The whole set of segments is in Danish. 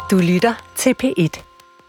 Du lytter til P1.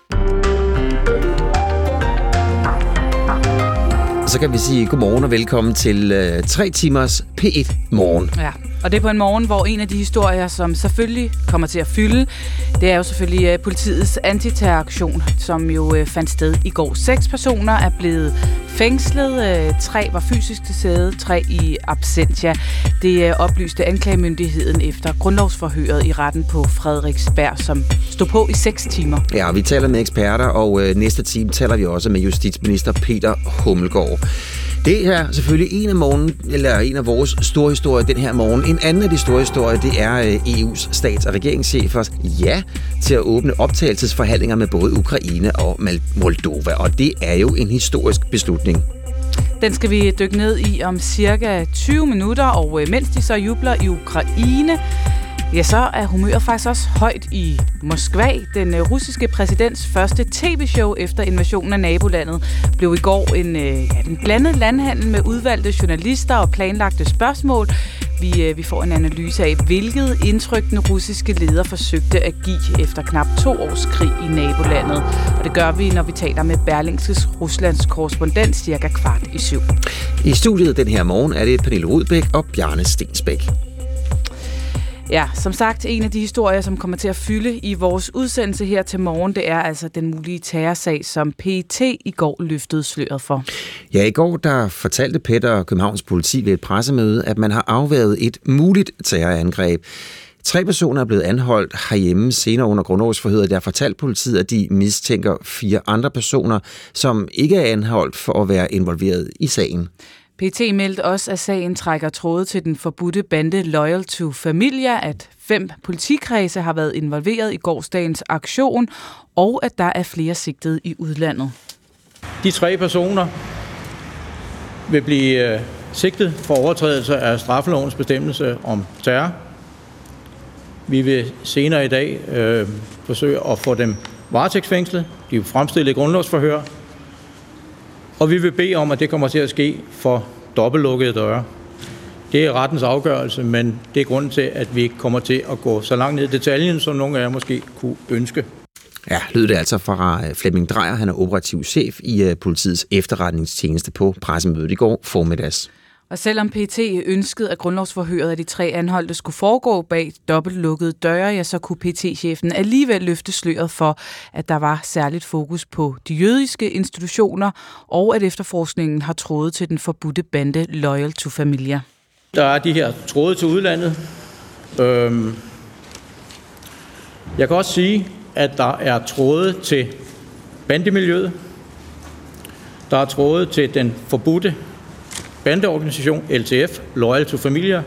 Så kan vi sige godmorgen og velkommen til 3 timers P1 Morgen. Ja, og det er på en morgen, hvor en af de historier, som selvfølgelig kommer til at fylde, det er jo selvfølgelig politiets antiterroraktion, som jo fandt sted i går. 6 personer er blevet fængslet, 3 var fysisk til stede, 3 i absentia. Det oplyste anklagemyndigheden efter grundlovsforhøret i retten på Frederiksberg, som stod på i 6 timer. Ja, vi taler med eksperter, og næste time taler vi også med justitsminister Peter Hummelgaard. Det er selvfølgelig en af vores store historier den her morgen. En anden af de store historier, det er EU's stats- og regeringschefers ja til at åbne optagelsesforhandlinger med både Ukraine og Moldova. Og det er jo en historisk beslutning. Den skal vi dykke ned i om cirka 20 minutter, og mens de så jubler i Ukraine, ja, så er humøret faktisk også højt i Moskva. Den russiske præsidents første tv-show efter invasionen af nabolandet blev i går en blandet landhandel med udvalgte journalister og planlagte spørgsmål. Vi får en analyse af, hvilket indtryk den russiske leder forsøgte at give efter knap 2 års krig i nabolandet. Og det gør vi, når vi taler med Berlingskes Ruslands korrespondent cirka 6:15. I studiet den her morgen er det Pernille Rudbæk og Bjarne Stensbæk. Ja, som sagt, en af de historier, som kommer til at fylde i vores udsendelse her til morgen, det er altså den mulige terrorsag, som PET i går løftede sløret for. Ja, i går der fortalte PET og Københavns politi ved et pressemøde, at man har afværget et muligt terrorangreb. 3 personer er blevet anholdt herhjemme. Senere under grundlovsforhøret, der fortalte politiet, at de mistænker 4 andre personer, som ikke er anholdt for at være involveret i sagen. PET meldte også, at sagen trækker tråde til den forbudte bande Loyal to Familia, at 5 politikredse har været involveret i gårsdagens aktion, og at der er flere sigtede i udlandet. De 3 personer vil blive sigtet for overtrædelse af straffelovens bestemmelse om terror. Vi vil senere i dag forsøge at få dem varetægtsfængslet. De vil fremstille grundlovsforhør. Og vi vil bede om, at det kommer til at ske for dobbeltlukkede døre. Det er rettens afgørelse, men det er grunden til, at vi ikke kommer til at gå så langt ned i detaljen, som nogle af jer måske kunne ønske. Ja, lød det altså fra Flemming Drejer. Han er operativ chef i politiets efterretningstjeneste på pressemødet i går formiddags. Og selvom PET ønskede, at grundlovsforhøret af de 3 anholdte skulle foregå bag dobbeltlukkede døre, ja, så kunne PET-chefen alligevel løfte sløret for, at der var særligt fokus på de jødiske institutioner, og at efterforskningen har tråde til den forbudte bande Loyal to Familia. Der er de her tråde til udlandet. Jeg kan også sige, at der er tråde til bandemiljøet. Der er tråde til den forbudte bandeorganisation LTF, Loyal to Familia,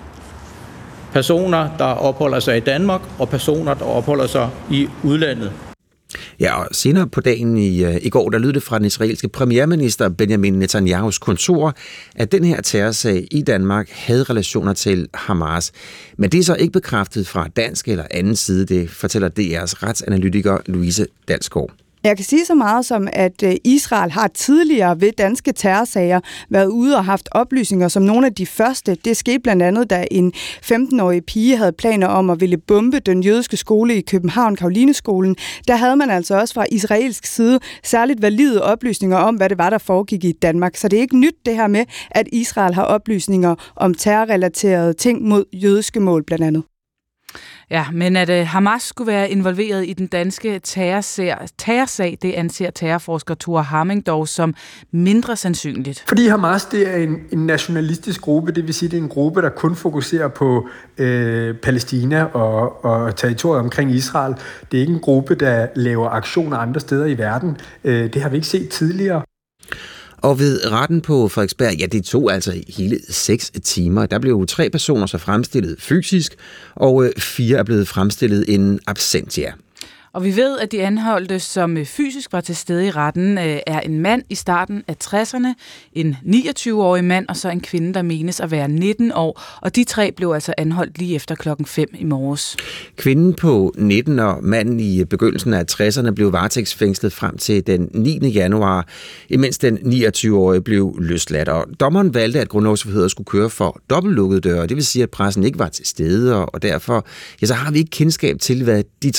personer, der opholder sig i Danmark, og personer, der opholder sig i udlandet. Ja, og senere på dagen i går, der lød det fra den israelske premierminister Benjamin Netanyahus kontor, at den her terrorsag i Danmark havde relationer til Hamas. Men det er så ikke bekræftet fra dansk eller anden side, det fortæller DR's retsanalytiker Louise Dalsgaard. Jeg kan sige så meget som, at Israel har tidligere ved danske terrorsager været ude og haft oplysninger som nogle af de første. Det skete blandt andet, da en 15-årig pige havde planer om at ville bombe den jødiske skole i København, Karolineskolen. Der havde man altså også fra israelsk side særligt valide oplysninger om, hvad det var, der foregik i Danmark. Så det er ikke nyt det her med, at Israel har oplysninger om terrorrelaterede ting mod jødiske mål blandt andet. Ja, men at Hamas skulle være involveret i den danske terrorsag, det anser terrorforsker Thor Hamming dog som mindre sandsynligt. Fordi Hamas, det er en nationalistisk gruppe, det vil sige, det er en gruppe, der kun fokuserer på Palæstina og territoriet omkring Israel. Det er ikke en gruppe, der laver aktioner andre steder i verden. Det har vi ikke set tidligere. Og ved retten på Frederiksberg, ja, det tog altså hele 6 timer. Der blev 3 personer så fremstillet fysisk, og 4 er blevet fremstillet in absentia. Og vi ved, at de anholdte, som fysisk var til stede i retten, er en mand i starten af 60'erne, en 29-årig mand og så en kvinde, der menes at være 19 år. Og de 3 blev altså anholdt lige efter 5:00 i morges. Kvinden på 19 og manden i begyndelsen af 60'erne blev varetægtsfængslet frem til den 9. januar, imens den 29-årige blev løsladt. Og dommeren valgte, at grundlovsforhøret skulle køre for dobbeltlukkede døre. Det vil sige, at pressen ikke var til stede, og derfor ja, så har vi ikke kendskab til, hvad de 3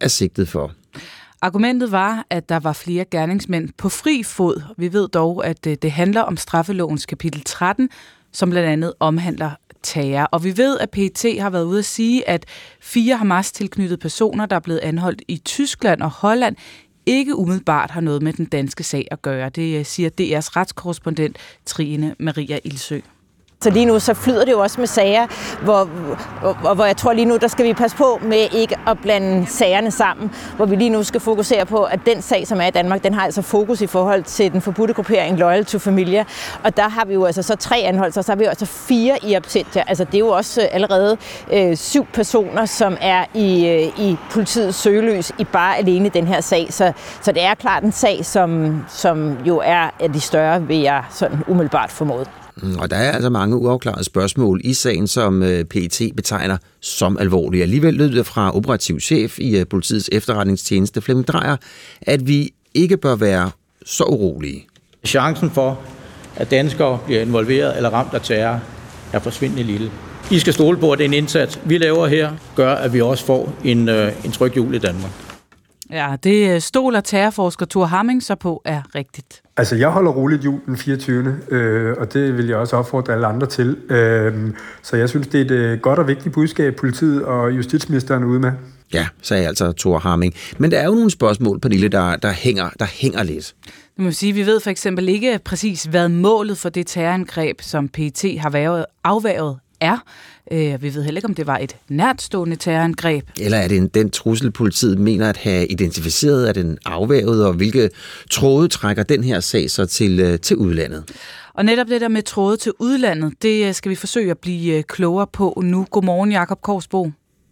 er sigtet for. Argumentet var, at der var flere gerningsmænd på fri fod. Vi ved dog, at det handler om straffelovens kapitel 13, som blandt andet omhandler terror. Og vi ved, at PET har været ude at sige, at 4 Hamas-tilknyttede personer, der er blevet anholdt i Tyskland og Holland, ikke umiddelbart har noget med den danske sag at gøre. Det siger DR's retskorrespondent Trine Maria Ilsø. Så lige nu så flyder det jo også med sager, hvor jeg tror lige nu, der skal vi passe på med ikke at blande sagerne sammen. Hvor vi lige nu skal fokusere på, at den sag, som er i Danmark, den har altså fokus i forhold til den forbudte gruppering Loyal to Familia. Og der har vi jo altså så 3 anholdelser, så har vi jo altså 4 i absentia. Altså det er jo også allerede 7 personer, som er i politiets søgelys i bare alene den her sag. Så det er klart en sag, som jo er af de større, vil jeg sådan umiddelbart formode. Og der er altså mange uafklarede spørgsmål i sagen, som PET betegner som alvorlige. Alligevel lød det fra operativ chef i politiets efterretningstjeneste, Flemming Drejer, at vi ikke bør være så urolige. Chancen for, at danskere bliver involveret eller ramt af terror, er forsvindende lille. I skal stole på, at den indsats, vi laver her, gør, at vi også får en tryg jul i Danmark. Ja, det stoler terrorforsker Thor Hamming så på er rigtigt. Altså, jeg holder roligt jul den 24. Og det vil jeg også opfordre alle andre til. Så jeg synes, det er et godt og vigtigt budskab, politiet og justitsministeren er ude med. Ja, sagde altså Thor Hamming. Men der er jo nogle spørgsmål, Pernille, der hænger lidt. Det må sige, vi ved for eksempel ikke præcis, hvad målet for det terrorangreb, som PET har afværget, er. Vi ved heller ikke, om det var et nærtstående terrorangreb. Eller er det den trussel, politiet mener at have identificeret, er den afværget, og hvilke tråde trækker den her sag så til udlandet? Og netop det der med tråde til udlandet, det skal vi forsøge at blive klogere på nu. Godmorgen, Jakob Korsbo.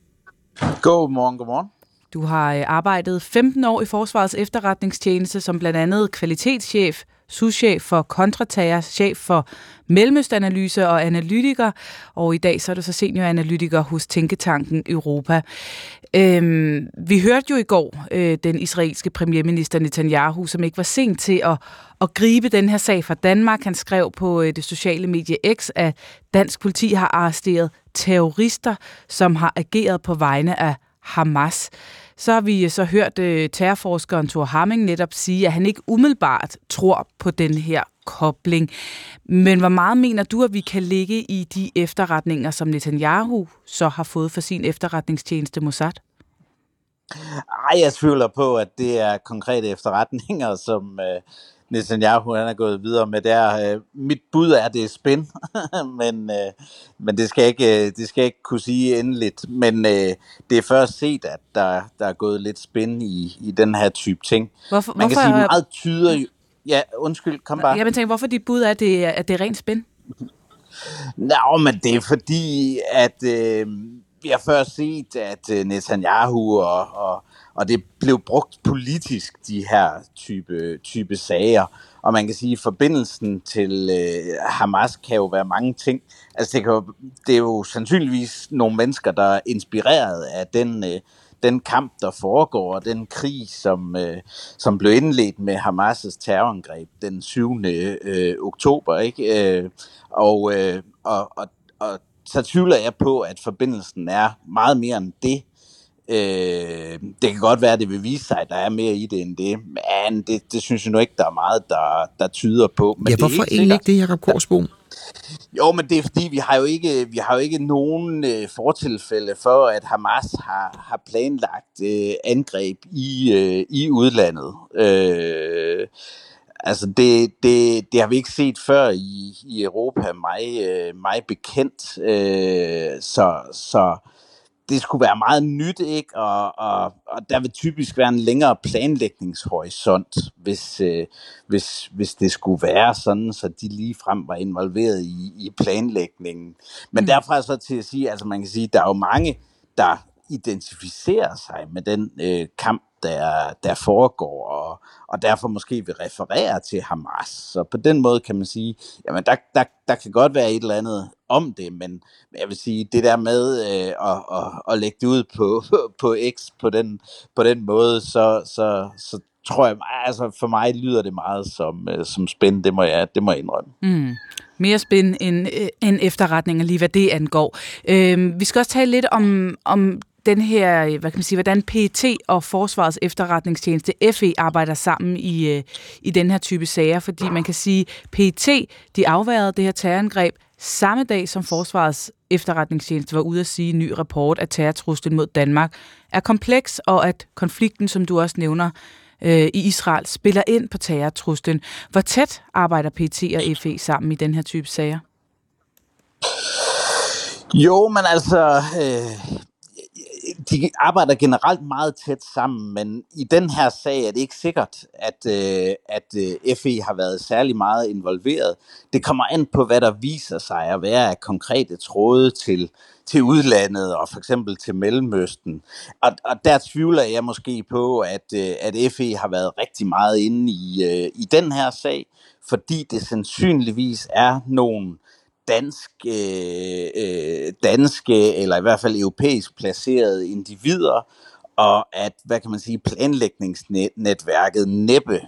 Godmorgen. Du har arbejdet 15 år i Forsvarets efterretningstjeneste som blandt andet kvalitetschef, souschef for kontraterror, chef for Mellemøstanalyse og analytiker, og i dag så er du så senioranalytiker hos Tænketanken Europa. Vi hørte jo i går den israelske premierminister Netanyahu, som ikke var sent til at gribe den her sag fra Danmark. Han skrev på det sociale medie X, at dansk politi har arresteret terrorister, som har ageret på vegne af Hamas. Så har vi så hørt terrorforskeren Thor Hamming netop sige, at han ikke umiddelbart tror på den her kobling. Men hvor meget mener du, at vi kan ligge i de efterretninger, som Netanyahu så har fået for sin efterretningstjeneste Mossad? Jeg tvivler på, at det er konkrete efterretninger, som Netanyahu han er gået videre med der. Mit bud er, at det er spin, men det skal jeg ikke kunne sige endeligt. Men det er først set, at der er gået lidt spin i den her type ting. Man kan sige, meget tyder jo... Ja, undskyld, kom bare. Jeg tænker, hvorfor dit bud er, at det er rent spin? Nå, men det er fordi, at vi har først set, at Netanyahu og det blev brugt politisk, de her type sager. Og man kan sige, at forbindelsen til Hamas kan jo være mange ting. Altså det er jo sandsynligvis nogle mennesker, der er inspireret af den kamp, der foregår, og den krig, som blev indledt med Hamas' terrorangreb den 7. oktober. Ikke? Og så tvivler jeg på, at forbindelsen er meget mere end det. Det kan godt være, at det vil vise sig, at der er mere i det end det, men det synes jeg nu ikke, der er meget, der tyder på. Men ja, hvorfor egentlig ikke det, Jakob Korsbo? Jo, men det er fordi, vi har jo ikke nogen fortilfælde for, at Hamas har planlagt angreb i udlandet. Altså det har vi ikke set før i Europa, mig bekendt. Så det skulle være meget nyt, ikke? Og der vil typisk være en længere planlægningshorisont, hvis det skulle være sådan, så de ligefrem var involveret i planlægningen. Men derfra så til at sige, altså man kan sige, der er jo mange, der identificerer sig med den kamp, der foregår, og derfor måske vil referere til Hamas. Så på den måde kan man sige, jamen der kan godt være et eller andet om det, men jeg vil sige, det der med at lægge det ud på X på den måde, så tror jeg, altså for mig lyder det meget som spændende, det må jeg indrømme. Mm. Mere spændende end efterretninger, lige hvad det angår. Vi skal også tale lidt om den her, hvordan PET og Forsvarets Efterretningstjeneste, FE, arbejder sammen i den her type sager, fordi man kan sige, PET, de afværede det her terrorangreb samme dag, som Forsvarets Efterretningstjeneste var ude at sige i en ny rapport, at terrortruslen mod Danmark er kompleks, og at konflikten, som du også nævner, i Israel, spiller ind på terrortruslen. Hvor tæt arbejder PET og FE sammen i den her type sager? Jo, men altså, de arbejder generelt meget tæt sammen, men i den her sag er det ikke sikkert, at FE har været særlig meget involveret. Det kommer an på, hvad der viser sig at være af konkrete tråde til udlandet og for eksempel til Mellemøsten. Og der tvivler jeg måske på, at FE har været rigtig meget inde i den her sag, fordi det sandsynligvis er nogle danske eller i hvert fald europæisk placerede individer, og at, planlægningsnetværket næppe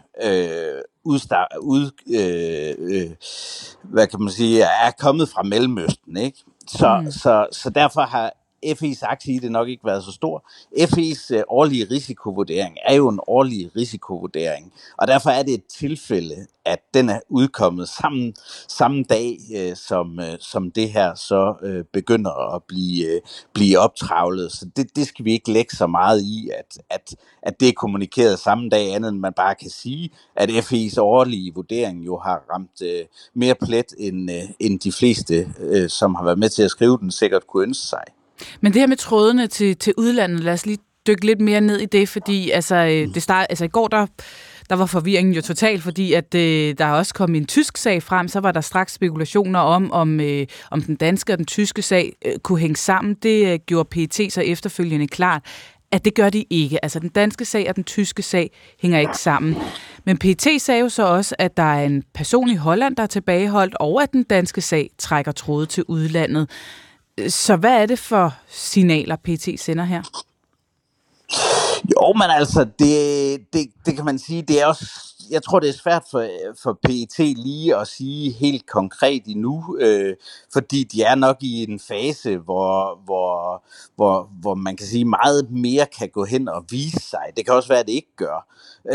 er kommet fra Mellemøsten, ikke? Så derfor har FE's aktie i det nok ikke været så stor. FE's årlige risikovurdering er jo en årlig risikovurdering, og derfor er det et tilfælde, at den er udkommet samme dag, som det her så begynder at blive optravlet. Så det skal vi ikke lægge så meget i, at det er kommunikeret samme dag, andet end man bare kan sige, at FE's årlige vurdering jo har ramt mere plet, end de fleste, som har været med til at skrive den, sikkert kunne ønske sig. Men det her med trådene til udlandet, lad os lige dykke lidt mere ned i det, fordi i går der var forvirringen jo total, fordi at der også kom en tysk sag frem, så var der straks spekulationer om den danske og den tyske sag kunne hænge sammen. Det gjorde PET så efterfølgende klart, at det gør de ikke. Altså den danske sag og den tyske sag hænger ikke sammen. Men PET sagde jo så også, at der er en person i Holland, der er tilbageholdt, og at den danske sag trækker tråde til udlandet. Så hvad er det for signaler, PET sender her? Jo, men altså, det kan man sige, det er også, jeg tror, det er svært for PET lige at sige helt konkret endnu, fordi de er nok i en fase, hvor man kan sige, meget mere kan gå hen og vise sig. Det kan også være, at det ikke gør.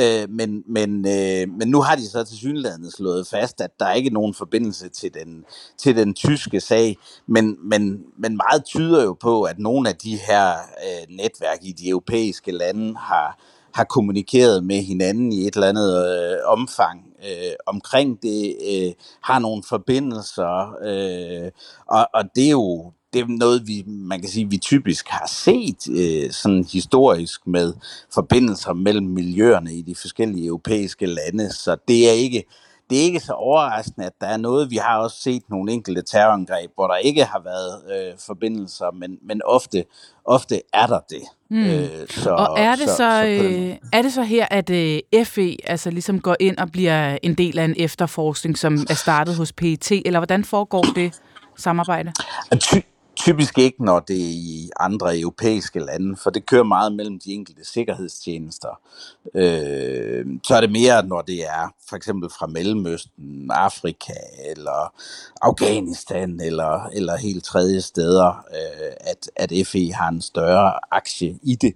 Men nu har de så tilsyneladende slået fast, at der ikke er nogen forbindelse til den tyske sag, men meget tyder jo på, at nogle af de her netværk i de europæiske lande har kommunikeret med hinanden i et eller andet omfang omkring det, har nogle forbindelser, og det er jo noget, man kan sige, vi typisk har set sådan historisk med forbindelser mellem miljøerne i de forskellige europæiske lande, så det er ikke så overraskende, at der er noget. Vi har også set nogle enkelte terrorangreb, hvor der ikke har været forbindelser, men ofte er der det. Og er det så her, at FE altså ligesom går ind og bliver en del af en efterforskning, som er startet hos PET, eller hvordan foregår det samarbejde? Typisk ikke, når det er i andre europæiske lande, for det kører meget mellem de enkelte sikkerhedstjenester. Så er det mere, når det er for eksempel fra Mellemøsten, Afrika eller Afghanistan eller helt tredje steder, at FE har en større aktie i det.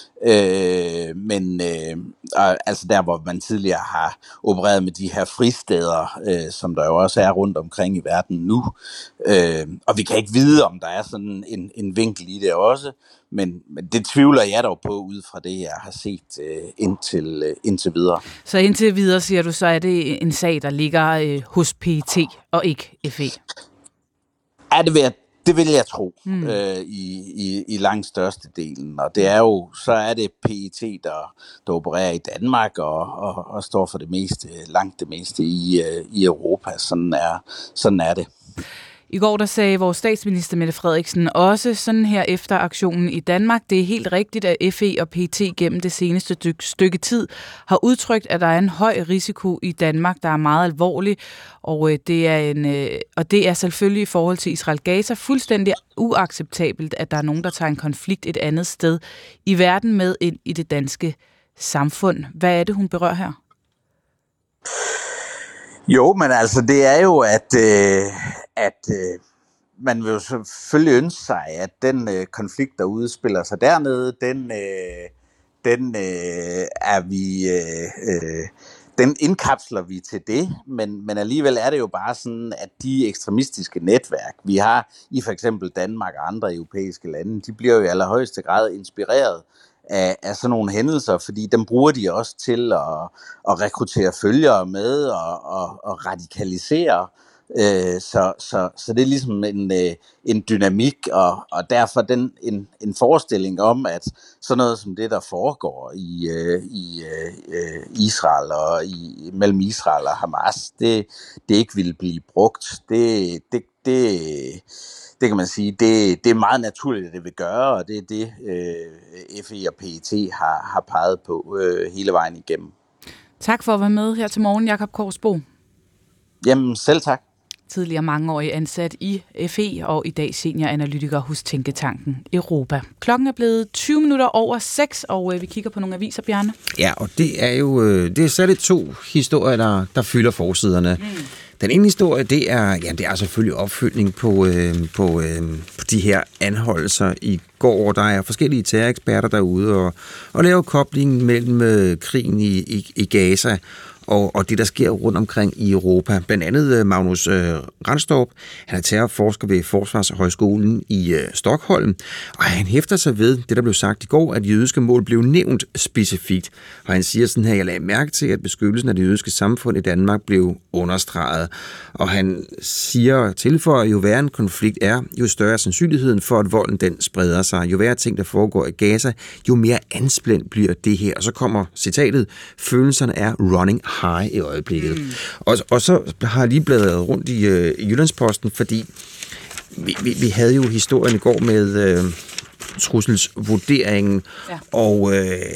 Altså der, hvor man tidligere har opereret med de her fristeder, som der jo også er rundt omkring i verden nu. Og vi kan ikke vide, om der er sådan en vinkel i det også, men det tvivler jeg dog på, ud fra det, jeg har set indtil videre. Så indtil videre, siger du, så er det en sag, der ligger hos PET og ikke FE? Ja, det vil jeg tro, i langt største delen. Og det er jo, så er det PET, der opererer i Danmark og står for langt det meste i Europa. Sådan er det. I går der sagde vores statsminister Mette Frederiksen også sådan her efter aktionen i Danmark. Det er helt rigtigt, at FE og PET gennem det seneste stykke tid har udtrykt, at der er en høj risiko i Danmark, der er meget alvorlig. Og det er selvfølgelig i forhold til Israel-Gaza fuldstændig uacceptabelt, at der er nogen, der tager en konflikt et andet sted i verden med ind i det danske samfund. Hvad er det, hun berører her? Jo, men altså det er jo, at man vil jo selvfølgelig ønske sig, at den konflikt, der udspiller sig dernede, den indkapsler vi til det, men alligevel er det jo bare sådan, at de ekstremistiske netværk, vi har i for eksempel Danmark og andre europæiske lande, de bliver jo i allerhøjeste grad inspireret af sådan nogle hændelser, fordi dem bruger de også til at rekruttere følgere med og radikalisere. Så det er ligesom en dynamik, og derfor en forestilling om, at sådan noget som det, der foregår i Israel og mellem Israel og Hamas, det ikke ville blive brugt. Det kan man sige, det er meget naturligt, at det vil gøre, og det er det, FE og PET har peget på hele vejen igennem. Tak for at være med her til morgen, Jakob Korsbo. Jamen, selv tak. Tidligere mangeårig ansat i FE og i dag senioranalytiker hos Tænketanken Europa. Klokken er blevet 20 minutter over 6, og vi kigger på nogle aviser, Bjarne. Ja, og det er jo det er særligt 2 historier, der fylder forsiderne. Den ene historie, det er selvfølgelig opfølgning på de her anholdelser i går. Der er forskellige terroreksperter derude og laver koblingen mellem krigen i Gaza og det, der sker rundt omkring i Europa. Blandt andet Magnus Ranstorp, han er terrorforsker ved Forsvarshøjskolen i Stockholm, og han hæfter sig ved det, der blev sagt i går, at jødiske mål blev nævnt specifikt. Og han siger sådan her, jeg lagde mærke til, at beskyttelsen af det jødiske samfund i Danmark blev understreget. Og han siger, tilføjer, jo værre en konflikt er, jo større sandsynligheden for, at volden den spreder sig. Jo værre ting, der foregår i Gaza, jo mere anspændt bliver det her. Og så kommer citatet, følelserne er running high i øjeblikket. Og så har jeg lige bladret rundt i Jyllandsposten, fordi vi havde jo historien i går med trusselsvurderingen, og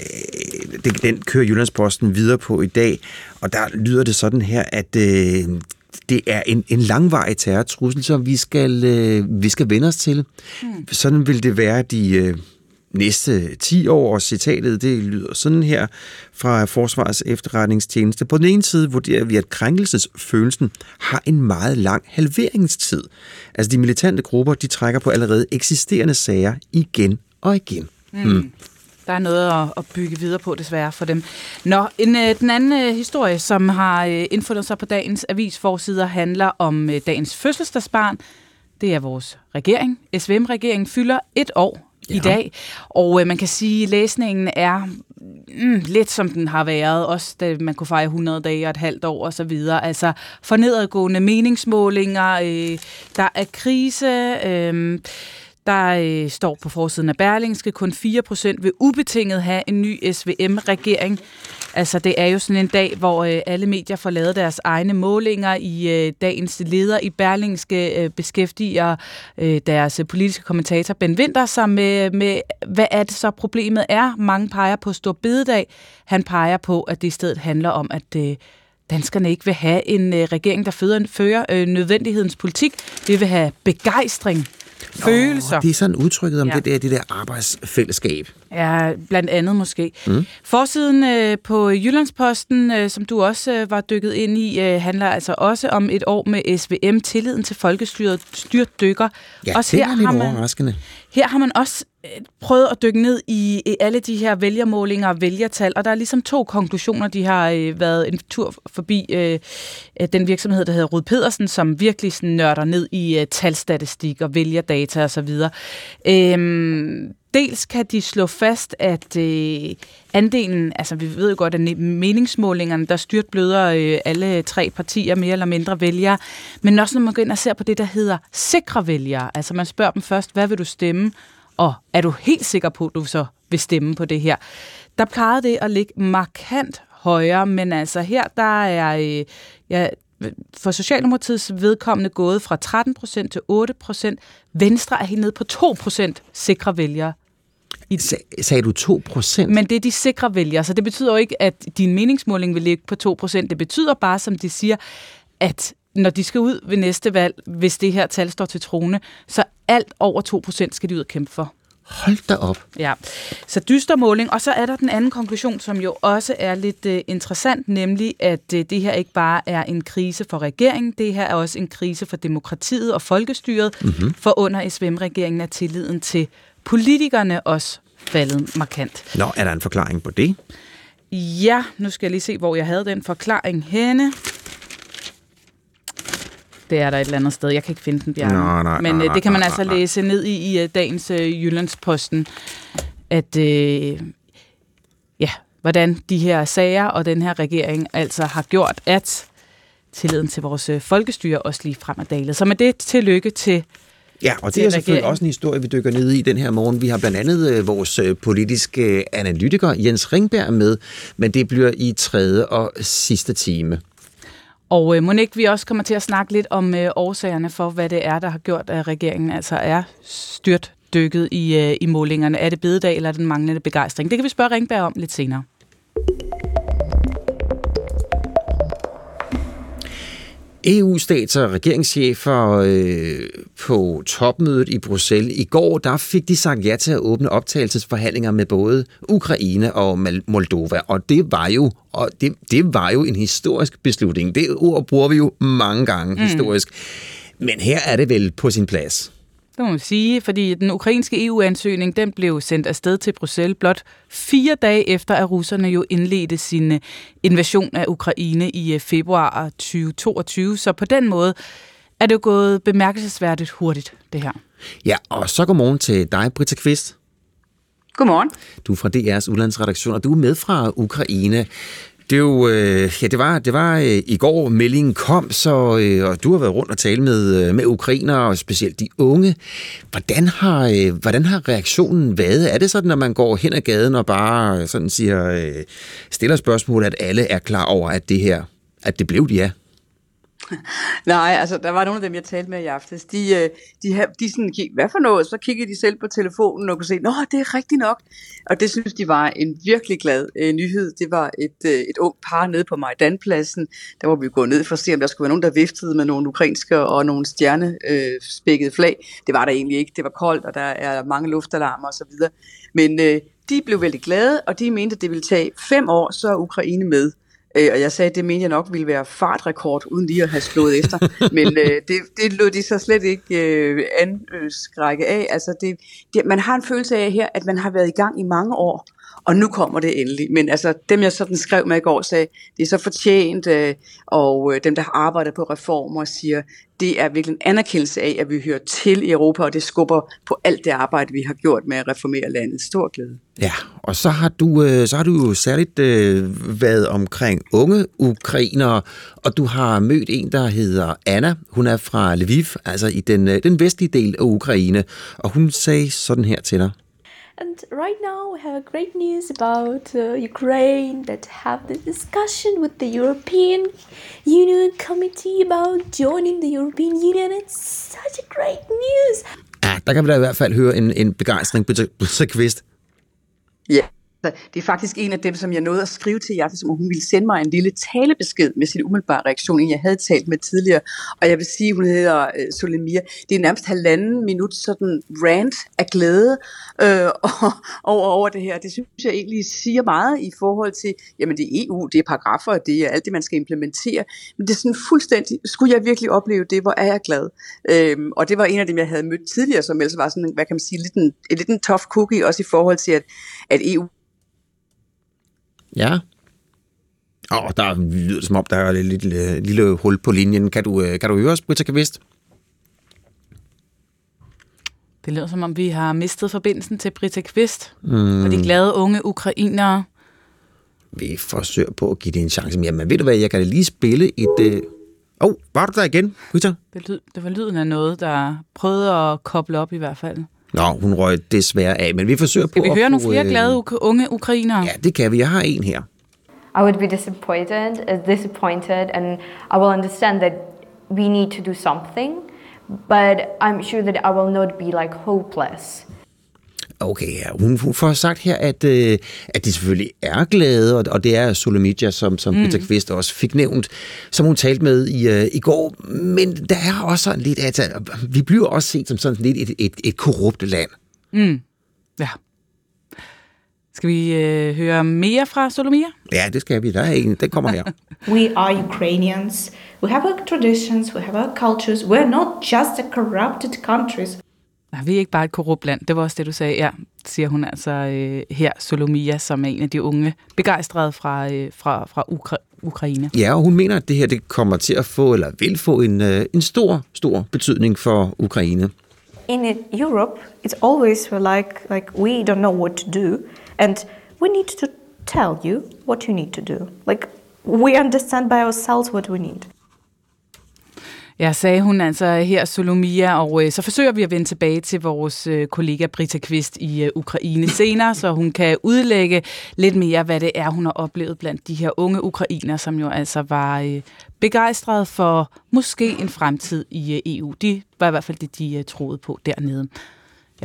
den kører Jyllandsposten videre på i dag, og der lyder det sådan her, at det er en langvarig terrortrussel, som vi skal vende os til. Sådan vil det være de næste 10 år, og citatet, det lyder sådan her fra Forsvarets efterretningstjeneste. På den ene side vurderer vi, at krænkelsesfølelsen har en meget lang halveringstid. Altså de militante grupper, de trækker på allerede eksisterende sager igen og igen. Der er noget at bygge videre på, desværre, for dem. Nå, den anden historie, som har indfundet sig på dagens avisforsider, handler om dagens fødselsdagsbarn. Det er vores regering. SVM-regeringen fylder 1 år i dag, og man kan sige, at læsningen er lidt som den har været, også da man kunne fejre 100 dage og et halvt år og så videre. Altså for nedadgående meningsmålinger, der er krise, der står på forsiden af Berlingske, kun 4% vil ubetinget have en ny SVM-regering. Altså, det er jo sådan en dag, hvor alle medier får lavet deres egne målinger. I dagens leder i Berlingske beskæftiger deres politiske kommentator Ben Winther sig med, hvad er det så problemet er? Mange peger på Store Bededag. Han peger på, at det i stedet handler om, at danskerne ikke vil have en regering, der fører nødvendighedens politik. Det vil have begejstring. Følelser. Det er sådan udtrykket om det der arbejdsfællesskab. Ja, blandt andet måske. Forsiden på Jyllandsposten, som du også var dykket ind i, handler altså også om 1 år med SVM. Tilliden til folkestyret styrtdykker. Ja, også det er lidt overraskende. Her har man også prøvet at dykke ned i alle de her vælgermålinger og vælgertal, og der er ligesom 2 konklusioner. De har været en tur forbi den virksomhed, der hedder Rud Pedersen, som virkelig sådan nørder ned i talstatistik og vælgerdata osv. Dels kan de slå fast, at andelen, altså vi ved jo godt, at meningsmålingerne, der styrtbløder alle 3 partier, mere eller mindre vælgere, men også når man går ind og ser på det, der hedder sikre vælgere. Altså man spørger dem først, hvad vil du stemme, og er du helt sikker på, at du så vil stemme på det her? Der plejede det at ligge markant højere, men altså her, der er for Socialdemokratiets vedkommende gået fra 13% til 8%. Venstre er helt nede på 2% sikre vælgere. Sagde du 2%? Men det er de sikre vælgere, så det betyder jo ikke, at din meningsmåling vil ligge på 2%. Det betyder bare, som de siger, at når de skal ud ved næste valg, hvis det her tal står til trone, så alt over 2% skal de ud og kæmpe for. Hold da op. Ja, så dyster måling. Og så er der den anden konklusion, som jo også er lidt interessant, nemlig at det her ikke bare er en krise for regeringen, det her er også en krise for demokratiet og folkestyret, for under SVM-regeringen er tilliden til politikerne også faldet markant. Nå, er der en forklaring på det? Ja, nu skal jeg lige se, hvor jeg havde den forklaring henne. Det er der et eller andet sted. Jeg kan ikke finde den, Bjarne. Men det kan man læse ned i dagens Jyllandsposten, at hvordan de her sager og den her regering altså har gjort, at tilliden til vores folkestyre også lige frem ad dalet. Så med det, tillykke til Ja, og det er selvfølgelig også en historie, vi dykker ned i den her morgen. Vi har blandt andet vores politiske analytiker Jens Ringberg med, men det bliver i 3. og sidste time. Og Monique, vi også kommer til at snakke lidt om årsagerne for, hvad det er, der har gjort, at regeringen altså er styrt dykket i målingerne. Er det bededag, eller er det den manglende begejstring? Det kan vi spørge Ringberg om lidt senere. EU-stats- og regeringschefer på topmødet i Bruxelles i går, der fik de sagt ja til at åbne optagelsesforhandlinger med både Ukraine og Moldova. Og det var jo en historisk beslutning. Det ord bruger vi jo mange gange historisk. Men her er det vel på sin plads. Det må man sige, fordi den ukrainske EU-ansøgning, den blev sendt afsted til Bruxelles blot 4 dage efter, at russerne jo indledte sin invasion af Ukraine i februar 2022. Så på den måde er det jo gået bemærkelsesværdigt hurtigt, det her. Ja, og så godmorgen til dig, Britta Kvist. Godmorgen. Du er fra DR's udlandsredaktion, og du er med fra Ukraine. Det er jo, det var i går, meldingen kom, så og du har været rundt og tale med ukrainere, og specielt de unge. Hvordan har reaktionen været? Er det sådan, når man går hen ad gaden og bare sådan stiller spørgsmål, at alle er klar over, at det blev de er? Nej, altså der var nogle af dem, jeg talte med i aftes, de sådan, hvad for noget? Så kiggede de selv på telefonen og kunne se, nå, det er rigtigt nok. Og det synes de var en virkelig glad nyhed. Det var et ung par nede på Majdanpladsen. Der var vi gået ned for at se, om der skulle være nogen, der viftede med nogle ukrainske og nogle stjernespækkede flag. Det var der egentlig ikke. Det var koldt, og der er mange luftalarmer osv. Men de blev vældig glade, og de mente, at det ville tage 5 år, så er Ukraine med. Og jeg sagde, at det mente jeg nok ville være fartrekord, uden lige at have slået efter. Men det lod de så slet ikke anskrække af. Altså man har en følelse af her, at man har været i gang i mange år, og nu kommer det endelig. Men altså, dem jeg sådan skrev med i går, sagde, det er så fortjent, og dem, der har arbejdet på reformer, siger, det er virkelig en anerkendelse af, at vi hører til i Europa, og det skubber på alt det arbejde, vi har gjort med at reformere landet. Stor glæde. Ja, og så har du jo særligt været omkring unge ukrainere, og du har mødt en, der hedder Anna. Hun er fra Lviv, altså i den vestlige del af Ukraine, og hun sagde sådan her til dig. And right now we have a great news about Ukraine that have the discussion with the European Union Committee about joining the European Union. It's such a great news. Ja, der kan vi da i hvert fald høre en begejstring på Kvist. Ja. Det er faktisk en af dem, som jeg nåede at skrive til i aften, som hun ville sende mig en lille talebesked med sin umiddelbare reaktion, en jeg havde talt med tidligere. Og jeg vil sige, hun hedder Solemia. Det er nærmest 1,5 minut sådan rant af glæde over det her. Det synes jeg egentlig siger meget i forhold til, jamen det er EU, det er paragrafer, det er alt det, man skal implementere. Men det er sådan fuldstændig, skulle jeg virkelig opleve det, hvor er jeg glad. Og det var en af dem, jeg havde mødt tidligere, som ellers var sådan, hvad kan man sige, lidt en tough cookie, også i forhold til, at EU. Ja. Der lyder det som om, der er et lille hul på linjen. Kan du høre os, Britta Kvist? Det lyder som om, vi har mistet forbindelsen til Britta Kvist og de glade unge ukrainere. Vi forsøger på at give det en chance. Jamen, ved du hvad, jeg kan da lige spille et... var du der igen, Britta? Det var lyden af noget, der prøvede at koble op i hvert fald. Nå, hun røg desværre af, men vi forsøger på at... Skal vi høre nogle flere glade unge ukrainere? Ja, det kan vi. Jeg har en her. I would be disappointed, and I will understand that we need to do something, but I'm sure that I will not be like hopeless. Okay, ja. Hun får sagt her, at de selvfølgelig er glade, og det er Solemia, som Britta Kvist også fik nævnt, som hun talte med i går. Men der er også sådan lidt, at vi bliver også set som sådan lidt et korrupt land. Ja. Skal vi høre mere fra Solomia? Ja, det skal vi. Der er en. Den kommer her. We are Ukrainians. We have our traditions, we have our cultures. We're not just a corrupted countries. Nej, vi er ikke bare et korrupt land. Det var også det, du sagde. Ja, siger hun altså her, Solomia, som er en af de unge begejstrede fra Ukraine. Ja, og hun mener, at det her det kommer til at få, eller vil få en stor betydning for Ukraine. In Europe, it's always like we don't know what to do, and we need to tell you what you need to do. Like, we understand by ourselves what we need. Ja, sagde hun altså her, Solomia, og så forsøger vi at vende tilbage til vores kollega Britta Kvist i Ukraine senere, så hun kan udlægge lidt mere, hvad det er, hun har oplevet blandt de her unge ukrainer, som jo altså var begejstrede for måske en fremtid i EU. Det var i hvert fald det, de troede på dernede. Ja.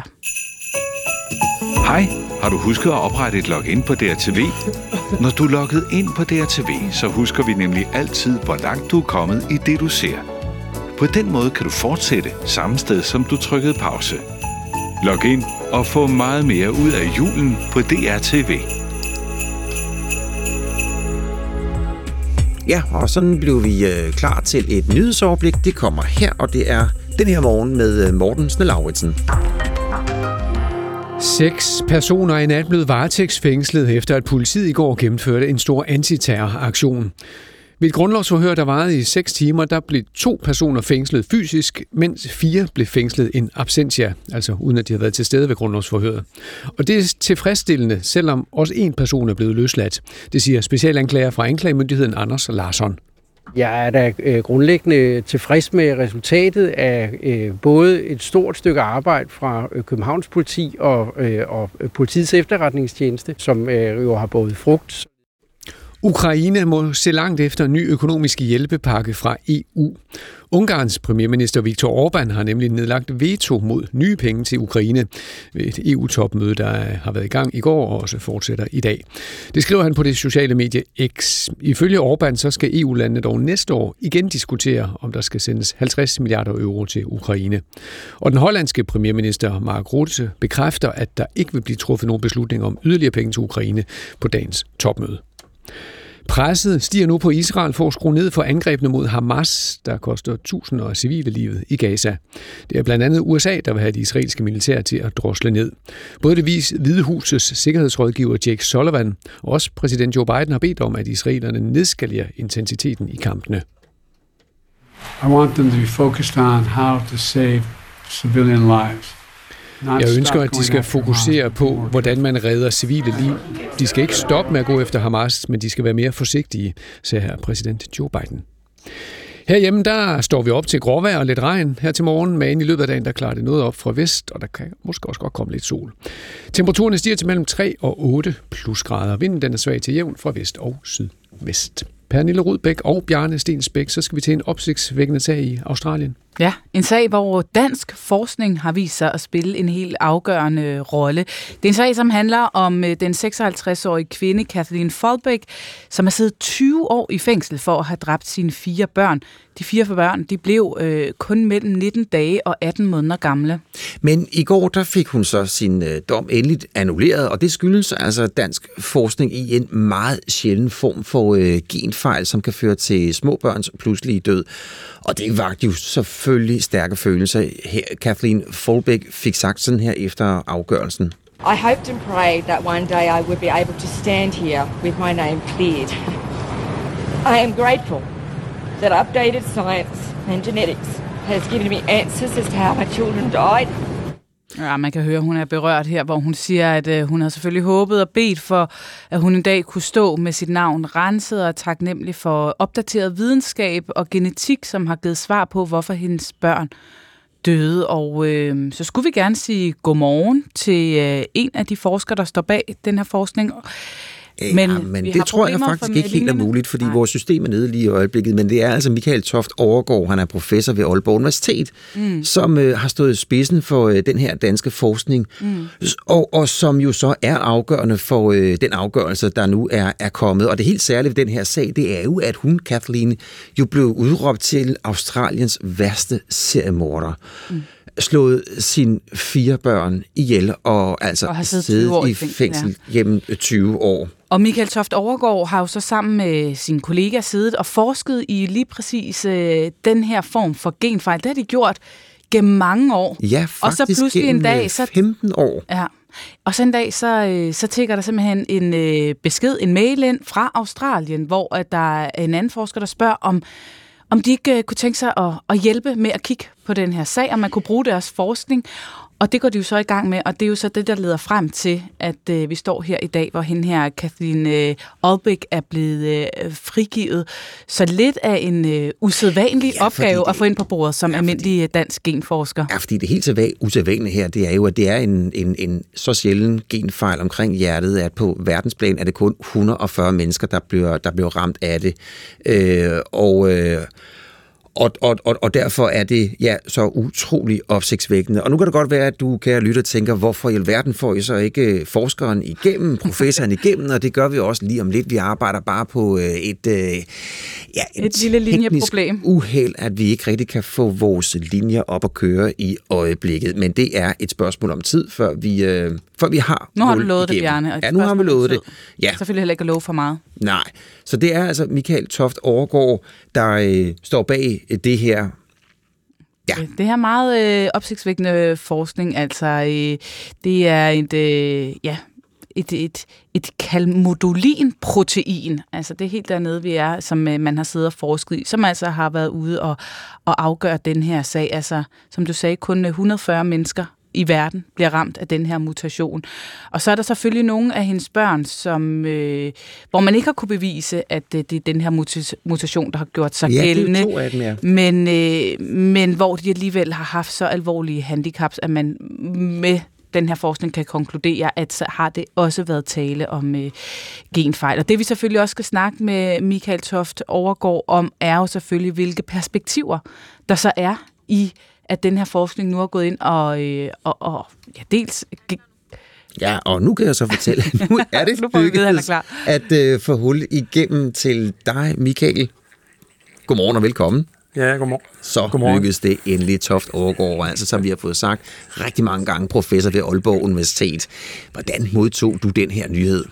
Hej, har du husket at oprette et login på DRTV? Når du er logget ind på DRTV, så husker vi nemlig altid, hvor langt du er kommet i det, du ser. På den måde kan du fortsætte samme sted, som du trykkede pause. Log ind og få meget mere ud af julen på DRTV. Ja, og sådan blev vi klar til et nyhedsoverblik. Det kommer her, og det er den her morgen med Morten Snell-Lauritsen. 6 personer er i nat blevet varetægtsfængslet, efter at politiet i går gennemførte en stor antiterroraktion. Ved et grundlovsforhør, der varede i 6 timer, der blev 2 personer fængslet fysisk, mens 4 blev fængslet in absentia, altså uden at de har været til stede ved grundlovsforhøret. Og det er tilfredsstillende, selvom også 1 person er blevet løsladt. Det siger specialanklager fra anklagemyndigheden Anders Larsson. Jeg er da grundlæggende tilfreds med resultatet af både et stort stykke arbejde fra Københavns politi og politiets efterretningstjeneste, som jo har båret frugt. Ukraine må se langt efter en ny økonomisk hjælpepakke fra EU. Ungarns premierminister Viktor Orbán har nemlig nedlagt veto mod nye penge til Ukraine ved et EU-topmøde, der har været i gang i går og også fortsætter i dag. Det skriver han på det sociale medie X. Ifølge Orbán så skal EU-landene dog næste år igen diskutere, om der skal sendes 50 milliarder euro til Ukraine. Og den hollandske premierminister Mark Rutte bekræfter, at der ikke vil blive truffet nogen beslutning om yderligere penge til Ukraine på dagens topmøde. Presset stiger nu på Israel for at skrue ned for angrebene mod Hamas, der koster tusinder af civile livet i Gaza. Det er blandt andet USA, der vil have det israelske militær til at drosle ned. Både det Hvide Husets sikkerhedsrådgiver Jake Sullivan og også præsident Joe Biden har bedt om, at israelerne nedskalerer intensiteten i kampene. I want them to be focused on how to save civilian lives. Jeg ønsker, at de skal fokusere på, hvordan man redder civile liv. De skal ikke stoppe med at gå efter Hamas, men de skal være mere forsigtige, sagde her præsident Joe Biden. Herhjemme, der står vi op til gråvejr og lidt regn her til morgen, men i løbet af dagen, der klarer det noget op fra vest, og der kan måske også godt komme lidt sol. Temperaturen stiger til mellem 3 og 8 plusgrader. Vinden den er svag til jævn fra vest og sydvest. Pernille Rudbæk og Bjarne Stensbæk, så skal vi til en opsigtsvækkende sag i Australien. Ja, en sag, hvor dansk forskning har vist sig at spille en helt afgørende rolle. Det er en sag, som handler om den 56-årige kvinde, Kathleen Folbig, som har siddet 20 år i fængsel for at have dræbt sine 4 børn. De 4 børn, de blev kun mellem 19 dage og 18 måneder gamle. Men i går, der fik hun så sin dom endeligt annulleret, og det skyldes altså dansk forskning i en meget sjælden form for genfejl, som kan føre til små børns pludselige død. Og det vagte jo selvfølgelig stærke følelser. Her, Kathleen Folbig fik sagt sådan her efter afgørelsen. I hoped and prayed that one day I would be able to stand here with my name cleared. I am grateful that updated science and genetics has given me answers as to how my children died. Ja, man kan høre, at hun er berørt her, hvor hun siger, at hun har selvfølgelig håbet og bedt for, at hun en dag kunne stå med sit navn renset og taknemmelig for opdateret videnskab og genetik, som har givet svar på, hvorfor hendes børn døde. Og så skulle vi gerne sige godmorgen til en af de forskere, der står bag den her forskning. Men det tror jeg faktisk ikke helt er muligt, fordi vores system er nede lige i øjeblikket, men det er altså Michael Toft Overgaard, han er professor ved Aalborg Universitet, som har stået i spidsen for den her danske forskning, og som jo så er afgørende for den afgørelse, der nu er kommet. Og det helt særlige ved den her sag, det er jo, at hun, Kathleen, jo blev udråbt til Australiens værste seriemorder. slået sine 4 børn ihjel og altså og har siddet i fængsel gennem 20 år. Og Michael Toft Overgaard har jo så sammen med sine kollegaer siddet og forsket i lige præcis den her form for genfejl. Det har de gjort gennem mange år. Ja, faktisk og så pludselig en dag, 15 år. Ja. Og så en dag, så tikker der simpelthen en besked, en mail ind fra Australien, hvor at der er en anden forsker, der spørger, om de ikke kunne tænke sig at hjælpe med at kigge på den her sag, om man kunne bruge deres forskning. Og det går de jo så i gang med, og det er jo så det, der leder frem til, at vi står her i dag, hvor hende her, Kathleen Olbæk, er blevet frigivet. Så lidt af en usædvanlig opgave at få ind på bordet som almindelig dansk genforsker. Ja, fordi det helt usædvanlige her, det er jo, at det er en så sjælden genfejl omkring hjertet, at på verdensplan er det kun 140 mennesker, der bliver ramt af det. Og derfor er det så utrolig opsigtsvækkende. Og nu kan det godt være, at du, kære lytter, tænker, hvorfor i alverden får I så ikke forskeren igennem, professoren igennem, og det gør vi også lige om lidt. Vi arbejder bare på et lille linjeproblem. Uheld, at vi ikke rigtig kan få vores linjer op at køre i øjeblikket. Men det er et spørgsmål om tid, før vi har nu har du lovet det, Bjarne. Ja, nu har vi lovet det. Ja. Selvfølgelig heller ikke at love for meget. Nej, så det er altså Michael Toft Overgaard, der står bag det her. Ja. Det her meget opsigtsvækkende forskning, altså det er et kalmodulin-protein, altså det er helt dernede, vi er, som man har siddet og forsket i, som altså har været ude og afgøre den her sag. Altså, som du sagde, kun 140 mennesker i verden bliver ramt af den her mutation. Og så er der selvfølgelig nogle af hendes børn, som, hvor man ikke har kunne bevise, at det er den her mutation, der har gjort sig gældende. Det er 2 af dem, ja. Men hvor de alligevel har haft så alvorlige handicaps, at man med den her forskning kan konkludere, at så har det også været tale om genfejl. Og det vi selvfølgelig også skal snakke med Michael Toft Overgaard om, er jo selvfølgelig, hvilke perspektiver der så er i, at den her forskning nu er gået ind og dels... Ja, og nu kan jeg så fortælle, nu er det lykkedes at få hul igennem til dig, Michael. Godmorgen og velkommen. Ja, godmorgen. Så lykkedes det endelig. Toft Overgaard, altså som vi har fået sagt rigtig mange gange, professor ved Aalborg Universitet. Hvordan modtog du den her nyhed?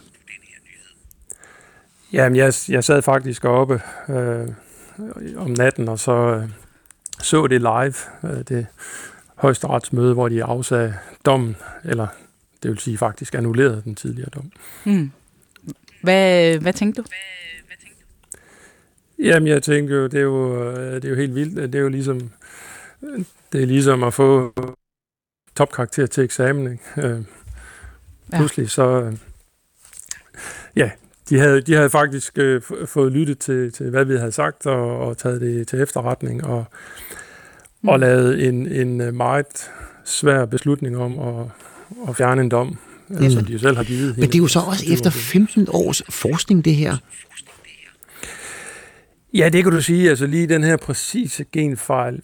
Jamen, jeg sad faktisk oppe om natten, og så det live, det højesteretsmøde, hvor de afsagde dommen, eller det vil sige faktisk annullerede den tidligere dom. Hvad tænkte du? Jamen, jeg tænkte jo, det er jo helt vildt. Det er ligesom at få topkarakter til eksamen, ikke? Pludselig så... De havde faktisk fået lyttet til, hvad vi havde sagt, og taget det til efterretning, og lavet en meget svær beslutning om at fjerne en dom, som de jo selv har givet. Men det er jo så også efter 15 års forskning, det her. Ja, det kan du sige. Altså lige den her præcise genfejl,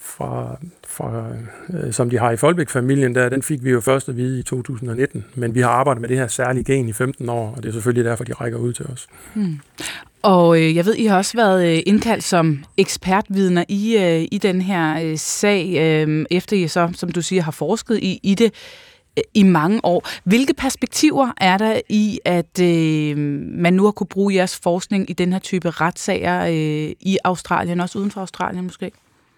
som de har i Folbæk-familien, den fik vi jo først at vide i 2019. Men vi har arbejdet med det her særlige gen i 15 år, og det er selvfølgelig derfor, de rækker ud til os. Og jeg ved, I har også været indkaldt som ekspertvidner i den her sag, efter I så, som du siger, har forsket i det i mange år. Hvilke perspektiver er der i, at man nu har kunne bruge jeres forskning i den her type retssager i Australien, også uden for Australien måske?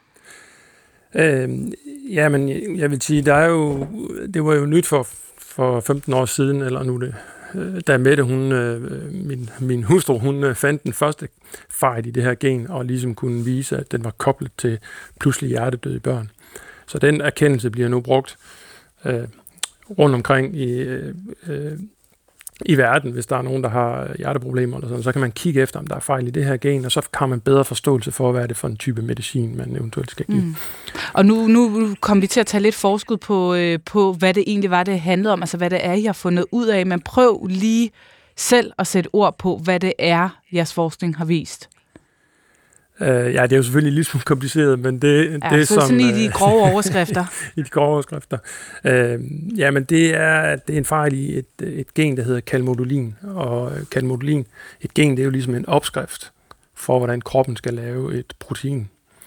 Jamen, jeg vil sige, det var jo nyt for 15 år siden, eller nu det, da Mette, min hustru, hun fandt den første fejl i det her gen, og ligesom kunne vise, at den var koblet til pludselig hjertedød i børn. Så den erkendelse bliver nu brugt rundt omkring i verden, hvis der er nogen, der har hjerteproblemer eller sådan, så kan man kigge efter, om der er fejl i det her gen, og så har man bedre forståelse for, hvad er det for en type medicin, man eventuelt skal give. Og nu kom vi til at tage lidt forskud på, hvad det egentlig var, det handlede om, altså hvad det er, I har fundet ud af, men prøv lige selv at sætte ord på, hvad det er, jeres forskning har vist. Ja, det er jo selvfølgelig lidt smule kompliceret, men det så som... sådan i de grove overskrifter. I de grove overskrifter. Men det er en fejl i et gen, der hedder kalmodulin. Og kalmodulin, et gen, det er jo ligesom en opskrift for, hvordan kroppen skal lave et protein.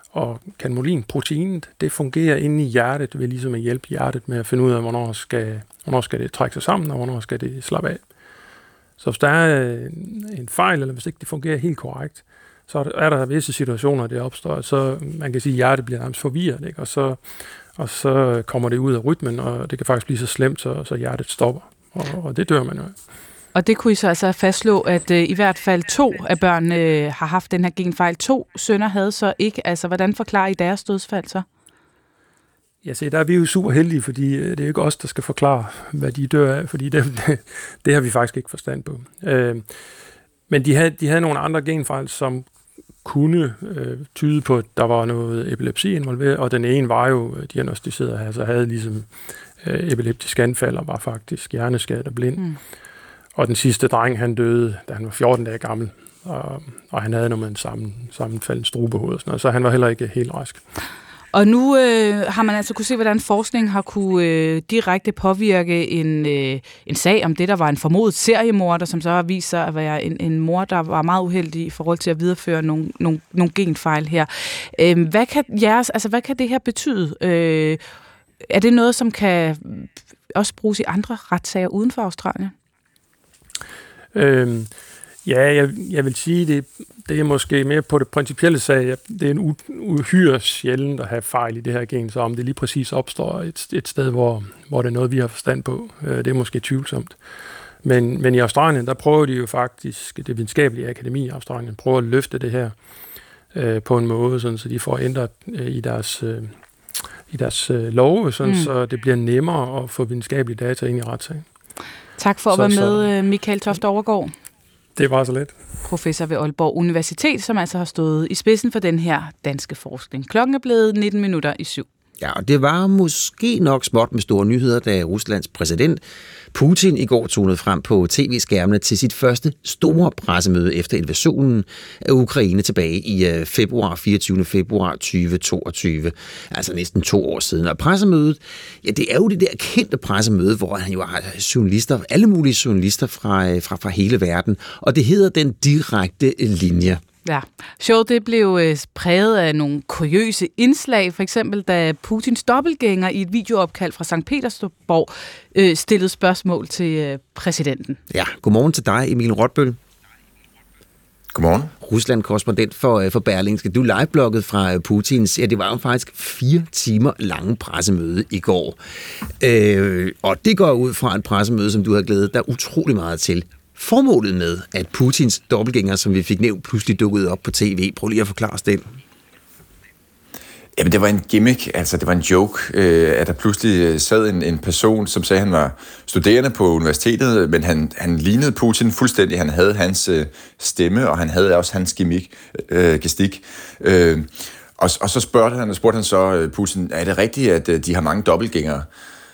Og kanmolinproteinet, det fungerer inde i hjertet ved ligesom at hjælpe hjertet med at finde ud af, hvornår skal det trække sig sammen, og hvornår skal det slappe af. Så hvis der er en fejl, eller hvis ikke det fungerer helt korrekt, så er der visse situationer, det opstår, så man kan sige, at hjertet bliver nærmest forvirret, ikke? Og så kommer det ud af rytmen, og det kan faktisk blive så slemt, så hjertet stopper, og det dør man jo. Og det kunne I så altså fastslå, at i hvert fald 2 af børnene har haft den her genfejl. 2 sønner havde så ikke. Altså, hvordan forklarer I deres dødsfald så? Ja, se, der er vi jo super heldige, fordi det er ikke os, der skal forklare, hvad de dør af, fordi det har vi faktisk ikke forstand på. Men de havde nogle andre genfejl, som kunne tyde på, at der var noget epilepsi involveret, og den ene var jo diagnosticeret, altså havde ligesom epileptisk anfald og var faktisk hjerneskadet og blind. Mm. Og den sidste dreng, han døde, da han var 14 dage gammel, og han havde noget med en sammenfaldende strubehoved og sådan noget, så han var heller ikke helt rask. Og nu har man altså kunne se, hvordan forskning har kunne direkte påvirke en sag om det, der var en formodet seriemorder, som så har vist sig at være en mor, der var meget uheldig i forhold til at videreføre nogle genfejl her. Hvad kan det her betyde? Er det noget, som kan også bruges i andre retssager uden for Australien? Jeg vil sige, det er måske mere på det principielle sag. Det er en uhyre sjældent at have fejl i det her gen, så om det lige præcis opstår et sted, hvor det er noget, vi har forstand på, det er måske tvivlsomt. Men i Australien, der prøver de jo faktisk, det videnskabelige akademi i Australien, prøver at løfte det her på en måde, sådan, så de får ændret i deres love, sådan, så det bliver nemmere at få videnskabelige data ind i retssagen. Tak for at være med, Michael Toft Overgaard. Det var så let. Professor ved Aalborg Universitet, som altså har stået i spidsen for den her danske forskning. Klokken er blevet 7:19. Ja, og det var måske nok småt med store nyheder, da Ruslands præsident Putin i går tonede frem på tv-skærmene til sit første store pressemøde efter invasionen af Ukraine tilbage i 24. februar 2022. Altså næsten 2 år siden. Og pressemødet, ja, det er jo det der kendte pressemøde, hvor han jo har journalister, alle mulige journalister fra hele verden. Og det hedder Den Direkte Linje. Ja, showet det blev præget af nogle kuriøse indslag, for eksempel da Putins dobbeltgænger i et videoopkald fra Sankt Petersborg stillede spørgsmål til præsidenten. Ja, godmorgen til dig, Emil Rotbøl. Godmorgen. Rusland-korrespondent for Berlingske. Du liveblogget fra Putins, ja, det var jo faktisk 4 timer lange pressemøde i går. Og det går ud fra et pressemøde, som du har glædet dig utrolig meget til. Formålet med, at Putins dobbeltgænger, som vi fik nævnt, pludselig dukkede op på tv. Prøv lige at forklare os den. Jamen, det var en gimmick, altså det var en joke, at der pludselig sad en person, som sagde, at han var studerende på universitetet, men han lignede Putin fuldstændig. Han havde hans stemme, og han havde også hans gestik. Og så spurgte han så Putin, er det rigtigt, at de har mange dobbeltgængere?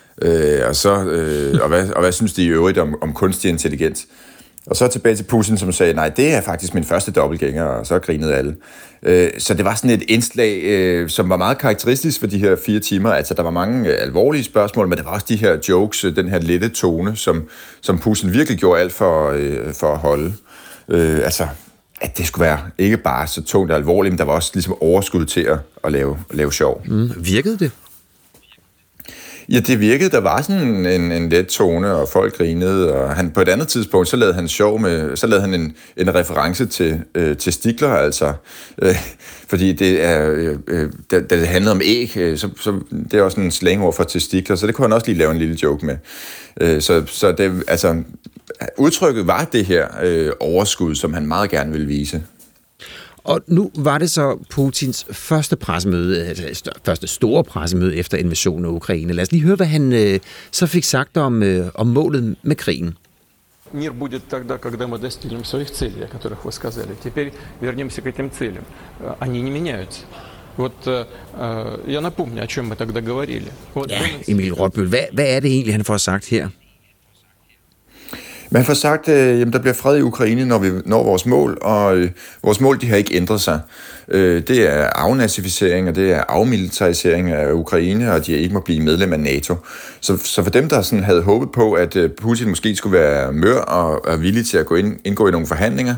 Og hvad synes de i øvrigt om kunstig intelligens? Og så tilbage til Putin, som sagde, nej, det er faktisk min første dobbeltgænger, og så grinede alle. Så det var sådan et indslag, som var meget karakteristisk for de her 4 timer. Altså, der var mange alvorlige spørgsmål, men der var også de her jokes, den her lette tone, som Putin virkelig gjorde alt for at holde. At det skulle være ikke bare så tungt og alvorligt, men der var også ligesom overskud til at lave sjov. Virkede det? Ja, det virkede. Der var sådan en let tone, og folk grinede, og han på et andet tidspunkt, så lavede han sjov med, så lavede han en reference til testikler, altså, fordi det er, da det handlede om æg, så det er også en slangord for testikler, så det kunne han også lige lave en lille joke med. Så det, altså, udtrykket var det her overskud, som han meget gerne ville vise. Og nu var det så Putins første første store pressemøde efter invasionen af Ukraine. Lad os lige høre, hvad han så fik sagt om målet med krigen. Мир будет тогда, когда мы достигнем своих целей, о которых вы сказали. Теперь вернемся к этим целям. Они не меняются. Вот я напомню, о чем мы тогда говорили. Ja, Emil Rotbøl, hvad er det egentlig, han får sagt her? Man får sagt, at der bliver fred i Ukraine, når vi når vores mål, og vores mål, de har ikke ændret sig. Det er afnazificering, og det er afmilitarisering af Ukraine, og de ikke må blive medlem af NATO. Så for dem, der sådan havde håbet på, at Putin måske skulle være mør og er villig til at indgå i nogle forhandlinger,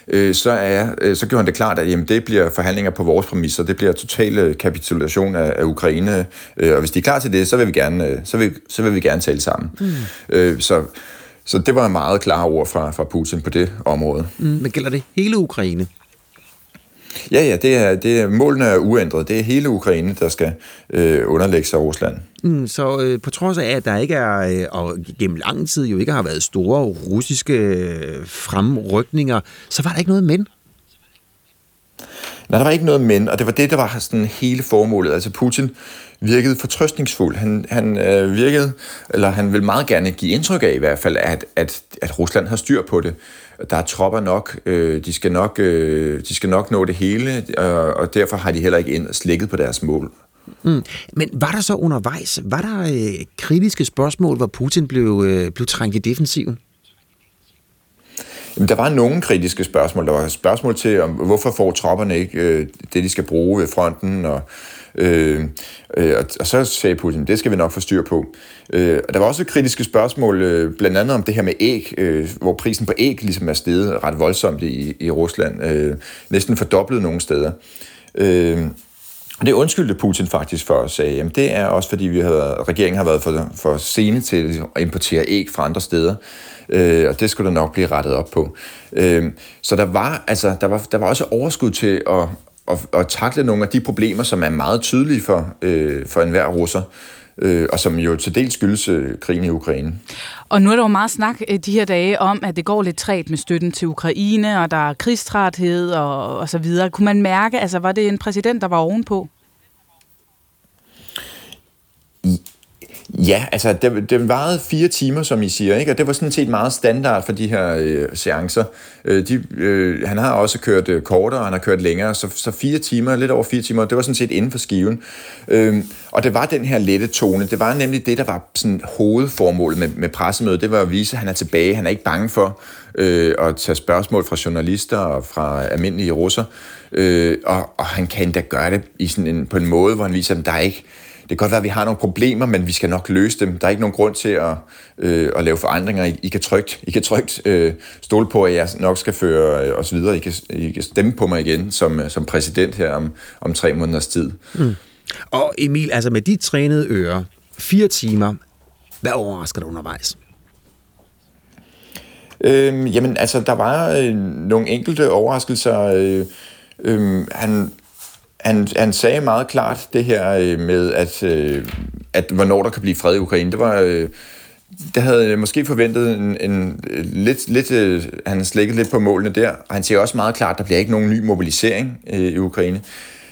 så gjorde han det klart, at jamen, det bliver forhandlinger på vores præmisser, det bliver total kapitulation af Ukraine, og hvis de er klar til det, så vil vi gerne tale sammen. Så det var meget klare ord fra Putin på det område. Men gælder det hele Ukraine? Ja, det er målene er uændret. Det er hele Ukraine, der skal underlægge sig Rusland. Så på trods af, at der ikke er, og gennem lang tid jo ikke har været store russiske fremrykninger, så var der ikke noget men? Nej, der var ikke noget men, og det var det, der var sådan hele formålet. Altså Putin virkede fortrøstningsfuld. Han virkede, eller han vil meget gerne give indtryk af i hvert fald, at Rusland har styr på det. Der er tropper nok, de skal nok nå det hele, og derfor har de heller ikke slækket på deres mål. Men var der så undervejs, var der kritiske spørgsmål, hvor Putin blev trængt i defensiven? Jamen, der var nogle kritiske spørgsmål. Der var spørgsmål til, om hvorfor får tropperne ikke det, de skal bruge ved fronten, og så sagde Putin, det skal vi nok få styr på. Og der var også kritiske spørgsmål, blandt andet om det her med æg, hvor prisen på æg ligesom er steget ret voldsomt i Rusland, næsten fordoblet nogle steder. Og det undskyldte Putin faktisk for at sige, jamen det er også fordi regeringen har været for sene til at importere æg fra andre steder, og det skulle der nok blive rettet op på. Så der var også overskud til at takle nogle af de problemer, som er meget tydelige for enhver russer, og som jo til dels skyldes krigen i Ukraine. Og nu er der jo meget snak de her dage om, at det går lidt trægt med støtten til Ukraine, og der er krigstræthed og så videre. Kunne man mærke, altså var det en præsident, der var ovenpå? Ja, altså det varede 4 timer, som I siger, ikke? Og det var sådan set meget standard for de her seancer. Han har også kørt kortere, og han har kørt længere, så 4 timer, lidt over 4 timer, det var sådan set inden for skiven. Og det var den her lette tone, det var nemlig det, der var sådan hovedformålet med pressemødet, det var at vise, at han er tilbage, han er ikke bange for at tage spørgsmål fra journalister og fra almindelige russer, og han kan endda gøre det på en måde, hvor han viser, at der er ikke. Det kan godt være, at vi har nogle problemer, men vi skal nok løse dem. Der er ikke nogen grund til at lave forandringer. I kan trygt stole på, at jeg nok skal føre os videre. I kan stemme på mig igen som præsident her om 3 måneders tid. Og Emil, altså med de trænede ører, 4 timer, hvad overrasker dig undervejs? Jamen, altså, der var nogle enkelte overraskelser. Han sagde meget klart det her med, at hvornår der kan blive fred i Ukraine. Det havde måske forventet han slækket lidt på målene der, og han siger også meget klart, at der bliver ikke nogen ny mobilisering i Ukraine.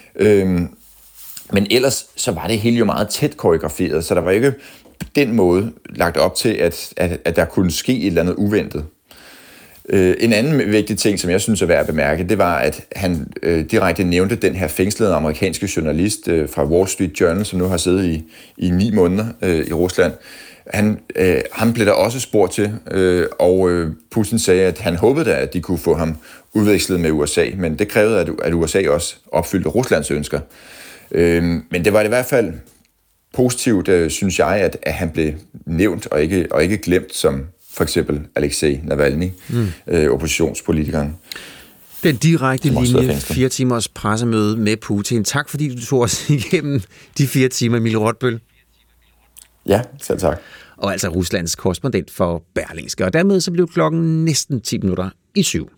Men ellers så var det hele jo meget tæt koreograferet, så der var ikke på den måde lagt op til, at der kunne ske et eller andet uventet. En anden vigtig ting, som jeg synes er værd at bemærke, det var, at han direkte nævnte den her fængslede amerikanske journalist fra Wall Street Journal, som nu har siddet i 9 måneder i Rusland. Han blev der også spurgt til, og Putin sagde, at han håbede, at de kunne få ham udvekslet med USA, men det krævede, at USA også opfyldte Ruslands ønsker. Men det var i hvert fald positivt, synes jeg, at han blev nævnt og ikke glemt som for eksempel Alexei Navalny, oppositionspolitikeren. Den direkte linje, 4 timers pressemøde med Putin. Tak fordi du tog os igennem de 4 timer, Emil Rotbøl. Ja, selv tak. Og altså Ruslands korrespondent for Berlingske. Og dermed så blev klokken næsten 10 minutter i 7.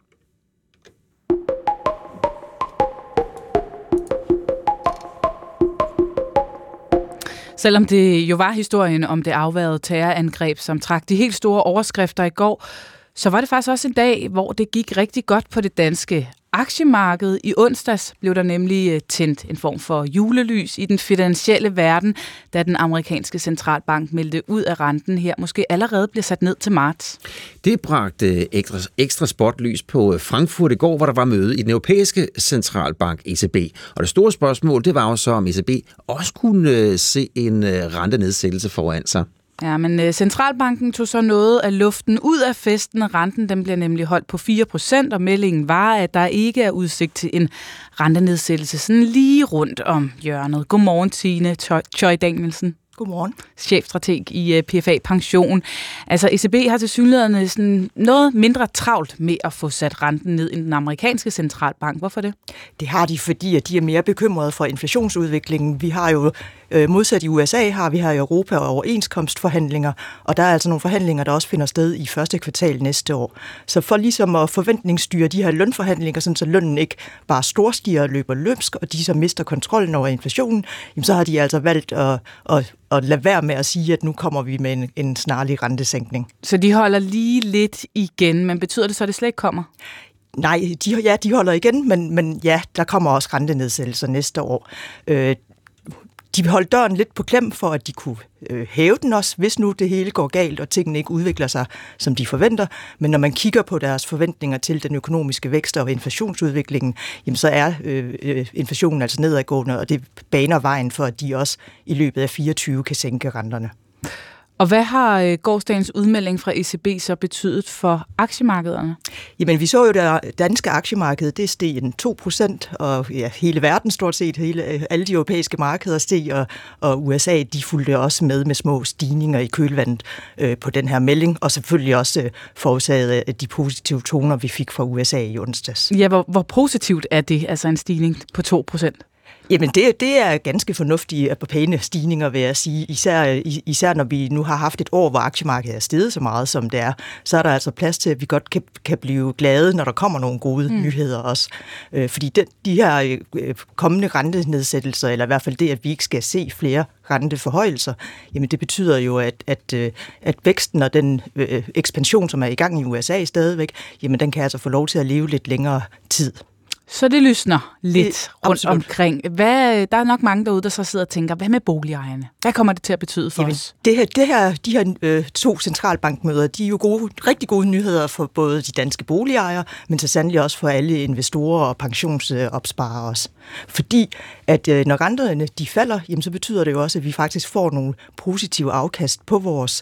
Selvom det jo var historien om det afværgede terrorangreb, som trak de helt store overskrifter i går, så var det faktisk også en dag, hvor det gik rigtig godt på det danske aktiemarked. I onsdags blev der nemlig tændt en form for julelys i den finansielle verden, da den amerikanske centralbank meldte ud af renten her måske allerede bliver sat ned til marts. Det bragte ekstra spotlys på Frankfurt i går, hvor der var møde i den europæiske centralbank ECB. Og det store spørgsmål, det var jo så, om ECB også kunne se en rentenedsættelse foran sig. Ja, men centralbanken tog så noget af luften ud af festen. Renten den bliver nemlig holdt på 4%, og meldingen var, at der ikke er udsigt til en rentenedsættelse sådan lige rundt om hjørnet. Godmorgen, Tine Choi Danielsen. Godmorgen. Chefstrateg i PFA Pension. Altså ECB har tilsyneladende sådan noget mindre travlt med at få sat renten ned end den amerikanske centralbank. Hvorfor det? Det har de, fordi at de er mere bekymrede for inflationsudviklingen. Vi har jo modsat i USA har vi her i Europa overenskomstforhandlinger, og der er altså nogle forhandlinger, der også finder sted i første kvartal næste år. Så for ligesom at forventningsstyre de her lønforhandlinger, sådan så lønnen ikke bare storstiger og løber løbsk, og de så mister kontrollen over inflationen, jamen så har de altså valgt at lade være med at sige, at nu kommer vi med en snarlig rentesænkning. Så de holder lige lidt igen, men betyder det så, at det slet ikke kommer? Nej, de holder igen, men ja, der kommer også rentenedsættelser næste år. De holdt døren lidt på klem for, at de kunne hæve den også, hvis nu det hele går galt, og tingene ikke udvikler sig, som de forventer. Men når man kigger på deres forventninger til den økonomiske vækst og inflationsudviklingen, jamen så er inflationen altså nedadgående, og det baner vejen for, at de også i løbet af 2024 kan sænke renterne. Og hvad har gårsdagens udmelding fra ECB så betydet for aktiemarkederne? Jamen, vi så jo, at danske aktiemarked, det steg 2%, og ja, hele verden stort set, alle de europæiske markeder steg, og USA, de fulgte også med små stigninger i kølvandet på den her melding, og selvfølgelig også forårsaget af de positive toner, vi fik fra USA i onsdags. Ja, hvor positivt er det, altså en stigning på 2%? Jamen, det er ganske fornuftige og pæne stigninger, vil jeg sige. Især når vi nu har haft et år, hvor aktiemarkedet er steget så meget, som det er, så er der altså plads til, at vi godt kan blive glade, når der kommer nogle gode nyheder også. Fordi de her kommende rentenedsættelser, eller i hvert fald det, at vi ikke skal se flere renteforhøjelser, jamen det betyder jo, at væksten og den ekspansion, som er i gang i USA stadigvæk, jamen den kan altså få lov til at leve lidt længere tid. Så det lysner lidt rundt omkring. Der er nok mange derude, der så sidder og tænker, hvad med boligejerne? Hvad kommer det til at betyde for os? De her 2 centralbankmøder, de er jo rigtig gode nyheder for både de danske boligejere, men så sandelig også for alle investorer og pensionsopsparere også. Fordi at når renterne de falder, jamen, så betyder det jo også, at vi faktisk får nogle positive afkast på vores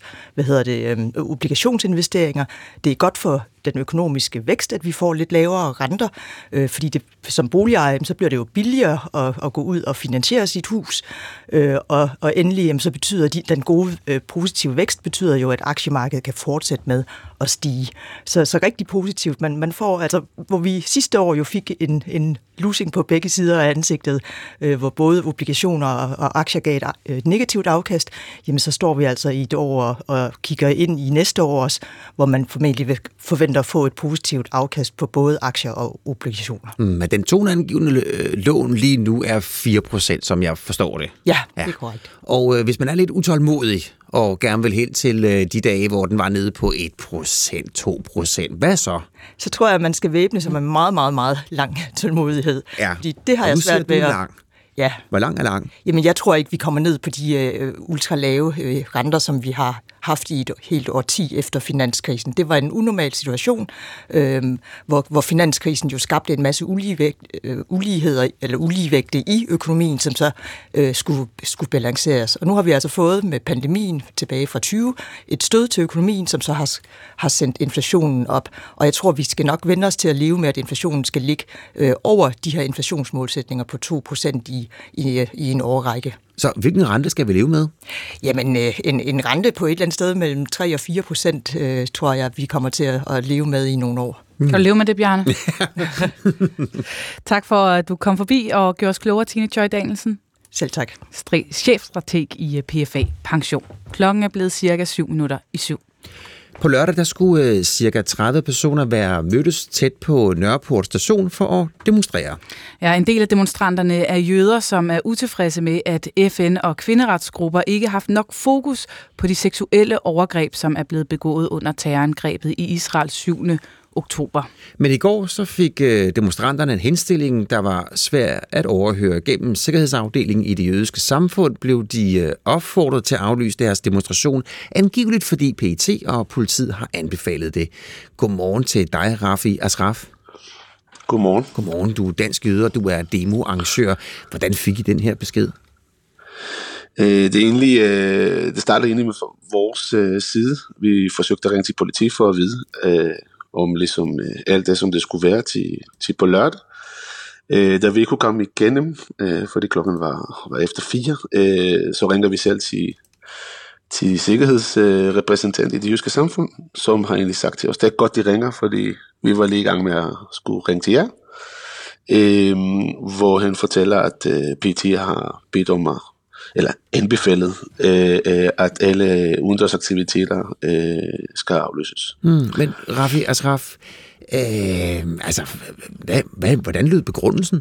obligationsinvesteringer. Det er godt for den økonomiske vækst, at vi får lidt lavere renter, fordi det, som boligejer, så bliver det jo billigere at gå ud og finansiere sit hus, og endelig så betyder den gode positive vækst betyder jo, at aktiemarkedet kan fortsætte med at stige. Så rigtig positivt. Man får, altså, hvor vi sidste år jo fik en losing på begge sider af ansigtet, hvor både obligationer og aktier gav et negativt afkast, jamen så står vi altså i et år og kigger ind i næste år også, hvor man formentlig vil forvente at få et positivt afkast på både aktier og obligationer. Men den toneangivende lån lige nu er 4%, som jeg forstår det. Ja, det er korrekt. Og hvis man er lidt utålmodig og gerne vil hen til de dage, hvor den var nede på 1%, 2%, hvad så? Så tror jeg, at man skal væbne sig med meget, meget, meget lang tålmodighed. Ja, fordi det har jeg svært ved at... Ja. Hvor lang er lang? Jamen, jeg tror ikke, vi kommer ned på de ultralave renter, som vi har haft i et helt årti efter finanskrisen. Det var en unormal situation, hvor finanskrisen jo skabte en masse uligheder eller uligevægte i økonomien, som så skulle balanceres. Og nu har vi altså fået med pandemien tilbage fra 20 et stød til økonomien, som så har sendt inflationen op. Og jeg tror, vi skal nok vende os til at leve med, at inflationen skal ligge over de her inflationsmålsætninger på 2% i en årrække. Så hvilken rente skal vi leve med? Jamen, en rente på et eller andet sted mellem 3 og 4%, tror jeg, vi kommer til at leve med i nogle år. Kan du leve med det, Bjarne? Tak for, at du kom forbi og gjorde os klogere, Tine Joy Danielsen. Selv tak. Chefstrateg i PFA Pension. Klokken er blevet cirka 7:07. På lørdag der skulle cirka 30 personer være mødtes tæt på Nørreport station for at demonstrere. Ja, en del af demonstranterne er jøder, som er utilfredse med, at FN og kvinderetsgrupper ikke har haft nok fokus på de seksuelle overgreb, som er blevet begået under terrorangrebet i Israel 7. oktober. Men i går så fik demonstranterne en henstilling, der var svær at overhøre. Gennem sikkerhedsafdelingen i det jødiske samfund blev de opfordret til at aflyse deres demonstration, angiveligt fordi PET og politiet har anbefalet det. Godmorgen til dig, Rafi Asraf. Godmorgen. Godmorgen, du er dansk jøde, og du er demoarrangør. Hvordan fik I den her besked? Det startede egentlig med vores side. Vi forsøgte at ringe til politi for at vide om ligesom alt det, som det skulle være til på lørdag. Da vi ikke kunne komme igennem, fordi klokken var efter 4, så ringer vi selv sikkerhedsrepræsentant i det jyske samfund, som har egentlig sagt til os, det er godt, de ringer, fordi vi var lige i gang med at skulle ringe til jer, hvor han fortæller, at PET har bedt om eller anbefalet, at alle udendørsaktiviteter skal afløses. Men Raffi Ashraf, hvordan lød begrundelsen?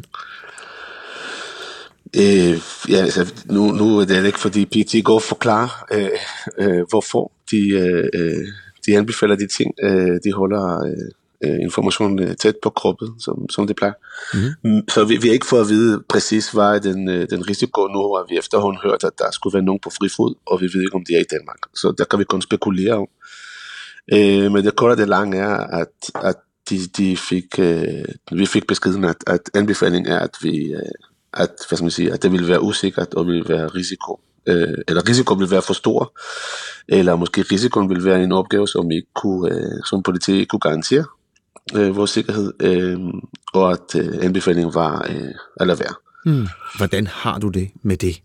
Ja, altså, nu er det ikke, fordi PET går og forklarer, hvorfor de anbefaler de ting. De holder information tæt på kroppen, som det plejer. Så vi har ikke fået at vide præcis, hvad er den risiko. Nu har vi efterhånden hørt, at der skulle være nogen på fri fod, og vi ved ikke, om de er i Danmark. Så der kan vi kun spekulere om. Men det korte og det lange er, at vi fik beskeden, at anbefalingen er, at det ville være usikkert og ville være risiko. Eller risiko ville være for stor, eller måske risikoen ville være en opgave, som ikke som politi ikke kunne garantere vores sikkerhed, og at anbefalingen var at lade være. Hvordan har du det med det?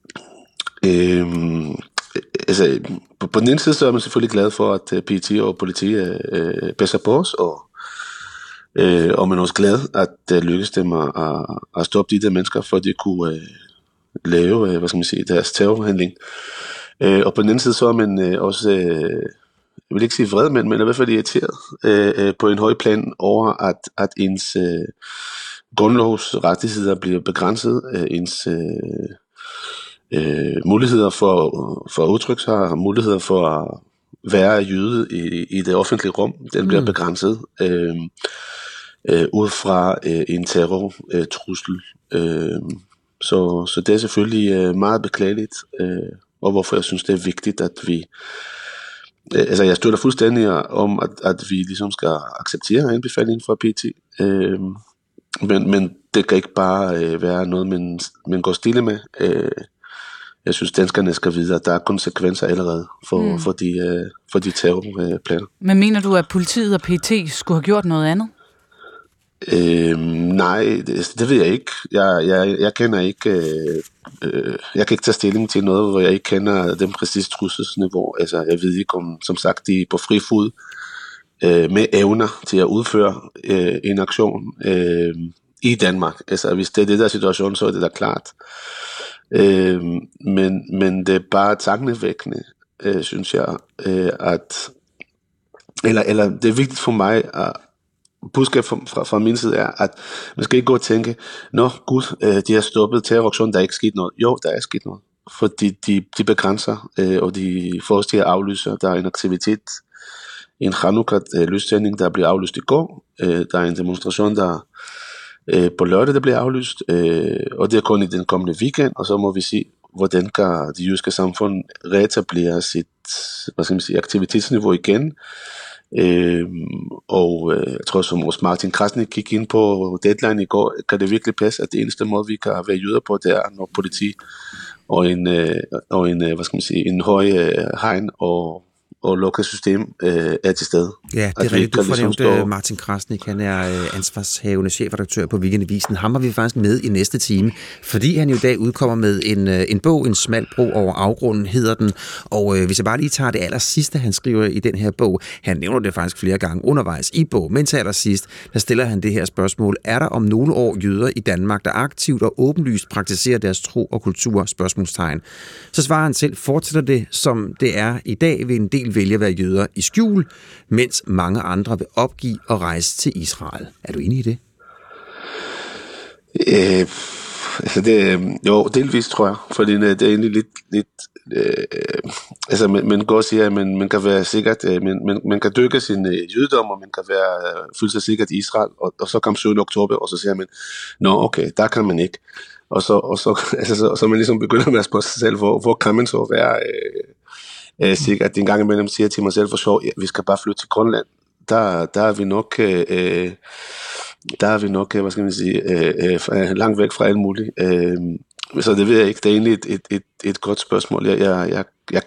Altså, på den ene side så er man selvfølgelig glad for, at PET og politi passer på os, og man er også glad, at det lykkedes dem at stoppe de der mennesker, for at de kunne lave, deres terrorhandling. Og på den anden side så er man også, jeg vil ikke sige vred, men i hvert fald irriteret på en høj plan over, at ens grundlovsrettigheder bliver begrænset, ens muligheder for at udtrykke sig, muligheder for at være jøde i det offentlige rum, den bliver begrænset ud fra en terrortrussel. Så det er selvfølgelig meget beklageligt, og hvorfor jeg synes, det er vigtigt, at vi... Altså, jeg støtter fuldstændig om, at vi ligesom skal acceptere anbefalingen fra PET, men det kan ikke bare være noget, man går stille med. Jeg synes, danskerne skal vide, at der er konsekvenser allerede for de terrorplaner. Men mener du, at politiet og PET skulle have gjort noget andet? Nej, det ved jeg ikke. Jeg kender ikke... jeg kan ikke tage stilling til noget, hvor jeg ikke kender den præcise trusselsniveau. Altså, jeg ved ikke om, som sagt, de er på fri fod med evner til at udføre en aktion i Danmark. Altså, hvis det er det der situation, så er det da klart. Men det er bare tankevækkende, synes jeg, at... Eller det er vigtigt for mig at budskab fra min side er, at man skal ikke gå og tænke, de har stoppet terroraktionen, der er ikke sket noget. Jo, der er sket noget, fordi de begrænser, og de får os til at aflyse. Der er en aktivitet, en Chanukka-lystænding, der bliver aflyst i går. Der er en demonstration, der på lørdag, der bliver aflyst, og det er kun i den kommende weekend, og så må vi se, hvordan kan det jyske samfund reetablere sit, aktivitetsniveau igen. Og jeg tror, som vores Martin Krasnik gik ind på Deadline i går, kan det virkelig passe, at det eneste måde, vi kan være jøder på, det er, når politi og en høj hegn og lokalt system er til stede. Ja, det er rigtigt. Du fornævnte Martin Krasnik, han er ansvarshavende chefredaktør på Weekendavisen. Ham har vi faktisk med i næste time, fordi han jo i dag udkommer med en bog, En smal bro over afgrunden, hedder den. Og hvis jeg bare lige tager det allersidste, han skriver i den her bog, han nævner det faktisk flere gange undervejs i bog, men til allersidst, der stiller han det her spørgsmål: er der om nogle år jøder i Danmark, der aktivt og åbenlyst praktiserer deres tro og kultur? Spørgsmålstegn. Så svarer han selv: fortsætter det, som det er i dag, ved en del vælge at være jøder i skjul, mens mange andre vil opgive og rejse til Israel. Er du enig i det? Jo, delvis tror jeg, fordi det er egentlig lidt man går og siger, at man kan være sikkert, man kan dykke sin jødedom, og man kan føle sig sikkert i Israel, og så kom 7. oktober, og så siger man, okay, der kan man ikke. Og så man ligesom begynder med at spørge sig selv, hvor kan man så være sikkert. En gang imellem siger jeg til mig selv for sjov, vi skal bare flytte til Grønland. Der er vi nok, hvad skal man sige, langt væk fra alt muligt. Så det ved jeg ikke. Det er egentlig et godt spørgsmål. Jeg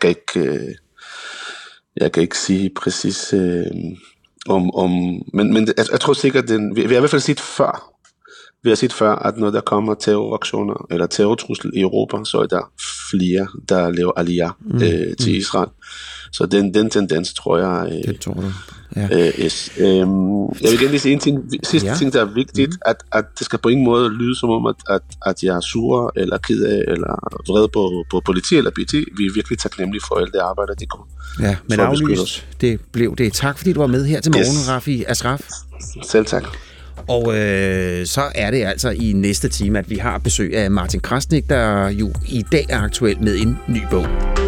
kan ikke sige præcis om men jeg tror sikkert, vi har i hvert fald set før, vi har set før, at når der kommer terroraktioner eller terrortrussel i Europa, så er der flere, der laver aliyah til Israel. Så den tendens, tror jeg... Det tror du. Ja. Jeg vil gerne lige sige en ting, sidste ting, der er vigtigt, at det skal på ingen måde lyde som om, at jeg er sur, eller ked af, eller vred på politi eller PT. Vi er virkelig taknemmelige for alt det arbejde, de går. Ja, men aflyst, det blev det. Tak fordi du var med her til morgen, Rafi Ashraf. Selv tak. Og så er det altså i næste time, at vi har besøg af Martin Krasnik, der jo i dag er aktuel med en ny bog.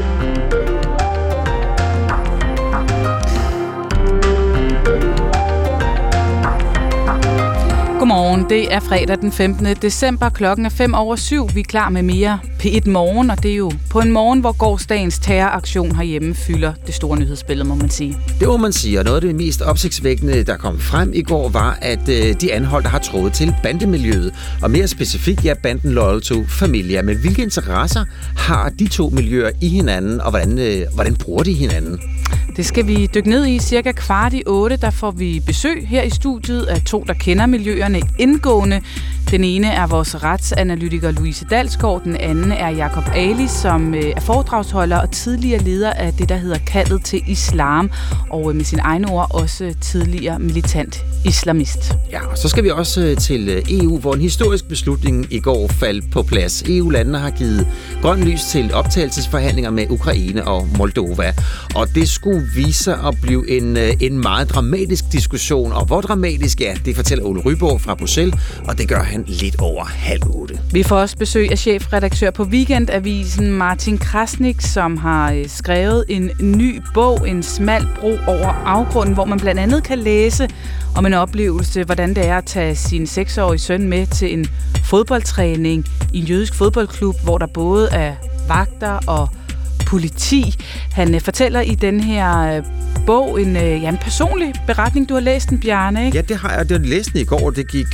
Godmorgen, det er fredag den 15. december, klokken er 6:05. Vi er klar med mere P1 Morgen, og det er jo på en morgen, hvor gårsdagens terroraktion herhjemme fylder det store nyhedsbillede, må man sige. Det må man sige, og noget af det mest opsigtsvækkende, der kom frem i går, var, at de anholdte har trådet til bandemiljøet, og mere specifikt, banden Loyal to Familia. Men hvilke interesser har de to miljøer i hinanden, og hvordan bruger de hinanden? Det skal vi dykke ned i. Cirka 7:15, der får vi besøg her i studiet af to, der kender miljøerne indgående. Den ene er vores retsanalytiker Louise Dalsgaard, den anden er Jacob Ali, som er foredragsholder og tidligere leder af det, der hedder Kaldet til Islam, og med sin egne ord også tidligere militant islamist. Ja, og så skal vi også til EU, hvor en historisk beslutning i går faldt på plads. EU-landene har givet grøn lys til optagelsesforhandlinger med Ukraine og Moldova, og det skulle vise sig at blive en meget dramatisk diskussion, og hvor dramatisk det fortæller Ole Ryborg fra Bruxelles, og det gør han lidt over 7:30. Vi får også besøg af chefredaktør på Weekendavisen, Martin Krasnik, som har skrevet en ny bog, En smal bro over afgrunden, hvor man blandt andet kan læse om en oplevelse, hvordan det er at tage sin 6-årige søn med til en fodboldtræning i en jødisk fodboldklub, hvor der både er vagter og politi. Han fortæller i den her bog en personlig beretning. Du har læst den, Bjarne, ikke? Ja, det har jeg. Det læste den i går, og det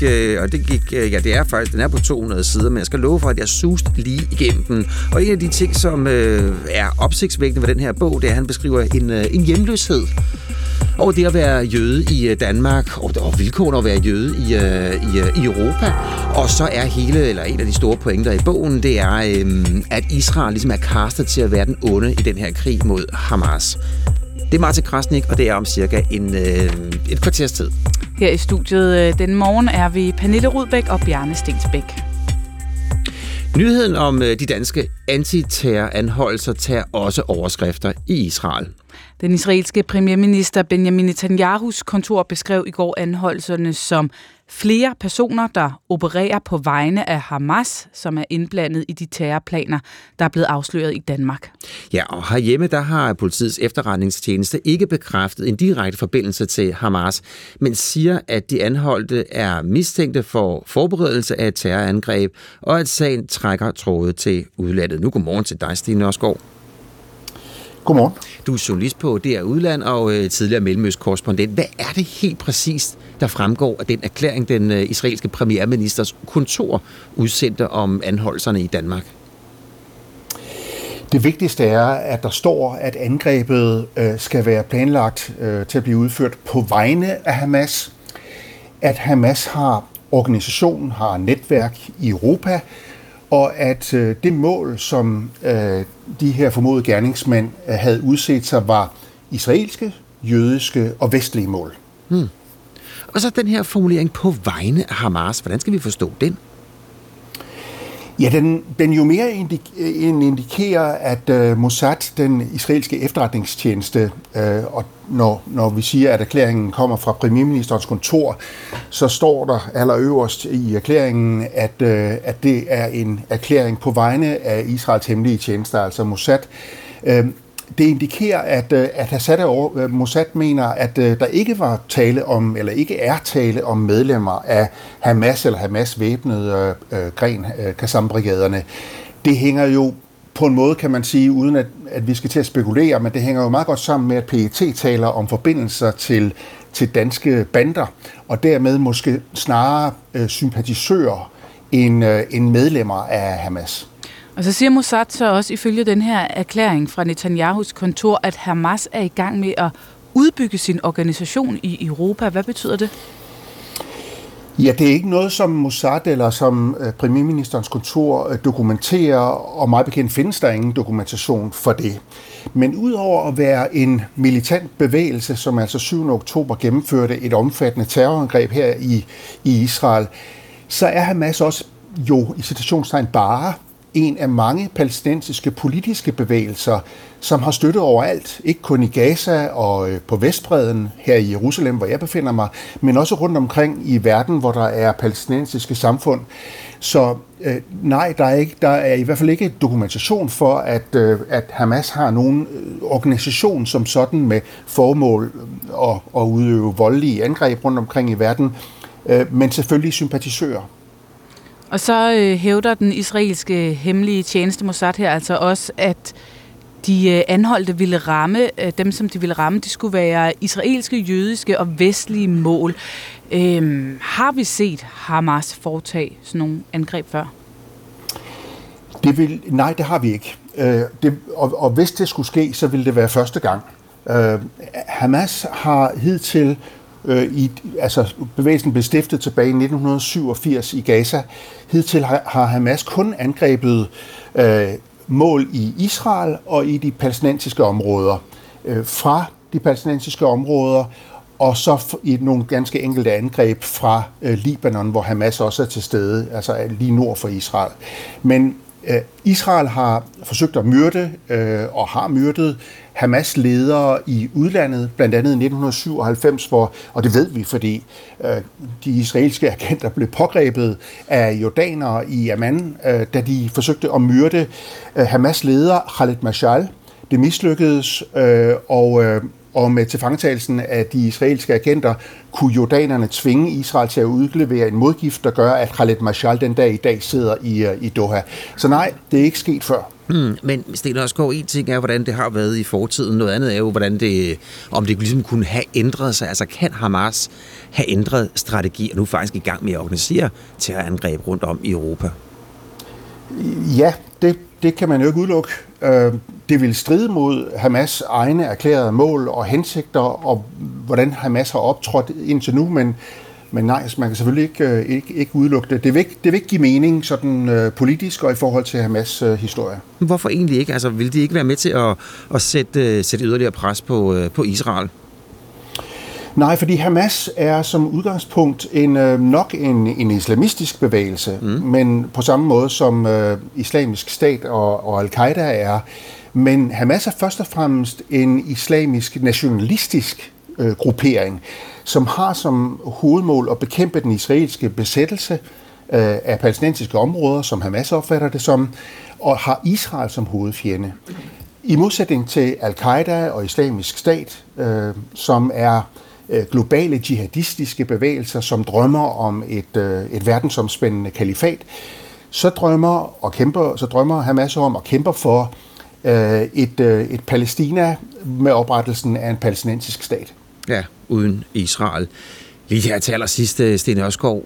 er faktisk, den er på 200 sider, men jeg skal love for, at jeg suste lige igennem den. Og en af de ting, som er opsigtsvækkende ved den her bog, det er, at han beskriver en hjemløshed. Og det at være jøde i Danmark, og vilkårene at være jøde i Europa. Og så er en af de store pointer i bogen, det er, at Israel ligesom er kastet til at være den onde i den her krig mod Hamas. Det er Martin Krasnik, og det er om cirka et kvarters tid. Her i studiet denne morgen er vi Pernille Rudbæk og Bjarne Stensbæk. Nyheden om de danske antiterroranholdelser tager også overskrifter i Israel. Den israelske premierminister Benjamin Netanyahus kontor beskrev i går anholdelserne som flere personer, der opererer på vegne af Hamas, som er indblandet i de terrorplaner, der er blevet afsløret i Danmark. Ja, og herhjemme der har politiets efterretningstjeneste ikke bekræftet en direkte forbindelse til Hamas, men siger, at de anholdte er mistænkte for forberedelse af et terrorangreb, og at sagen trækker tråde til udlandet. Nu godmorgen til dig, Stine Nørskov. Godmorgen. Du er journalist på DR Udland og tidligere mellemøstkorrespondent. Hvad er det helt præcist, der fremgår af den erklæring, den israelske premierministers kontor udsendte om anholdelserne i Danmark? Det vigtigste er, at der står, at angrebet skal være planlagt til at blive udført på vegne af Hamas. At Hamas har organisation, har netværk i Europa, og at det mål, som de her formodede gerningsmænd havde udset sig, var israelske, jødiske og vestlige mål. Og så den her formulering på vegne af Hamas. Hvordan skal vi forstå den? Ja, den jo mere indikerer, at Mossad, den israelske efterretningstjeneste, og når vi siger, at erklæringen kommer fra premierministerens kontor, så står der allerøverst i erklæringen, at det er en erklæring på vegne af Israels hemmelige tjenester, altså Mossad. Det indikerer, at Mossad mener, at der ikke var tale om, eller ikke er tale om medlemmer af Hamas eller Hamas væbnede gren, Qassam-brigaderne. Det hænger jo på en måde, kan man sige, uden at vi skal til at spekulere, men det hænger jo meget godt sammen med, at PET taler om forbindelser til danske bander, og dermed måske snarere sympatisører end medlemmer af Hamas. Og så siger Mossad så også ifølge den her erklæring fra Netanyahus kontor, at Hamas er i gang med at udbygge sin organisation i Europa. Hvad betyder det? Ja, det er ikke noget, som Mossad eller som premierministerens kontor dokumenterer, og meget bekendt findes der ingen dokumentation for det. Men udover at være en militant bevægelse, som altså 7. oktober gennemførte et omfattende terrorangreb her i Israel, så er Hamas også jo i citationstegn bare en af mange palæstinensiske politiske bevægelser, som har støtte overalt, ikke kun i Gaza og på Vestbredden her i Jerusalem, hvor jeg befinder mig, men også rundt omkring i verden, hvor der er palæstinensiske samfund. Så nej, der er i hvert fald ikke dokumentation for, at Hamas har nogen organisation som sådan med formål at udøve voldelige angreb rundt omkring i verden, men selvfølgelig sympatisører. Og så hævder den israelske hemmelige tjeneste Mossad her altså også, at de anholdte ville ramme, dem som de ville ramme, de skulle være israelske, jødiske og vestlige mål. Har vi set Hamas foretage sådan nogle angreb før? Nej, det har vi ikke. Og hvis det skulle ske, så ville det være første gang. Hamas har hidtil, bevægelsen blev stiftet tilbage i 1987 i Gaza, hidtil har Hamas kun angrebet mål i Israel og i de palæstinensiske områder. Fra de palæstinensiske områder, og så i nogle ganske enkelte angreb fra Libanon, hvor Hamas også er til stede, altså lige nord for Israel. Men Israel har forsøgt at myrde og har myrdet Hamas ledere i udlandet, blandt andet i 1997, og det ved vi, fordi de israelske agenter blev pågrebet af jordanere i Amman, da de forsøgte at myrde Hamas leder Khaled Mashal. Det mislykkedes, og med tilfangetagelsen af de israelske agenter kunne jordanerne tvinge Israel til at udlevere en modgift, der gør, at Khaled Mashal den dag i dag sidder i Doha. Så nej, det er ikke sket før. Men Sten Nørskov, en ting er, hvordan det har været i fortiden. Noget andet er jo, om det ligesom kunne have ændret sig. Altså kan Hamas have ændret strategi, og nu faktisk i gang med at organisere terrorangreb rundt om i Europa? Ja, det kan man jo ikke udelukke. Det vil stride mod Hamas' egne erklærede mål og hensigter, og hvordan Hamas har optrådt indtil nu, men nej, man kan selvfølgelig ikke udelukke det. Det vil ikke give mening sådan politisk og i forhold til Hamas' historie. Hvorfor egentlig ikke? Altså, vil de ikke være med til at sætte yderligere pres på Israel? Nej, fordi Hamas er som udgangspunkt nok en islamistisk bevægelse, men på samme måde som Islamisk Stat og Al-Qaida er. Men Hamas er først og fremmest en islamisk nationalistisk gruppering, som har som hovedmål at bekæmpe den israelske besættelse af palæstinensiske områder, som Hamas opfatter det som, og har Israel som hovedfjende. I modsætning til Al-Qaida og Islamisk Stat, som er globale jihadistiske bevægelser, som drømmer om et verdensomspændende kalifat, så drømmer Hamas om at kæmpe for et Palæstina med oprettelsen af en palæstinensisk stat. Ja, uden Israel. Lige her til allersidst, Sten Nørskov,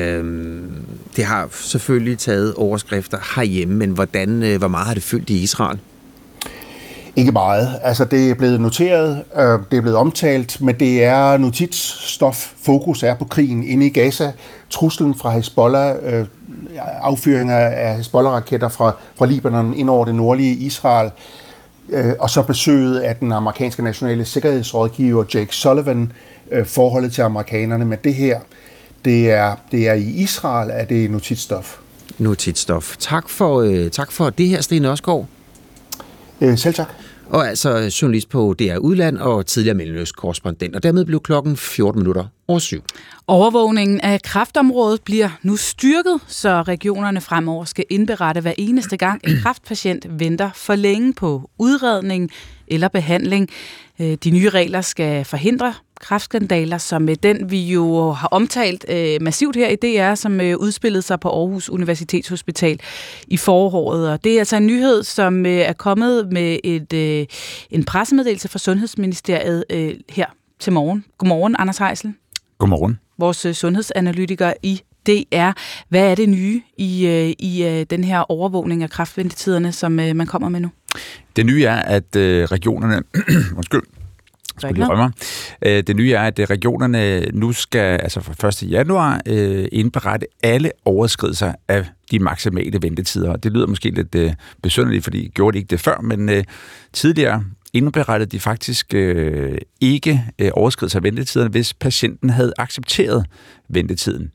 det har selvfølgelig taget overskrifter herhjemme, men hvor meget har det fyldt i Israel? Ikke meget. Altså, det er blevet noteret, det er blevet omtalt, men det er notitsstof. Fokus er på krigen inde i Gaza, truslen fra Hezbollah, affyringer af Hezbollah-raketter fra Libanon ind over det nordlige Israel, og så besøget af den amerikanske nationale sikkerhedsrådgiver Jake Sullivan, forholdet til amerikanerne. Men det her, det er i Israel, at det er notitsstof. Notitsstof. Tak for det her, Sten Nørskov. Selv tak. Og altså journalist på DR Udland og tidligere Mellemøstkorrespondent. Og dermed blev klokken 7:14. Overvågningen af kræftområdet bliver nu styrket, så regionerne fremover skal indberette hver eneste gang en kræftpatient venter for længe på udredning eller behandling. De nye regler skal forhindre kræftskandaler, som den vi jo har omtalt massivt her i DR, som udspillede sig på Aarhus Universitetshospital i foråret. Og det er altså en nyhed, som er kommet med en pressemeddelelse fra Sundhedsministeriet her til morgen. Godmorgen, Anders Heisel. Godmorgen. Vores sundhedsanalytiker i DR. Hvad er det nye i den her overvågning af kræftventetiderne, som man kommer med nu? Det nye er, at regionerne skulle lige rømme. Det nye er, at regionerne nu skal, altså fra 1. januar, indberette alle overskridelser af de maksimale ventetider. Det lyder måske lidt besynderligt, fordi de gjorde de ikke det før, men tidligere indberettede de faktisk ikke overskridelser af ventetiderne, hvis patienten havde accepteret ventetiden.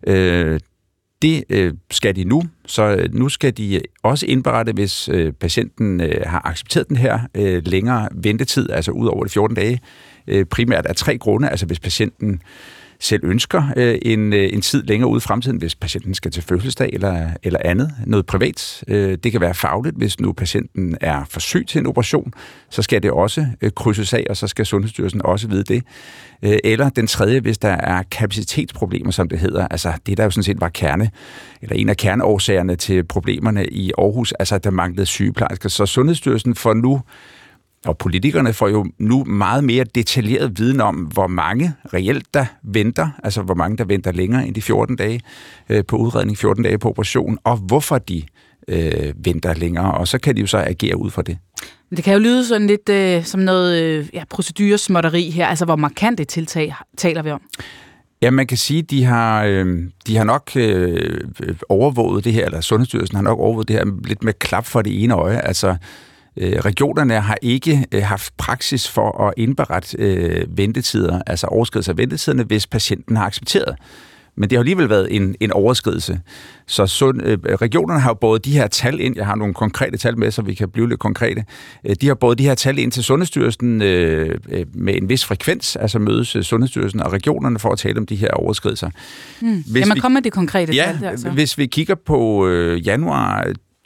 Det skal de nu, så nu skal de også indberette, hvis patienten har accepteret den her længere ventetid, altså ud over de 14 dage, primært af 3 grunde, altså hvis patienten selv ønsker en tid længere ude i fremtiden, hvis patienten skal til fødselsdag eller andet, noget privat. Det kan være fagligt, hvis nu patienten er for syg til en operation, så skal det også krydses af, og så skal Sundhedsstyrelsen også vide det. Eller den tredje, hvis der er kapacitetsproblemer, som det hedder, altså det der jo sådan set var en af kerneårsagerne til problemerne i Aarhus, altså at der manglede sygeplejersker. Så Sundhedsstyrelsen får nu, og politikerne får jo nu meget mere detaljeret viden om, hvor mange reelt der venter, altså hvor mange der venter længere end de 14 dage på udredning, 14 dage på operation, og hvorfor de venter længere, og så kan de jo så agere ud fra det. Det kan jo lyde sådan lidt som noget proceduresmåtteri her, altså hvor markante tiltag taler vi om? Ja, man kan sige, de har nok overvåget det her, eller Sundhedsstyrelsen har nok overvåget det her lidt med klap for det ene øje, altså regionerne har ikke haft praksis for at indberette ventetider, altså overskridelse af ventetiderne, hvis patienten har accepteret. Men det har alligevel været en overskridelse. Så regionerne har jo båret de her tal ind. Jeg har nogle konkrete tal med, så vi kan blive lidt konkrete. De har båret de her tal ind til Sundhedsstyrelsen med en vis frekvens, altså mødes Sundhedsstyrelsen og regionerne for at tale om de her overskridelser. Jamen kom med det konkrete tal der. Så. Hvis vi kigger på januar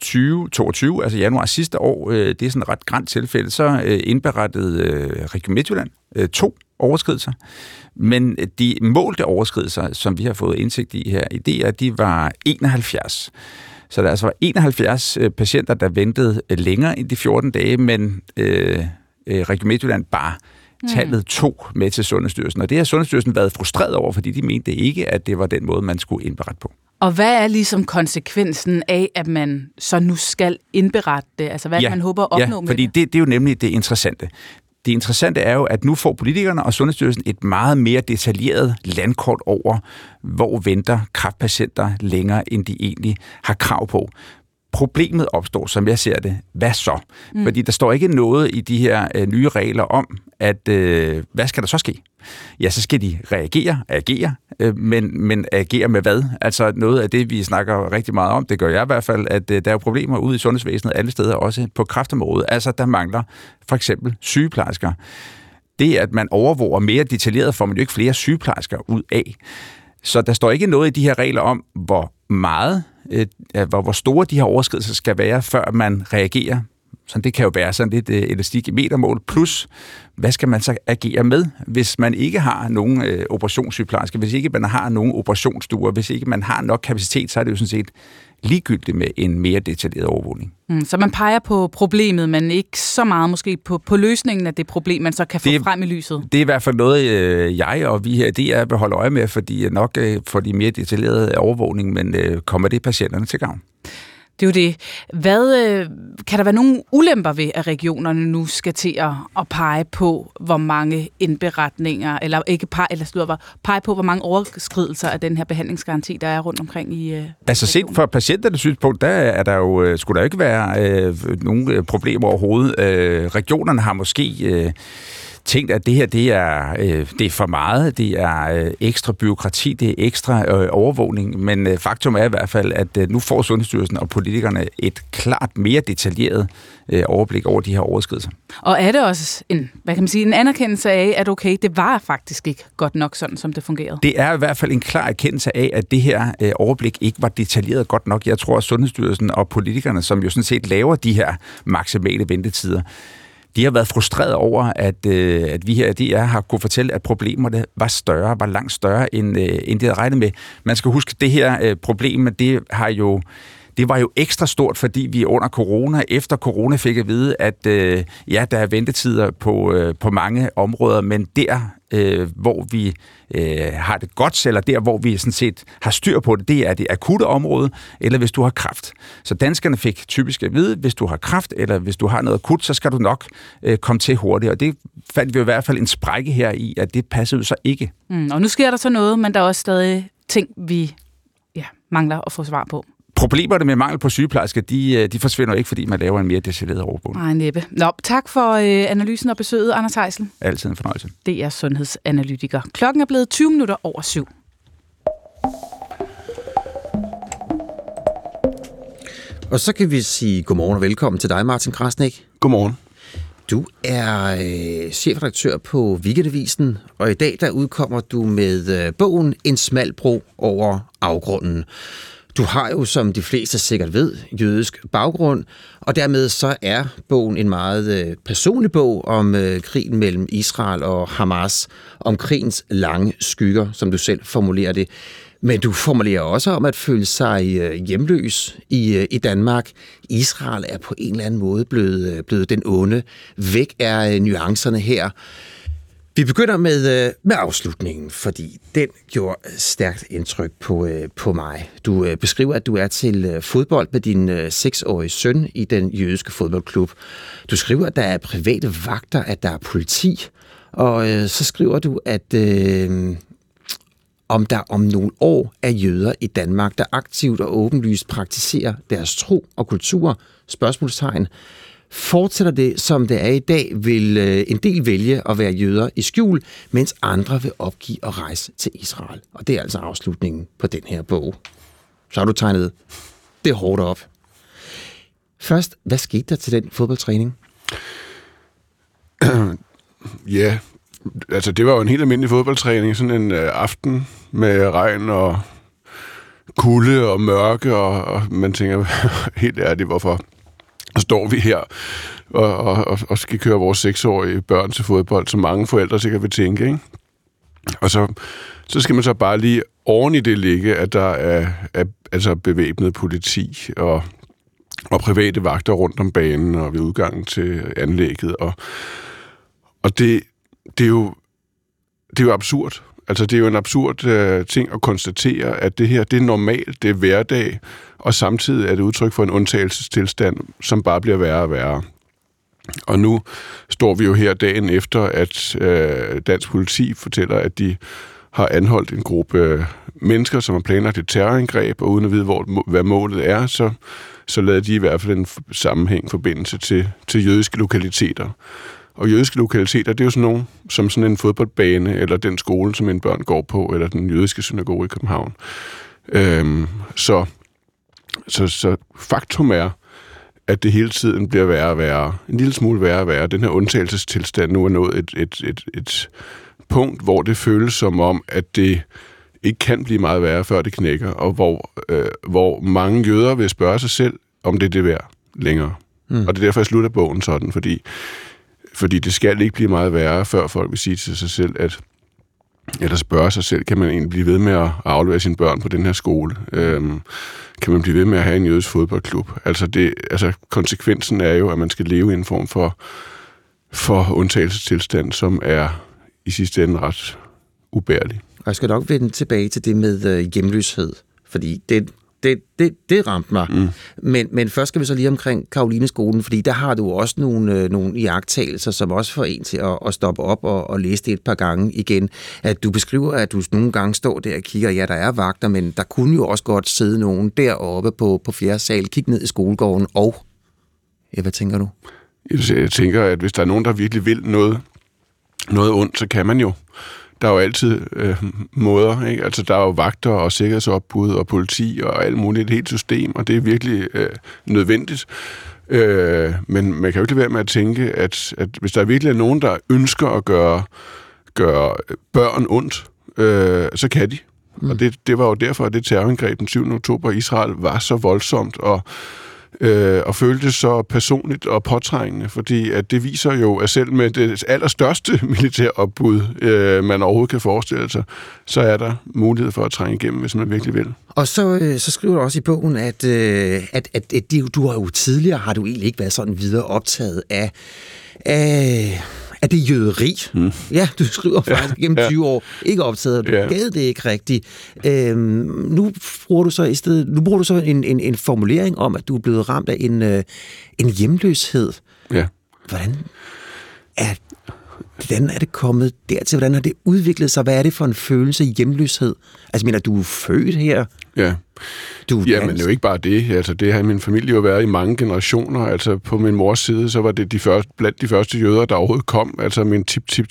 2022, altså januar sidste år, det er sådan et ret grant tilfælde, så indberettede Region Midtjylland 2 overskridelser. Men de målte overskridelser, som vi har fået indsigt i her i DR, de var 71. Så der altså var 71 patienter, der ventede længere end de 14 dage, men Region Midtjylland bare tallet 2 med til Sundhedsstyrelsen. Og det har Sundhedsstyrelsen været frustreret over, fordi de mente ikke, at det var den måde, man skulle indberette på. Og hvad er ligesom konsekvensen af, at man så nu skal indberette det? Altså hvad man håber at opnå med fordi det er jo nemlig det interessante. Det interessante er jo, at nu får politikerne og Sundhedsstyrelsen et meget mere detaljeret landkort over, hvor venter kræftpatienter længere, end de egentlig har krav på. Problemet opstår, som jeg ser det, hvad så? Fordi der står ikke noget i de her nye regler om, at hvad skal der så ske? Ja, så skal de agere, men agere med hvad? Altså noget af det, vi snakker rigtig meget om, det gør jeg i hvert fald, at der er problemer ude i sundhedsvæsenet alle steder, også på kræftområdet. Altså, der mangler for eksempel sygeplejersker. Det, at man overvåger mere detaljeret, får man jo ikke flere sygeplejersker ud af. Så der står ikke noget i de her regler om, hvor store de her overskridelser skal være, før man reagerer. Så det kan jo være sådan lidt elastik i metermål. Plus, hvad skal man så agere med, hvis man ikke har nogen operationssygeplejersker, hvis ikke man har nogen operationsstuer, hvis ikke man har nok kapacitet, så er det jo sådan set ligegyldigt med en mere detaljeret overvågning. Så man peger på problemet, men ikke så meget måske på løsningen af det problem, man så kan få frem i lyset. Det er i hvert fald noget, jeg og vi her, det er at holde øje med, fordi nok for de mere detaljerede overvågning, men kommer det patienterne til gavn? Det er jo det. Kan der være nogle ulemper ved, at regionerne nu skal til at pege på, hvor mange indberetninger, eller ikke pege på, hvor mange overskridelser af den her behandlingsgaranti, der er rundt omkring i altså set fra patienternes synspunkt, der er der jo, skulle der ikke være nogen problemer overhovedet. Regionerne har måske tænkt, at det her det er for meget, det er ekstra byråkrati, det er ekstra overvågning, men faktum er i hvert fald, at nu får Sundhedsstyrelsen og politikerne et klart mere detaljeret overblik over de her overskridelser. Og er det også en anerkendelse af, at okay, det var faktisk ikke godt nok sådan, som det fungerede? Det er i hvert fald en klar erkendelse af, at det her overblik ikke var detaljeret godt nok. Jeg tror, at Sundhedsstyrelsen og politikerne, som jo sådan set laver de her maksimale ventetider, de har været frustreret over, at vi her i DR har kunne fortælle, at problemerne var langt større, end de havde regnet med. Man skal huske, at det her problem, det Det var jo ekstra stort, fordi vi under efter corona fik at vide, at der er ventetider på mange områder, men der, hvor vi har det godt, eller der, hvor vi sådan set har styr på det, det er det akutte område, eller hvis du har kræft. Så danskerne fik typisk at vide, hvis du har kræft, eller hvis du har noget akut, så skal du nok komme til hurtigt. Og det fandt vi i hvert fald en sprække her i, at det passede jo så ikke. Og nu sker der så noget, men der er også stadig ting, vi mangler at få svar på. Problemerne med mangel på sygeplejersker, de forsvinder ikke, fordi man laver en mere detaljeret overvågning. Nej, næppe. Nå, tak for analysen og besøget, Anders Heisel. Altid en fornøjelse. Det er sundhedsanalytiker. Klokken er blevet 20 minutter over 7. Og så kan vi sige godmorgen og velkommen til dig, Martin Krasnik. Godmorgen. Du er chefredaktør på Weekendavisen, og i dag der udkommer du med bogen En smal bro over afgrunden. Du har jo, som de fleste sikkert ved, jødisk baggrund, og dermed så er bogen en meget personlig bog om krigen mellem Israel og Hamas, om krigens lange skygger, som du selv formulerer det. Men du formulerer også om at føle sig hjemløs i Danmark. Israel er på en eller anden måde blevet den onde. Væk er nuancerne her. Vi begynder med afslutningen, fordi den gjorde stærkt indtryk på mig. Du beskriver, at du er til fodbold med din 6-årige søn i den jødiske fodboldklub. Du skriver, at der er private vagter, at der er politi, og så skriver du, at om der om nogle år er jøder i Danmark, der aktivt og åbenlyst praktiserer deres tro og kultur, spørgsmålstegn. Fortsætter det, som det er i dag, vil en del vælge at være jøder i skjul, mens andre vil opgive at rejse til Israel. Og det er altså afslutningen på den her bog. Så har du tegnet det hårdt op. Først, hvad skete der til den fodboldtræning? Ja, altså det var jo en helt almindelig fodboldtræning. Sådan en aften med regn og kulde og mørke, og man tænker helt ærligt, hvorfor står vi her og skal køre vores 6-årige børn til fodbold, som mange forældre sikkert vil tænke, ikke? Og så skal man så bare lige oven i det ligge, at der er altså bevæbnet politi og private vagter rundt om banen og ved udgangen til anlægget. Og det er jo absurd. Altså, det er jo en absurd ting at konstatere, at det her, det er normalt, det er hverdag, og samtidig er det udtryk for en undtagelsestilstand, som bare bliver værre og værre. Og nu står vi jo her dagen efter, at dansk politi fortæller, at de har anholdt en gruppe mennesker, som har planlagt et terrorangreb, og uden at vide, hvad målet er, så lader de i hvert fald en forbindelse til jødiske lokaliteter. Og jødiske lokaliteter, det er jo sådan nogle, som sådan en fodboldbane, eller den skole, som en børn går på, eller den jødiske synagoge i København. Så faktum er, at det hele tiden bliver værre og værre. En lille smule værre og værre. Den her undtagelsestilstand nu er nået et punkt, hvor det føles som om, at det ikke kan blive meget værre, før det knækker, og hvor mange jøder vil spørge sig selv, om det er det værd længere. Og det er derfor, jeg slutter bogen sådan, fordi det skal ikke blive meget værre, før folk vil sige til sig selv, eller spørge sig selv, kan man egentlig blive ved med at aflevere sine børn på den her skole? Kan man blive ved med at have en jødisk fodboldklub? Altså konsekvensen er jo, at man skal leve i en form for undtagelsestilstand, som er i sidste ende ret ubærlig. Og jeg skal nok vende tilbage til det med hjemløshed, fordi det ramte mig. Men først skal vi så lige omkring Carolineskolen, fordi der har du også nogle iagttagelser, som også får en til at stoppe op og læse det et par gange igen. At du beskriver, at du nogle gange står der og kigger, ja, der er vagter, men der kunne jo også godt sidde nogen deroppe på 4. sal, kigge ned i skolegården, og hvad tænker du? Jeg tænker, at hvis der er nogen, der virkelig vil noget ondt, så kan man jo. Der er jo altid måder, ikke? Altså, der er jo vagter og sikkerhedsopbud og politi og alt muligt, et helt system, og det er virkelig nødvendigt. Men man kan jo ikke lade være med at tænke, at hvis der virkelig er nogen, der ønsker at gøre børn ondt, så kan de. Og det var jo derfor, at det terrorangreb den 7. oktober i Israel var så voldsomt, og og følte det så personligt og påtrængende, fordi at det viser jo, at selv med det allerstørste militæropbud, man overhovedet kan forestille sig, så er der mulighed for at trænge igennem, hvis man virkelig vil. Og så skriver du også i bogen, at du har jo tidligere, har du egentlig ikke været sådan videre optaget af det jøderi. Ja, du skriver faktisk gennem 20 år, ikke optaget, du gad det ikke rigtigt. Nu bruger du så en formulering om, at du er blevet ramt af en hjemløshed. Ja. Hvordan er det kommet dertil? Hvordan har det udviklet sig? Hvad er det for en følelse af hjemløshed? Altså, mener du er født her? Ja. Men det er jo ikke bare det. Altså, det har min familie jo været i mange generationer. Altså, på min mors side, så var det blandt de første jøder, der overhovedet kom. Altså, min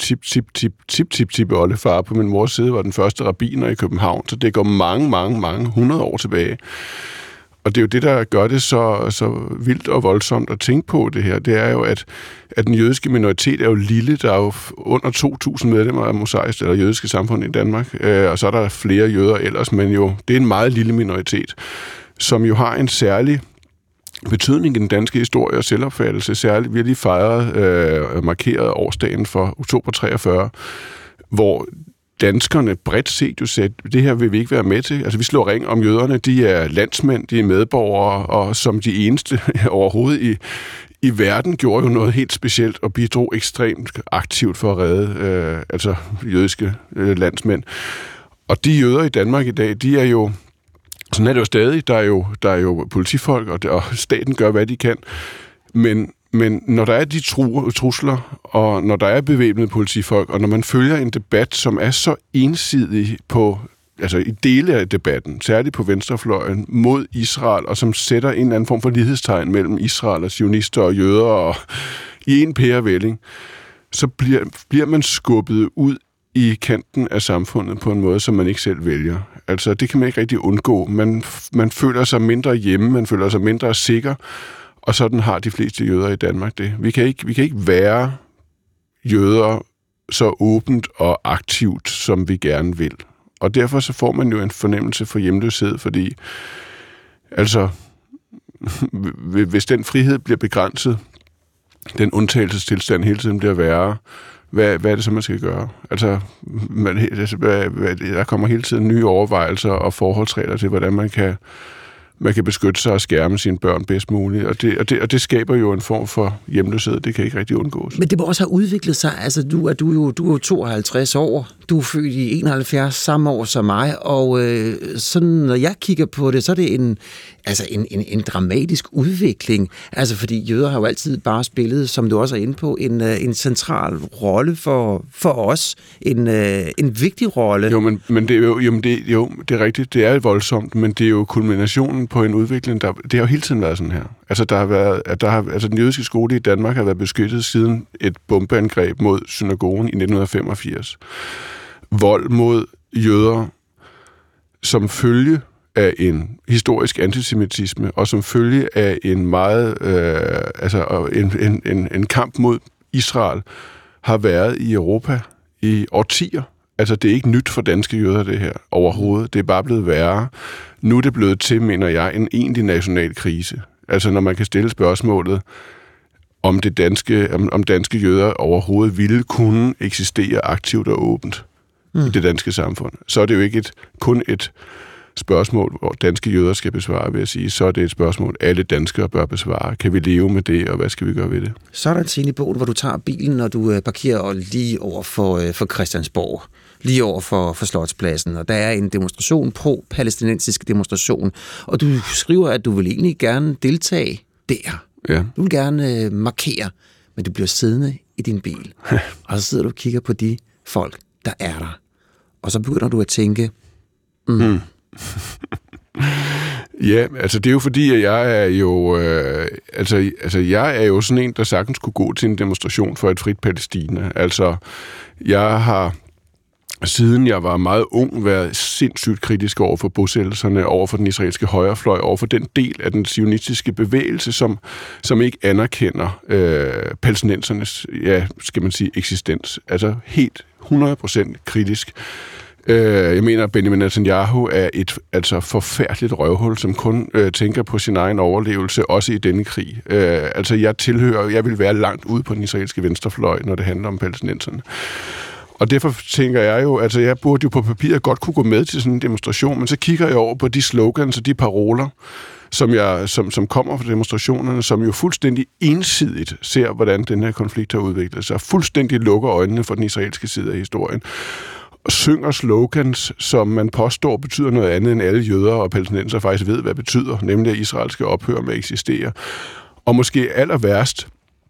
tip-oldefar på min mors side var den første rabbiner i København. Så det går mange 100 år tilbage. Og det er jo det, der gør det så vildt og voldsomt at tænke på det her. Det er jo, at den jødiske minoritet er jo lille. Der er jo under 2.000 medlemmer af mosaisk eller jødiske samfund i Danmark. Og så er der flere jøder ellers, men jo, det er en meget lille minoritet, som jo har en særlig betydning i den danske historie og selvopfattelse. Særligt, vi har lige fejret, markeret årsdagen for oktober 43, hvor danskerne bredt set jo sagde, det her vil vi ikke være med til. Altså, vi slår ring om jøderne. De er landsmænd, de er medborgere, og som de eneste overhovedet i verden gjorde jo noget helt specielt og bidrog ekstremt aktivt for at redde jødiske landsmænd. Og de jøder i Danmark i dag, de er jo, sådan er det jo stadig, der er jo politifolk, og staten gør, hvad de kan. Men når der er de trusler, og når der er bevæbnede politifolk, og når man følger en debat, som er så ensidig i dele af debatten, særligt på venstrefløjen, mod Israel, og som sætter en eller anden form for lighedstegn mellem Israel og zionister og jøder og i en pærevælling, så bliver man skubbet ud i kanten af samfundet på en måde, som man ikke selv vælger. Altså, det kan man ikke rigtig undgå. Man føler sig mindre hjemme, man føler sig mindre sikker, og sådan har de fleste jøder i Danmark det. Vi kan ikke være jøder så åbent og aktivt, som vi gerne vil. Og derfor så får man jo en fornemmelse for hjemløshed, fordi altså, hvis den frihed bliver begrænset, den undtagelsestilstand hele tiden bliver værre, hvad er det så, man skal gøre? Altså, der kommer hele tiden nye overvejelser og forholdsregler til, hvordan man kan beskytte sig og skærme sine børn bedst muligt, og det skaber jo en form for hjemløshed. Det kan ikke rigtig undgås. Men det må også have udviklet sig. Altså, du er jo 52 år. Du er født i 71 samme år som mig, og sådan, når jeg kigger på det, så er det en dramatisk udvikling. Altså, fordi jøder har jo altid bare spillet, som du også er inde på, en central rolle for os. En vigtig rolle. Jo, men det er rigtigt. Det er voldsomt, men det er jo kulminationen på en udvikling, det har jo hele tiden været sådan her. Altså, den jødiske skole i Danmark har været beskyttet siden et bombeangreb mod synagogen i 1985. Vold mod jøder som følge af en historisk antisemitisme, og som følge af en meget en kamp mod Israel, har været i Europa i årtier. Altså, det er ikke nyt for danske jøder, det her, overhovedet. Det er bare blevet værre. Nu er det blevet til, mener jeg, en egentlig national krise. Altså, når man kan stille spørgsmålet, om danske jøder overhovedet ville kunne eksistere aktivt og åbent i det danske samfund, så er det jo ikke kun et spørgsmål, hvor danske jøder skal besvare, vil jeg sige. Så er det et spørgsmål, alle danskere bør besvare. Kan vi leve med det, og hvad skal vi gøre ved det? Så er der en scene i bogen, hvor du tager bilen, når du parkerer lige over for Christiansborg. Lige over for Slotspladsen, og der er en demonstration, pro-palæstinensisk demonstration, og du skriver, at du vil egentlig gerne deltage der. Ja. Du vil gerne markere, men du bliver siddende i din bil, og så sidder du og kigger på de folk, der er der. Og så begynder du at tænke, Ja, altså det er jo fordi, at jeg er jo jeg er jo sådan en, der sagtens kunne gå til en demonstration for et frit Palæstina. Altså, jeg har siden jeg var meget ung været sindssygt kritisk over for bosættelserne, over for den israelske højrefløj, over for den del af den zionistiske bevægelse, som ikke anerkender palæstinensernes, skal man sige, eksistens. Altså helt 100% kritisk. Jeg mener, at Benjamin Netanyahu er et forfærdeligt røvhul, som kun tænker på sin egen overlevelse, også i denne krig. Jeg vil være langt ude på den israelske venstrefløj, når det handler om palæstinenserne. Og derfor tænker jeg jo, jeg burde jo på papiret godt kunne gå med til sådan en demonstration, men så kigger jeg over på de slogans og de paroler, som kommer fra demonstrationerne, som jo fuldstændig ensidigt ser, hvordan den her konflikt har udviklet sig, fuldstændig lukker øjnene for den israelske side af historien, og synger slogans, som man påstår betyder noget andet, end alle jøder og palæstinenser faktisk ved, hvad betyder, nemlig at Israel skal ophøre med at eksistere. Og måske aller værst,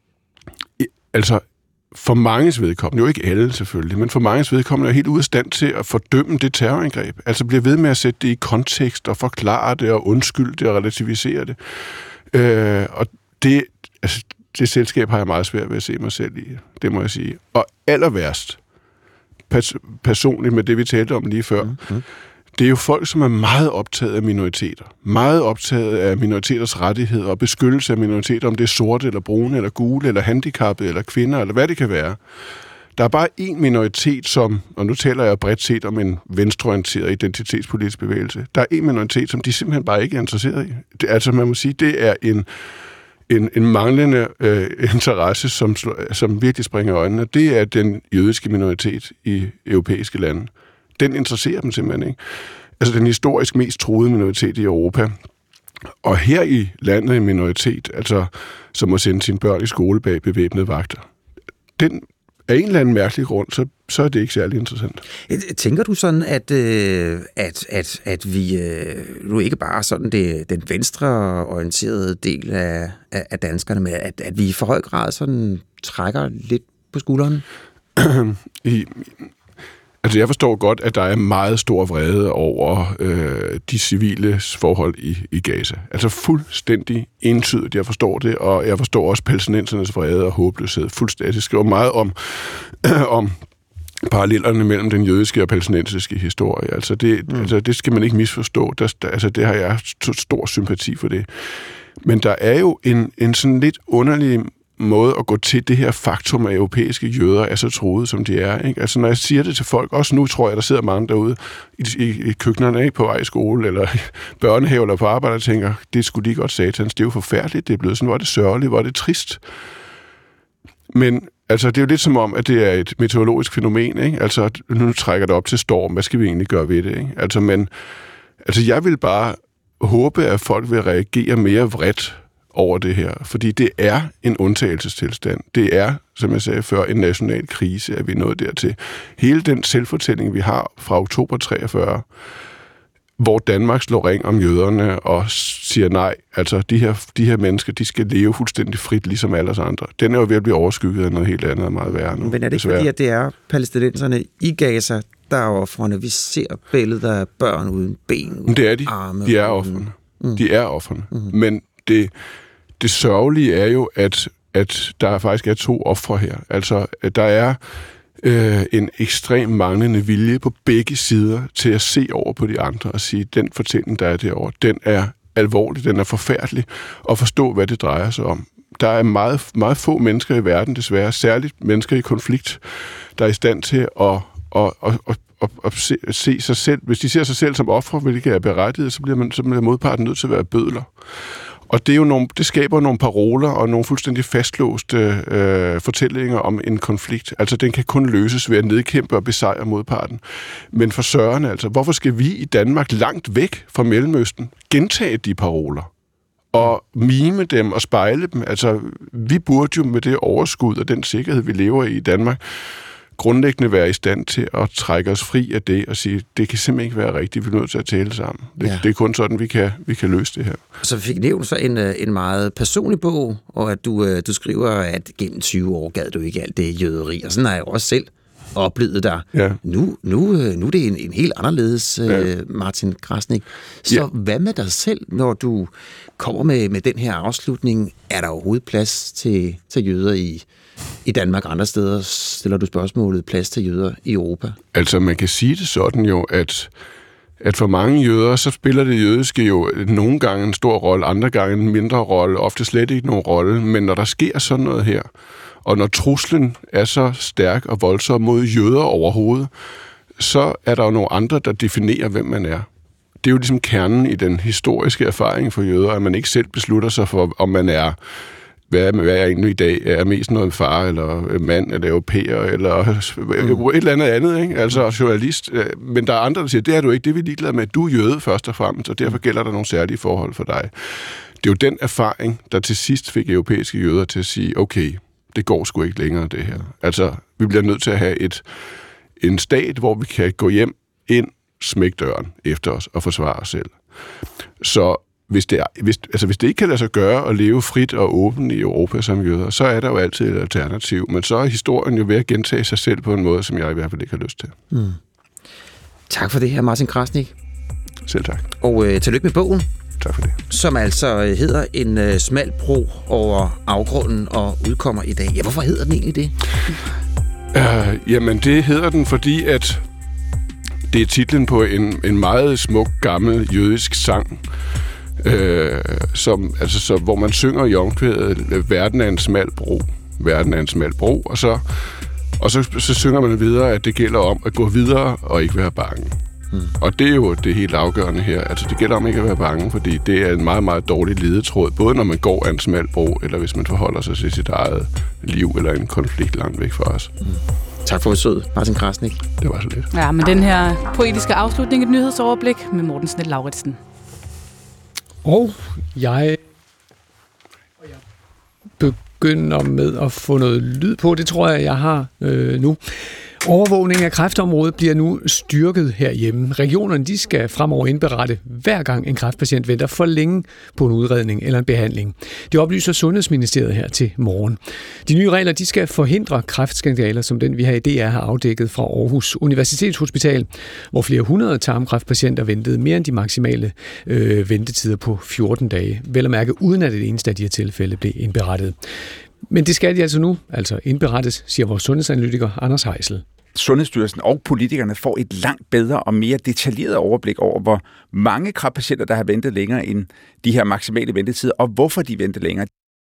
for manges vedkommende, jo ikke alle selvfølgelig, men for manges vedkommende er helt ude af stand til at fordømme det terrorangreb. Altså bliver ved med at sætte det i kontekst og forklare det og undskylde det og relativisere det. Og det selskab har jeg meget svært ved at se mig selv i, det må jeg sige. Og aller værst, personligt med det, vi talte om lige før, det er jo folk, som er meget optaget af minoriteter. Meget optaget af minoriteters rettigheder og beskyttelse af minoriteter, om det er sorte eller brune eller gule eller handicappede eller kvinder eller hvad det kan være. Der er bare én minoritet, som, og nu taler jeg bredt set om en venstreorienteret identitetspolitisk bevægelse, der er én minoritet, som de simpelthen bare ikke er interesseret i. Man må sige, det er en manglende interesse, som virkelig springer i øjnene. Det er den jødiske minoritet i europæiske lande. Den interesserer dem simpelthen ikke. Altså den historisk mest truede minoritet i Europa. Og her i landet en minoritet, som må sende sine børn i skole bag bevæbnede vagter. Den af en eller anden mærkelig grund, så er det ikke særlig interessant. Tænker du sådan, at vi nu ikke bare sådan den venstreorienterede del af danskerne, med at vi i for høj grad sådan trækker lidt på skulderen? Jeg forstår godt, at der er meget stor vrede over de civile forhold i Gaza. Altså fuldstændig entydigt, jeg forstår det, og jeg forstår også palæstinensernes vrede og håbløshed. Fuldstændig. Det skriver meget om parallellerne mellem den jødiske og palæstinensiske historie. Det skal man ikke misforstå. Det har jeg stor sympati for det. Men der er jo en sådan lidt underlig måde at gå til det her faktum, at europæiske jøder er så troede, som de er. Ikke? Altså, når jeg siger det til folk, også nu tror jeg, der sidder mange derude i køkkenerne, ikke, på vej i skole, eller i børnehave, eller på arbejde, og tænker, det skulle de godt satans, det er jo forfærdeligt, det er blevet sådan, hvor er det sørgeligt, hvor er det trist. Men det er jo lidt som om, at det er et meteorologisk fænomen, ikke? Nu trækker det op til storm, hvad skal vi egentlig gøre ved det, ikke? Jeg vil bare håbe, at folk vil reagere mere vredt over det her, fordi det er en undtagelsestilstand. Det er, som jeg sagde før, en national krise, at vi er nået dertil. Hele den selvfortælling, vi har fra oktober 43, hvor Danmark slår ring om jøderne og siger nej, de her mennesker, de skal leve fuldstændig frit, ligesom alle os andre. Den er jo ved at blive overskygget af noget helt andet og meget værre nu. Men er det ikke fordi, at det er palæstinenserne i Gaza, der er ofrene? Vi ser billeder af børn uden ben, uden det er de. Arme. De er ofrene. De er ofrene. Men det sørgelige er jo, at der faktisk er 2 ofre her. Der er en ekstrem manglende vilje på begge sider til at se over på de andre og sige, den fortælling, der er derovre, den er alvorlig, den er forfærdelig, og forstå, hvad det drejer sig om. Der er meget, meget få mennesker i verden, desværre, særligt mennesker i konflikt, der er i stand til at se sig selv. Hvis de ser sig selv som ofre, hvilket er berettiget, så bliver modparten nødt til at være bødler. Og det skaber nogle paroler og nogle fuldstændig fastlåste fortællinger om en konflikt. Den kan kun løses ved at nedkæmpe og besejre modparten. Men for søren, hvorfor skal vi i Danmark langt væk fra Mellemøsten gentage de paroler? Og mime dem og spejle dem? Vi burde jo med det overskud og den sikkerhed, vi lever i Danmark, grundlæggende være i stand til at trække os fri af det og sige, det kan simpelthen ikke være rigtigt, vi er nødt til at tale sammen. Det er kun sådan, vi kan løse det her. Så vi fik nævnt så en meget personlig bog, og at du skriver, at gennem 20 år gad du ikke alt det jøderi, og sådan har jeg også selv oplevet dig. Ja. Nu er det en helt anderledes Martin Krasnik. Så hvad med dig selv, når du kommer med den her afslutning? Er der overhovedet plads til jøder i Danmark og andre steder? Stiller du spørgsmålet, plads til jøder i Europa? Man kan sige det sådan jo, at for mange jøder, så spiller det jødiske jo nogle gange en stor rolle, andre gange en mindre rolle, ofte slet ikke nogen rolle, men når der sker sådan noget her, og når truslen er så stærk og voldsom mod jøder overhovedet, så er der jo nogle andre, der definerer, hvem man er. Det er jo ligesom kernen i den historiske erfaring for jøder, at man ikke selv beslutter sig for, om man er, hvad er jeg egentlig i dag? Er jeg mest noget far, eller mand, eller europæer, eller et eller andet, ikke? Altså journalist. Men der er andre, der siger, det er du ikke, det er vi ligeglade med. Du er jøde først og fremmest, og derfor gælder der nogle særlige forhold for dig. Det er jo den erfaring, der til sidst fik europæiske jøder til at sige, okay, det går sgu ikke længere, det her. Altså, vi bliver nødt til at have en stat, hvor vi kan gå hjem, ind, smække døren efter os og forsvare os selv. Så hvis det ikke kan lade sig gøre at leve frit og åbent i Europa som jøder, så er der jo altid et alternativ. Men så er historien jo ved at gentage sig selv på en måde, som jeg i hvert fald ikke har lyst til. Mm. Tak for det her, Martin Krasnik. Selv tak. Og tillykke med bogen. Tak for det. Som altså hedder En smal bro over afgrunden og udkommer i dag. Ja, hvorfor hedder den egentlig det? Jamen, det hedder den, fordi at det er titlen på en meget smuk, gammel jødisk sang, hvor man synger i omkvædet, verden er en smal bro. Verden er en smal bro, og så synger man videre, at det gælder om at gå videre og ikke være bange. Og det er jo det helt afgørende her. Altså, det gælder om ikke at være bange, fordi det er en meget, meget dårlig ledetråd, både når man går af en smal bro, eller hvis man forholder sig til sit eget liv, eller en konflikt langt væk fra os. Tak for besøget, Martin Krasnik. Det var så lidt. Ja, men den her poetiske afslutning, et nyhedsoverblik med Morten Snell-Lauritsen. Og jeg begynder med at få noget lyd på. Det tror jeg har nu. Overvågning af kræftområdet bliver nu styrket herhjemme. Regionerne de skal fremover indberette, hver gang en kræftpatient venter for længe på en udredning eller en behandling. Det oplyser Sundhedsministeriet her til morgen. De nye regler de skal forhindre kræftskandaler, som den vi her i DR har afdækket fra Aarhus Universitetshospital, hvor flere hundrede tarmkræftpatienter ventede mere end de maksimale ventetider på 14 dage. Vel at mærke, uden at det eneste af de her tilfælde blev indberettet. Men det skal de altså nu, indberettes, siger vores sundhedsanalytiker Anders Heisel. Sundhedsstyrelsen og politikerne får et langt bedre og mere detaljeret overblik over, hvor mange kræftpatienter, der har ventet længere end de her maksimale ventetider, og hvorfor de venter længere.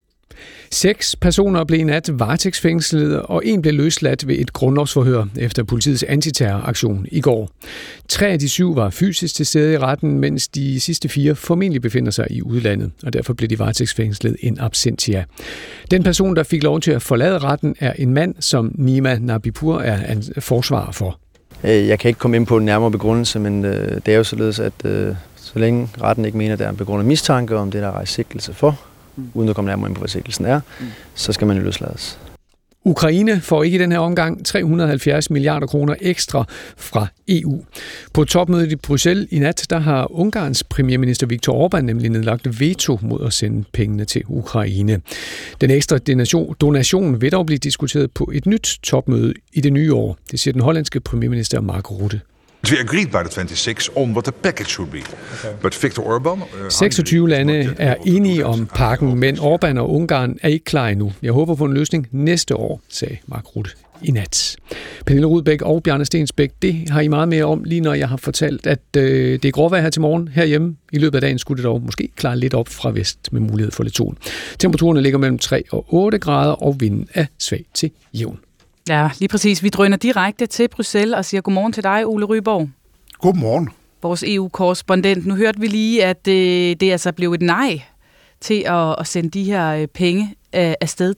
6 personer blev i nat varetægtsfængslet, og 1 blev løsladt ved et grundlovsforhør efter politiets antiterroraktion i går. 3 af de 7 var fysisk til stede i retten, mens de sidste 4 formentlig befinder sig i udlandet, og derfor blev de varetægtsfængslet in absentia. Den person, der fik lov til at forlade retten, er en mand, som Nima Nabipur er en forsvarer for. Jeg kan ikke komme ind på en nærmere begrundelse, men det er jo således, at så længe retten ikke mener, at der er en begrundet mistanke om det, der er rejst sigtelse for, uden at komme nærmere ind på, hvad sigtelsen er, så skal man jo løslades. Ukraine får ikke i den her omgang 370 milliarder kroner ekstra fra EU. På topmødet i Bruxelles i nat, der har Ungarns premierminister Viktor Orbán nemlig nedlagt veto mod at sende pengene til Ukraine. Den ekstra donation vil dog blive diskuteret på et nyt topmøde i det nye år. Det siger den hollandske premierminister Mark Rutte. We agreed by the 26 on what the package should be. But Viktor Orbán... 26 lande er enige om pakken, men Orbán og Ungarn er ikke klar endnu. Jeg håber på en løsning næste år, sagde Mark Rutte i nat. Pernille Rudbæk og Bjarne Stensbæk, det har I meget mere om, lige når jeg har fortalt, at det er gråvejr her til morgen herhjemme. I løbet af dagen skulle det dog måske klare lidt op fra vest med mulighed for lidt sol. Temperaturerne ligger mellem 3 og 8 grader, og vinden er svag til jævn. Ja, lige præcis. Vi drøner direkte til Bruxelles og siger godmorgen til dig, Ole Ryborg. Godmorgen. Vores EU-korrespondent. Nu hørte vi lige, at det altså blev et nej til at sende de her penge afsted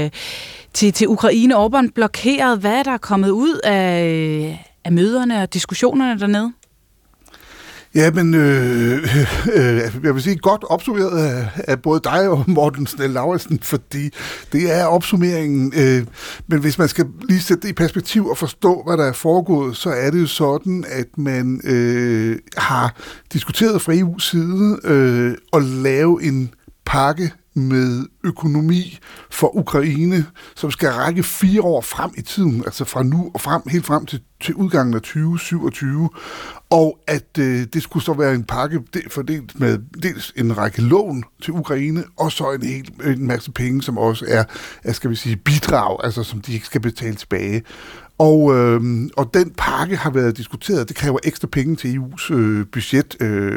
til Ukraine. Orbán blokeret. Hvad er der kommet ud af møderne og diskussionerne dernede? Ja, men jeg vil sige godt opsummeret af både dig og Morten Snell-Lauritsen, fordi det er opsummeringen. Men hvis man skal lige sætte det i perspektiv og forstå, hvad der er foregået, så er det jo sådan, at man har diskuteret fra EU's side at lave en pakke med økonomi for Ukraine, som skal række 4 år frem i tiden, altså fra nu og frem, helt frem til udgangen af 2027, og at det skulle så være en pakke fordelt med dels en række lån til Ukraine, og så en masse penge, som også er skal vi sige, bidrag, altså som de ikke skal betale tilbage. Og den pakke har været diskuteret. Det kræver ekstra penge til EU's budget.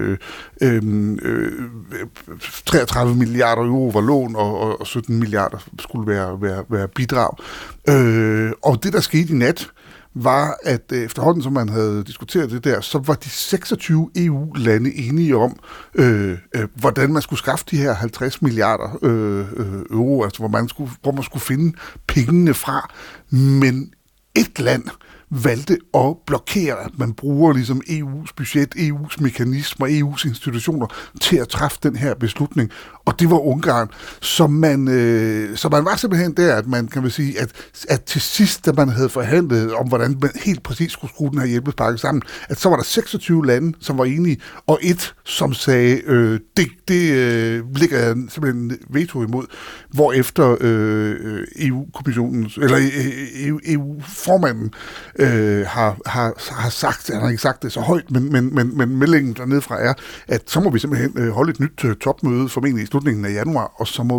33 milliarder euro var lån, og 17 milliarder skulle være bidrag. Og det, der skete i nat, var, at efterhånden, som man havde diskuteret det der, så var de 26 EU-lande enige om, hvordan man skulle skaffe de her 50 milliarder euro, altså hvor man skulle finde pengene fra. Men et land valgte at blokere, at man bruger ligesom EU's budget, EU's mekanismer, EU's institutioner til at træffe den her beslutning. Og det var Ungarn. Så man var simpelthen der, at man kan sige, at til sidst, da man havde forhandlet om, hvordan man helt præcis skulle skrue den her hjælpepakke sammen, at så var der 26 lande, som var enige, og et, som sagde, det ligger jeg simpelthen veto imod, hvorefter EU-kommissionens, eller EU-formanden har sagt, han har ikke sagt det så højt, men meldingen dernede fra er, at så må vi simpelthen holde et nyt topmøde, formentlig i slutningen af januar, og så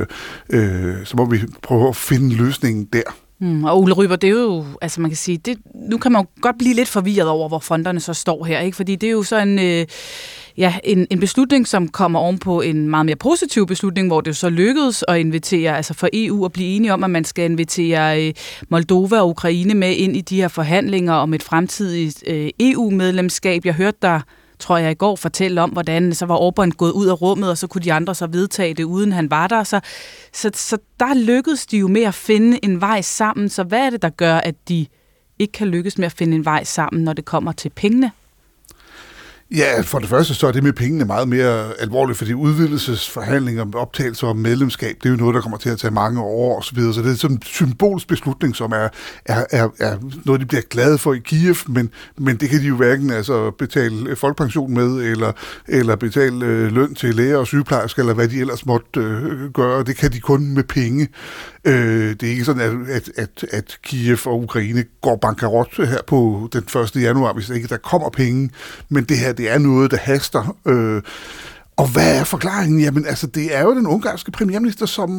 må vi prøve at finde løsningen der. Og Ole Ryber, det er jo, altså man kan sige, nu kan man jo godt blive lidt forvirret over, hvor fronterne så står her, ikke? Fordi det er jo så en beslutning, som kommer ovenpå en meget mere positiv beslutning, hvor det jo så lykkedes at invitere, altså for EU at blive enige om, at man skal invitere Moldova og Ukraine med ind i de her forhandlinger om et fremtidigt EU-medlemskab. Jeg hørte der, tror jeg, i går fortælle om, hvordan så var Orbán gået ud af rummet, og så kunne de andre så vedtage det, uden han var der. Så der lykkedes de jo med at finde en vej sammen. Så hvad er det, der gør, at de ikke kan lykkes med at finde en vej sammen, når det kommer til pengene? Ja, for det første så er det med pengene meget mere alvorligt, fordi udvidelsesforhandlinger, optagelser og medlemskab, det er jo noget, der kommer til at tage mange år og så videre. Så det er sådan en symbolsk beslutning, som er noget, de bliver glade for i Kiev, men det kan de jo hverken betale folkepension med, eller betale løn til læger og sygeplejersker, eller hvad de ellers måtte gøre. Det kan de kun med penge. Det er ikke sådan, at Kiev og Ukraine går bankerot her på den 1. januar, hvis ikke der kommer penge, men det her, det er noget, der haster. Og hvad er forklaringen? Jamen, altså, det er jo den ungarske premierminister, som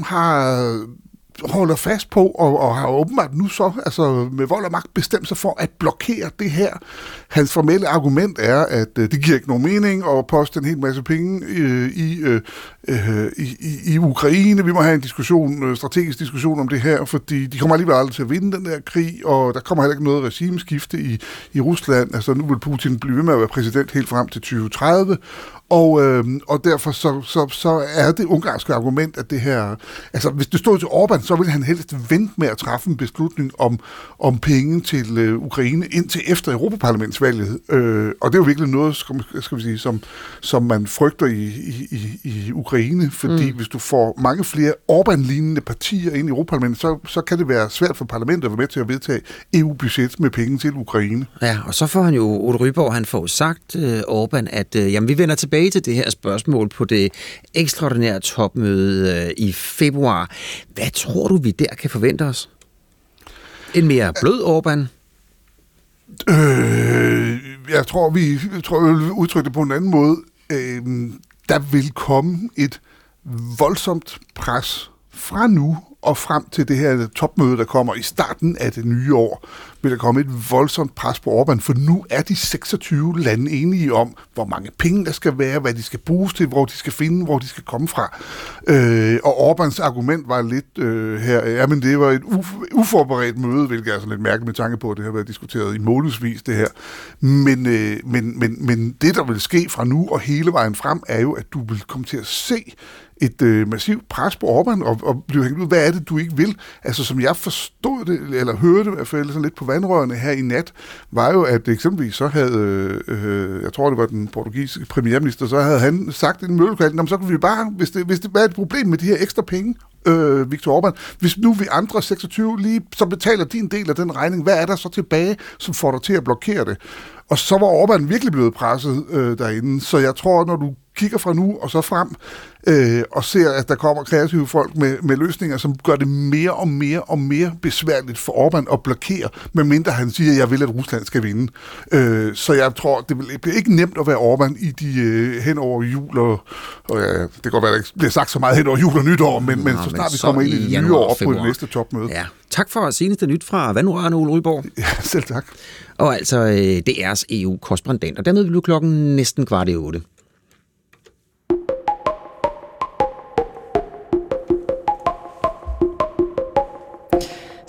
holder fast på, og har åbenbart nu så med vold og magt bestemt sig for at blokere det her. Hans formelle argument er, at det giver ikke nogen mening at poste en hel masse penge i Ukraine. Vi må have en strategisk diskussion om det her, fordi de kommer alligevel aldrig til at vinde den der krig, og der kommer heller ikke noget regimeskifte i Rusland. Altså nu vil Putin blive ved med at være præsident helt frem til 2030, og derfor så er det ungarske argument, at det her, altså hvis det stod til Orbán, så ville han helst vente med at træffe en beslutning om penge til Ukraine indtil efter Europaparlamentsvalget. Og det er jo virkelig noget, skal vi sige, som man frygter i Ukraine, fordi hvis du får mange flere Orbán-lignende partier ind i Europaparlamentet, så kan det være svært for parlamentet at være med til at vedtage EU-budget med penge til Ukraine. Ja, og så får han jo, Ole Ryborg, han får sagt Orbán, at jamen, vi vender tilbage til det her spørgsmål på det ekstraordinære topmøde i februar. Hvad tror du, vi der kan forvente os? En mere blød Orbán? Jeg tror, vi vil udtrykke det på en anden måde. Der vil komme et voldsomt pres fra nu og frem til det her topmøde, der kommer i starten af det nye år, vil der komme et voldsomt pres på Orbán, for nu er de 26 lande enige om, hvor mange penge der skal være, hvad de skal bruges til, hvor de skal finde, hvor de skal komme fra. Og Orbáns argument var lidt her, men det var et uforberedt møde, hvilket er sådan lidt mærkeligt med tanke på, at det har været diskuteret i månedsvis, det her. Men det, der vil ske fra nu og hele vejen frem, er jo, at du vil komme til at se et massivt pres på Orbán og blive hængt ud. Hvad er det, du ikke vil? Altså, som jeg forstod det, eller hørte det i hvert fald sådan lidt på vandrørene her i nat, var jo, at eksempelvis så havde, jeg tror, det var den portugisiske premierminister, så havde han sagt i en mødelokale, så kunne vi bare, hvis det var et problem med de her ekstra penge, Viktor Orbán, hvis nu vi andre 26 lige, så betaler din del af den regning, hvad er der så tilbage, som får dig til at blokere det? Og så var Orbán virkelig blevet presset derinde, så jeg tror, når du kigger fra nu og så frem, og ser, at der kommer kreative folk med løsninger, som gør det mere og mere besværligt for Orbán at blokere, medmindre han siger, at jeg vil, at Rusland skal vinde. Så jeg tror, det bliver ikke nemt at være Orbán i de hen over jul, og det kan godt være, at der ikke bliver sagt så meget hen over jul og nytår, men så snart vi kommer ind i det nye år op på det næste topmøde. Ja. Tak for seneste nyt fra vandrørene, Ole Ryborg. Ja, selv tak. Og altså DR's EU-korrespondent, og dermed vil du klokken næsten 7:15.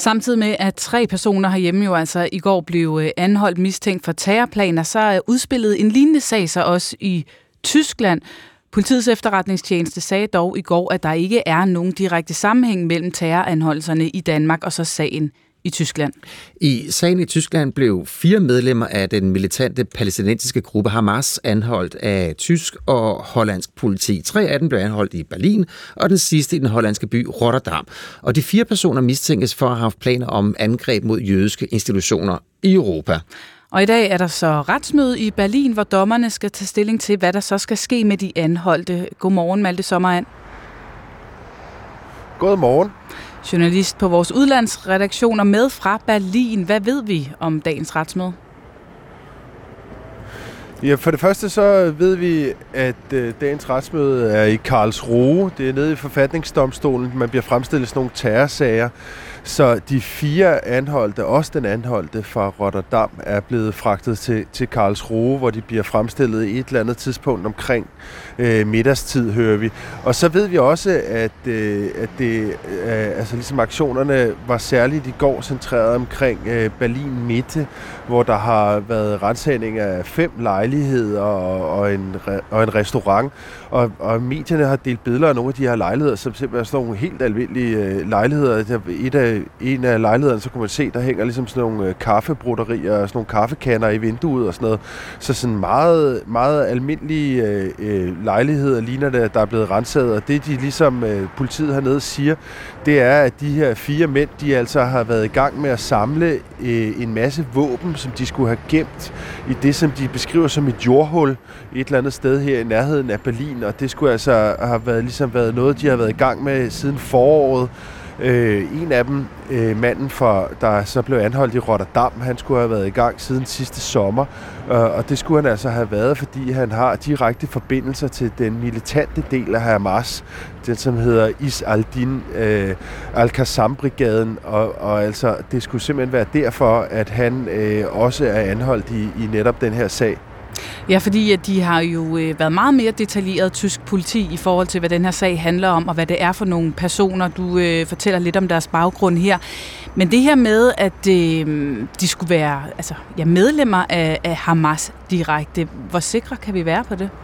Samtidig med, at 3 personer herhjemme jo altså i går blev anholdt mistænkt for terrorplaner, så udspillede en lignende sag sig også i Tyskland. Politiets efterretningstjeneste sagde dog i går, at der ikke er nogen direkte sammenhæng mellem terroranholdelserne i Danmark og så sagen i Tyskland. I sagen i Tyskland blev 4 medlemmer af den militante palæstinensiske gruppe Hamas anholdt af tysk og hollandsk politi. 3 af dem blev anholdt i Berlin, og den sidste i den hollandske by Rotterdam. Og de 4 personer mistænkes for at have haft planer om angreb mod jødiske institutioner i Europa. Og i dag er der så retsmøde i Berlin, hvor dommerne skal tage stilling til, hvad der så skal ske med de anholdte. Godmorgen, Malte Sommerand. Godmorgen. Journalist på vores udlandsredaktioner med fra Berlin. Hvad ved vi om dagens retsmøde? Ja, for det første så ved vi, at dagens retsmøde er i Karlsruhe. Det er nede i forfatningsdomstolen. Man bliver fremstillet sådan nogle terrorsager. Så de 4 anholdte, også den anholdte fra Rotterdam, er blevet fragtet til Karlsruhe, hvor de bliver fremstillet i et eller andet tidspunkt omkring middagstid, hører vi. Og så ved vi også, at ligesom aktionerne var særligt i går centreret omkring Berlin Mitte, hvor der har været ransagning af 5 lejligheder og en restaurant. Og medierne har delt billeder af nogle af de her lejligheder, som simpelthen er sådan nogle helt almindelige lejligheder. En af lejlighederne, så kunne man se, der hænger ligesom sådan nogle kaffebroderier og sådan nogle kaffekanner i vinduet og sådan noget. Så sådan meget, meget almindelige lejligheder ligner det, der er blevet renset. Og det, de ligesom politiet hernede siger, det er, at de her 4 mænd, de altså har været i gang med at samle en masse våben, som de skulle have gemt i det, som de beskriver som et jordhul et eller andet sted her i nærheden af Berlin. Og det skulle altså have været noget, de har været i gang med siden foråret. En af dem, manden, der så blev anholdt i Rotterdam, han skulle have været i gang siden sidste sommer, og det skulle han altså have været, fordi han har direkte forbindelser til den militante del af Hamas, den som hedder Is al-Din al-Qassam-brigaden, og altså det skulle simpelthen være derfor, at han også er anholdt i netop den her sag. Ja, fordi de har jo været meget mere detaljeret tysk politi i forhold til, hvad den her sag handler om, og hvad det er for nogle personer. Du fortæller lidt om deres baggrund her. Men det her med, at de skulle være medlemmer af Hamas direkte, hvor sikre kan vi være på det?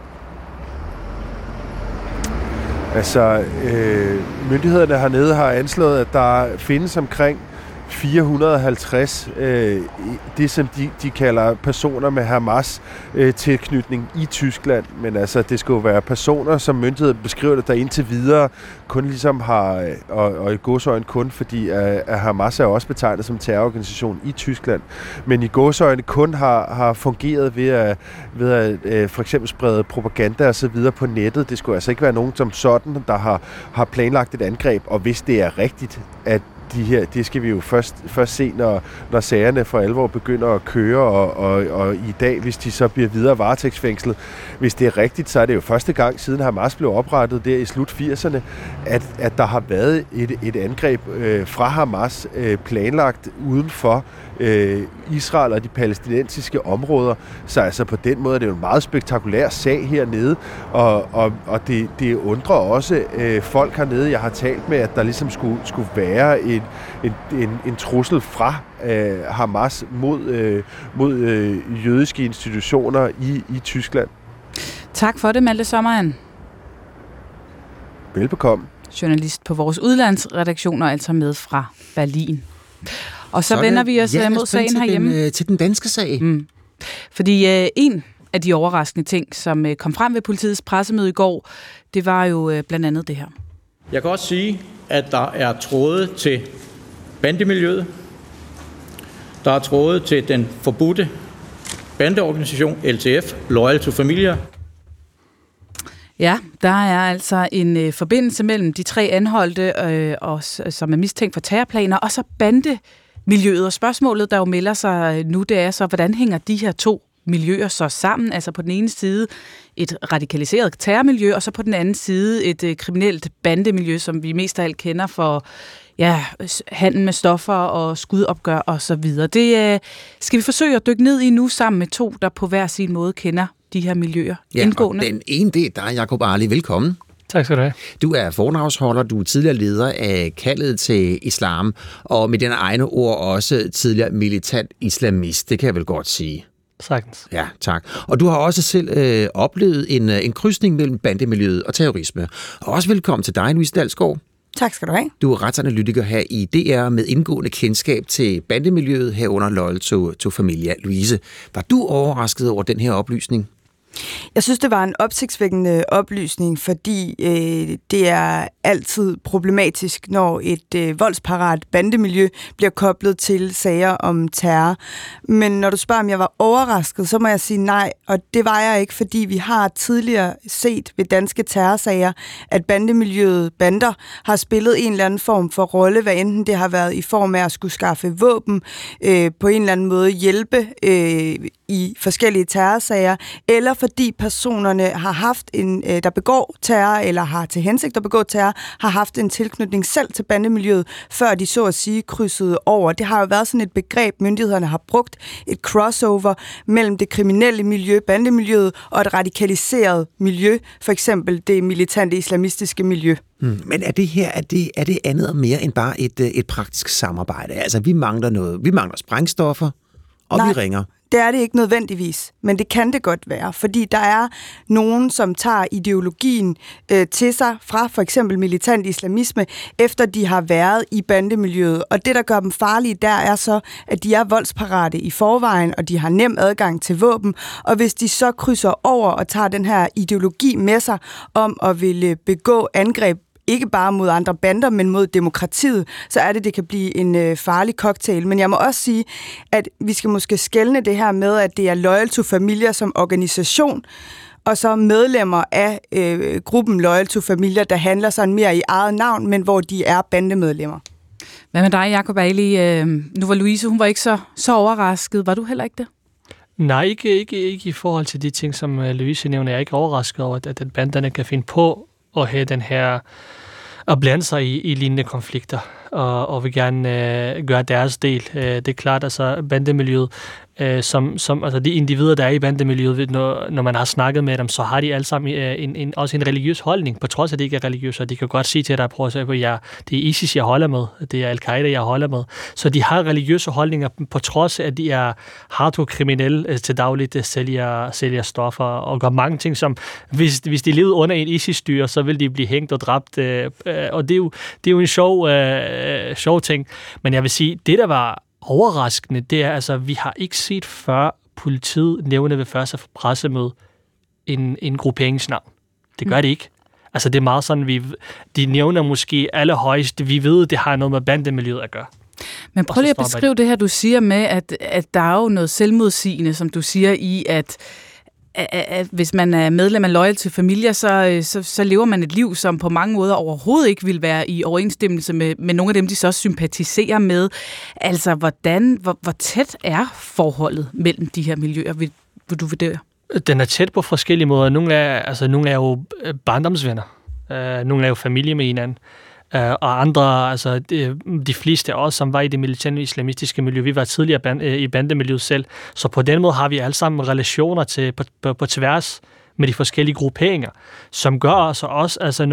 Myndighederne hernede har anslået, at der findes omkring 450, det som de kalder personer med Hamas tilknytning i Tyskland. Men altså, det skulle være personer, som myndigheden beskriver det, der indtil videre kun ligesom har, og i godsøjne kun, fordi at Hamas er også betegnet som terrororganisation i Tyskland, men i godsøjne kun har fungeret ved at for eksempel sprede propaganda og så videre på nettet. Det skulle altså ikke være nogen som sådan, der har planlagt et angreb, og hvis det er rigtigt, at det skal vi jo først se, når sagerne for alvor begynder at køre, og i dag, hvis de så bliver videre varetægtsfængslet. Hvis det er rigtigt, så er det jo første gang, siden Hamas blev oprettet der i slut 80'erne, at der har været et angreb fra Hamas planlagt uden for Israel og de palæstinensiske områder. Så altså på den måde er det jo en meget spektakulær sag hernede, og det undrer også folk hernede, jeg har talt med, at der ligesom skulle være en trussel fra Hamas mod jødiske institutioner i Tyskland. Tak for det, Malte Sommerand. Velbekomme. Journalist på vores udlandsredaktioner, altså med fra Berlin. Og så vender vi os mod sagen herhjemme. Til den danske sag. Fordi en af de overraskende ting, som kom frem ved politiets pressemøde i går, det var jo blandt andet det her. Jeg kan også sige, at der er tråde til bandemiljøet. Der er tråde til den forbudte bandeorganisation LTF, Loyal to Familia. Ja, der er altså en forbindelse mellem de 3 anholdte, som er mistænkt for terrorplaner, og så bandemiljøet. Og spørgsmålet, der jo melder sig nu, det er så, hvordan hænger de her 2 miljøer så sammen? Altså på den ene side et radikaliseret terrormiljø, og så på den anden side et kriminelt bandemiljø, som vi mest af alt kender for handel med stoffer og skudopgør og så videre. Det skal vi forsøge at dykke ned i nu sammen med 2, der på hver sin måde kender de her miljøer indgående. Og den ene, det er dig, Jacob Arli. Velkommen. Tak skal du have. Du er foredragsholder, du er tidligere leder af Kaldet til Islam, og med dine egne ord også tidligere militant islamist. Det kan jeg vel godt sige. Sagtens. Ja, tak. Og du har også selv oplevet en krydsning mellem bandemiljøet og terrorisme. Og også velkommen til dig, Louise Dalsgaard. Tak skal du have. Du er retsanalytiker her i DR med indgående kendskab til bandemiljøet herunder Loyal to Familia. Louise, var du overrasket over den her oplysning? Jeg synes, det var en opsigtsvækkende oplysning, fordi det er altid problematisk, når et voldsparat bandemiljø bliver koblet til sager om terror. Men når du spørger, om jeg var overrasket, så må jeg sige nej, og det var jeg ikke, fordi vi har tidligere set ved danske terrorsager, at bander har spillet en eller anden form for rolle, hvad enten det har været i form af at skulle skaffe våben, på en eller anden måde hjælpe i forskellige terrorsager, eller fordi personerne har haft der begår terror, eller har til hensigt at begå terror, har haft en tilknytning selv til bandemiljøet, før de så at sige krydsede over. Det har jo været sådan et begreb, myndighederne har brugt, et crossover mellem det kriminelle miljø, bandemiljøet, og et radikaliseret miljø, for eksempel det militante islamistiske miljø. Men er det her, er det andet og mere end bare et praktisk samarbejde? Altså, vi mangler noget. Vi mangler sprængstoffer, og vi ringer. Det er det ikke nødvendigvis, men det kan det godt være, fordi der er nogen, som tager ideologien til sig fra for eksempel militant islamisme, efter de har været i bandemiljøet. Og det, der gør dem farlige, der er så, at de er voldsparate i forvejen, og de har nem adgang til våben. Og hvis de så krydser over og tager den her ideologi med sig om at ville begå angreb, ikke bare mod andre bander, men mod demokratiet, så er det kan blive en farlig cocktail. Men jeg må også sige, at vi skal måske skelne det her med, at det er Loyal to Familia som organisation, og så medlemmer af gruppen Loyal to Familia, der handler sådan mere i eget navn, men hvor de er bandemedlemmer. Hvad med dig, Jacob Ali? Nu var Louise, hun var ikke så overrasket. Var du heller ikke det? Nej, ikke i forhold til de ting, som Louise nævner. Jeg er ikke overrasket over, at banderne kan finde på at have den her, at blande sig i lignende konflikter, og vil gerne gøre deres del. Det er klart, altså bandemiljøet, altså de individer, der er i bandemiljøet, når man har snakket med dem, så har de alle sammen også en religiøs holdning, på trods af, at de ikke er religiøse, og de kan godt sige til dig, prøv at se på, det er ISIS, jeg holder med, det er Al-Qaida, jeg holder med. Så de har religiøse holdninger, på trods af, at de er hardcore kriminelle til dagligt, sælger stoffer, og gør mange ting, som hvis de levede under en ISIS-styre, så vil de blive hængt og dræbt, og det er jo en sjov ting. Men jeg vil sige, det der var overraskende, det er altså, vi har ikke set før politiet nævne ved første pressemøde en grupperingsnavn. Det gør det ikke. Altså det er meget sådan, de nævner måske allerhøjst, vi ved, det har noget med bandemiljøet at gøre. Men prøv lige at beskrive det her, du siger med, at der er jo noget selvmodsigende, som du siger i, at hvis man er medlem af Loyal to Familia, så lever man et liv, som på mange måder overhovedet ikke vil være i overensstemmelse med nogle af dem, de så sympatiserer med. Altså, hvor tæt er forholdet mellem de her miljøer, vil du vurdere? Den er tæt på forskellige måder. Nogle er jo barndomsvenner. Nogle er jo familie med hinanden. Og andre, altså de fleste af os, som var i det militante islamistiske miljø, vi var tidligere i bandemiljøet selv, så på den måde har vi alle sammen relationer på tværs med de forskellige grupperinger, som gør altså også, altså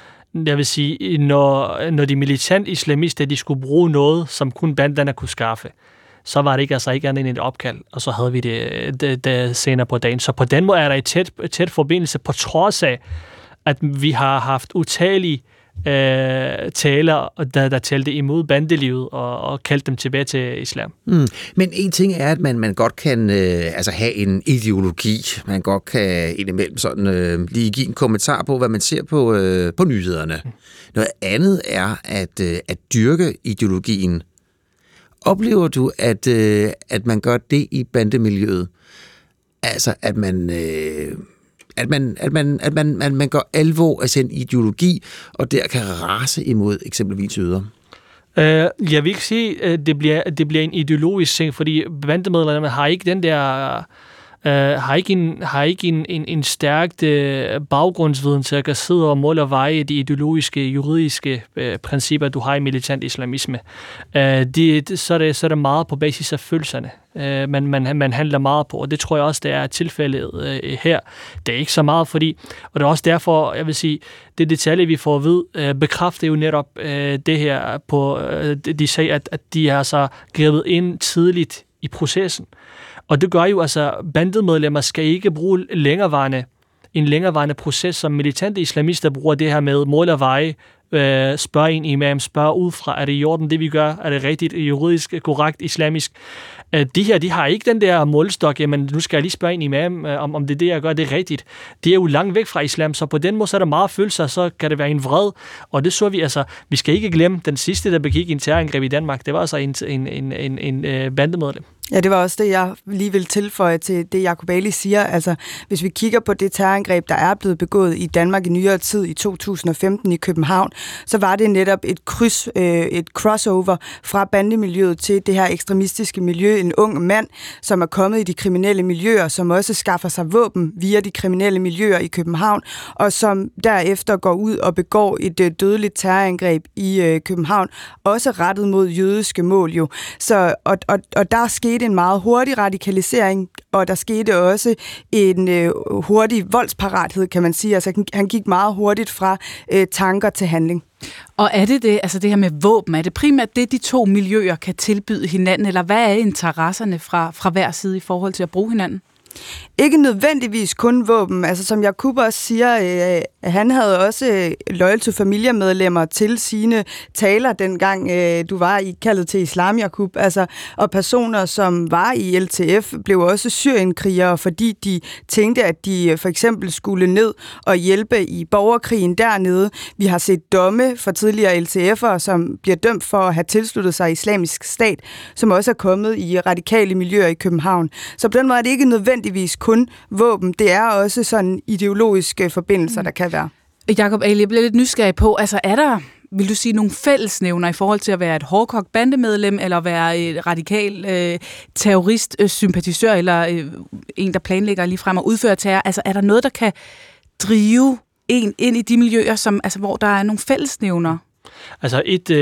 når de militante islamister, de skulle bruge noget, som kun banderne kunne skaffe, så var det ikke andet end et opkald, og så havde vi det senere på dagen. Så på den måde er der et tæt forbindelse, på trods af, at vi har haft utallige taler, der talte imod bandelivet og kaldte dem tilbage til islam. Men en ting er, at man godt kan have en ideologi. Man godt kan indimellem sådan lige give en kommentar på, hvad man ser på nyhederne. Noget andet er at dyrke ideologien. Oplever du, at man gør det i bandemiljøet? Altså, at man går alvor af sin ideologi, og der kan rase imod eksempelvis jøder? Jeg vil ikke sige, at det bliver en ideologisk ting, fordi bandemedlemmerne har ikke den der har ikke en stærk baggrundsviden til at kan sidde og måle og veje de ideologiske, juridiske principper, du har i militant islamisme. Så er det meget på basis af følelserne. Man handler meget på, og det tror jeg også, det er tilfældet her. Det er ikke så meget, fordi, og det er også derfor, jeg vil sige, det detalje, vi får at vide, bekræfter jo netop det her på, de siger, at de har så grebet ind tidligt i processen. Og det gør jo, altså, bandemedlemmer skal ikke bruge en længerevarende proces, som militante islamister bruger det her med mål og veje, spørge en imam, spørge ud fra, er det i orden, det vi gør, er det rigtigt, juridisk, korrekt, islamisk. De her, de har ikke den der målstok, jamen nu skal jeg lige spørge en imam, om det er det, jeg gør, det er rigtigt. De er jo langt væk fra islam, så på den måde så er der meget følelser, så kan det være en vred, og det så vi, altså, vi skal ikke glemme, den sidste, der begik en terrorangreb i Danmark, det var altså en bandemedlem. Ja, det var også det, jeg lige vil tilføje til det, Jacob Ali siger. Altså, hvis vi kigger på det terrorangreb, der er blevet begået i Danmark i nyere tid, i 2015 i København, så var det netop et crossover fra bandemiljøet til det her ekstremistiske miljø. En ung mand, som er kommet i de kriminelle miljøer, som også skaffer sig våben via de kriminelle miljøer i København, og som derefter går ud og begår et dødeligt terrorangreb i København, også rettet mod jødiske mål jo. Så, og der skete en meget hurtig radikalisering, og der skete også en hurtig voldsparathed, kan man sige. Altså, han gik meget hurtigt fra tanker til handling. Og er det, altså det her med våben, er det primært det, de to miljøer kan tilbyde hinanden, eller hvad er interesserne fra hver side i forhold til at bruge hinanden? Ikke nødvendigvis kun våben. Altså, som Jacob også siger, han havde også Loyal to Familia-medlemmer til sine taler, dengang du var i kaldet til islam, Jacob. Altså, og personer, som var i LTF, blev også syrienkrigere, fordi de tænkte, at de for eksempel skulle ned og hjælpe i borgerkrigen dernede. Vi har set domme for tidligere LTF'ere, som bliver dømt for at have tilsluttet sig Islamisk Stat, som også er kommet i radikale miljøer i København. Så på den måde er det ikke nødvendigvis kun våben. Det er også sådan ideologiske forbindelser, der kan være. Jacob Ali, jeg bliver lidt nysgerrig på, altså er der, vil du sige, nogle fællesnævner i forhold til at være et hårdkogt bandemedlem, eller være et radikal terrorist-sympatisør, eller en, der planlægger lige frem at udføre terror? Altså er der noget, der kan drive en ind i de miljøer, som, altså, hvor der er nogle fællesnævner? Altså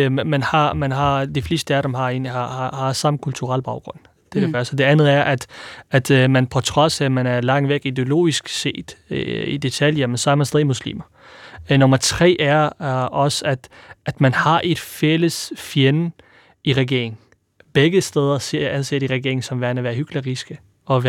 man har de fleste af dem har samme kulturel baggrund. Det er det første. Det andet er, at man på trods af, at man er langt væk ideologisk set i detaljer, men så er man stadig muslimer. Nummer 3 er også, at man har et fælles fjende i regeringen. Begge steder anser de regeringen som værende at være hykleriske og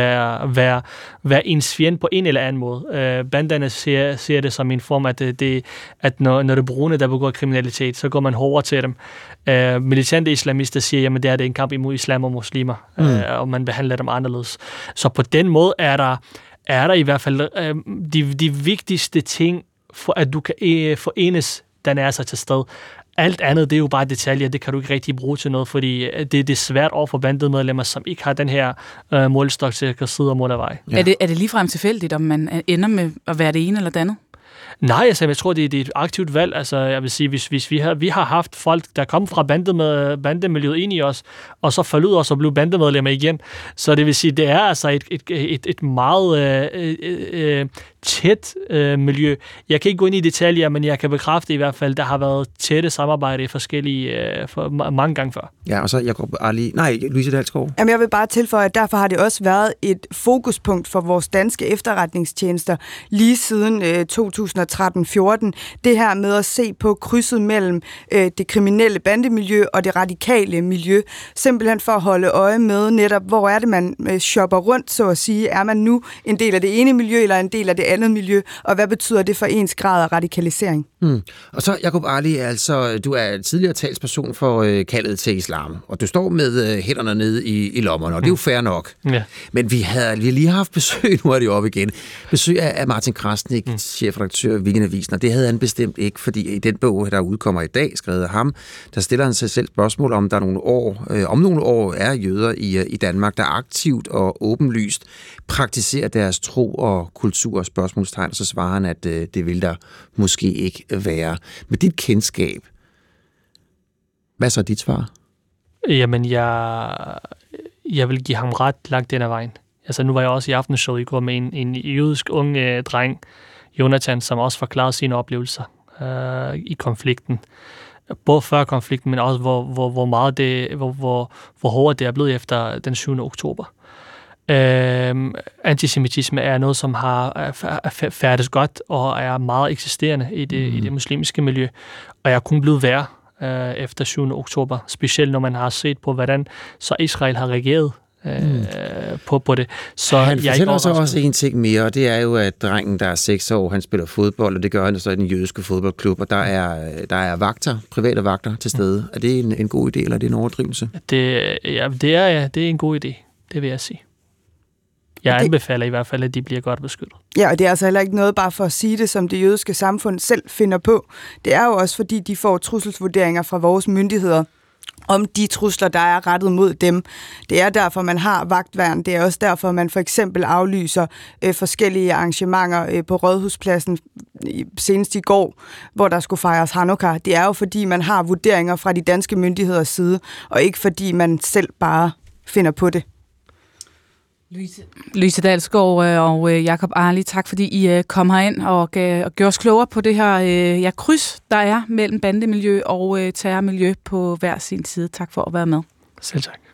være ens fjende på en eller anden måde. Banderne ser det som en form, at når det er brune, der begår kriminalitet, så går man hårdere til dem. Militante islamister siger, jamen det er en kamp imod islam og muslimer, og man behandler dem anderledes. Så på den måde er der i hvert fald de vigtigste ting, for at du kan forenes, den er sig til sted. Alt andet, det er jo bare detaljer, det kan du ikke rigtig bruge til noget, fordi det er svært over for bandemedlemmer, som ikke har den her målstok til at sidde og måle vej. Ja. Er det ligefrem tilfældigt, om man ender med at være det ene eller det andet? Nej, altså, jeg tror, det er et aktivt valg. Altså, jeg vil sige, hvis vi har haft folk, der kom fra bandemiljøet ind i os, og så forlod os og blev bandemedlemmer igen. Så det vil sige, det er altså et meget tæt miljø. Jeg kan ikke gå ind i detaljer, men jeg kan bekræfte i hvert fald, der har været tætte samarbejde i forskellige mange gange før. Ja, og så Jacob Ali. Nej, Louise Dalsgaard. Jamen, jeg vil bare tilføje, at derfor har det også været et fokuspunkt for vores danske efterretningstjenester lige siden 2013-14. Det her med at se på krydset mellem det kriminelle bandemiljø og det radikale miljø. Simpelthen for at holde øje med netop, hvor er det, man shopper rundt, så at sige. Er man nu en del af det ene miljø, eller en del af det andet miljø, og hvad betyder det for ens grad af radikalisering? Og så, Jacob Ali, altså, du er tidligere talsperson for kaldet til islam, og du står med hænderne nede i lommerne, og det er jo fair nok. Ja. Men vi har lige haft besøg, nu er det jo op igen, besøg af Martin Krasnik, chefredaktør af Weekendavisen, og det havde han bestemt ikke, fordi i den bog, der udkommer i dag, skrevet af ham, der stiller han sig selv spørgsmål om, der er nogle år er jøder i Danmark, der aktivt og åbenlyst praktiserer deres tro og kultur, spørgsmålstegn, og så svarer han, at det vil der måske ikke være. Med dit kendskab, hvad så dit svar? Jamen, jeg vil give ham ret langt den ad vejen. Altså nu var jeg også i Aftenshow i går med en jødisk ung dreng, Jonathan, som også forklarede sine oplevelser i konflikten. Både før konflikten, men også hvor meget hvor hårdt det er blevet efter den 7. oktober. Antisemitisme er noget, som har færdes godt og er meget eksisterende i det muslimske miljø, og er kun blevet værre efter 7. oktober, specielt når man har set på, hvordan så Israel har reageret på det. Så han fortæller så også en ting mere, og det er jo, at drengen, der er 6 år, han spiller fodbold, og det gør han så i den jødiske fodboldklub, og der er vagter, private vagter til stede. Er det en god idé, eller er det en overdrivelse? Det er en god idé, det vil jeg sige. Jeg anbefaler i hvert fald, at de bliver godt beskyttet. Ja, og det er altså heller ikke noget bare for at sige det, som det jødiske samfund selv finder på. Det er jo også, fordi de får trusselsvurderinger fra vores myndigheder om de trusler, der er rettet mod dem. Det er derfor, man har vagtværn. Det er også derfor, man for eksempel aflyser forskellige arrangementer på Rådhuspladsen senest i går, hvor der skulle fejres Hanukkah. Det er jo, fordi man har vurderinger fra de danske myndigheders side, og ikke fordi man selv bare finder på det. Louise Dalsgaard og Jakob Arli, tak fordi I kom herind og gjorde os klogere på det her kryds, der er mellem bandemiljø og terrormiljø på hver sin side. Tak for at være med. Selv tak.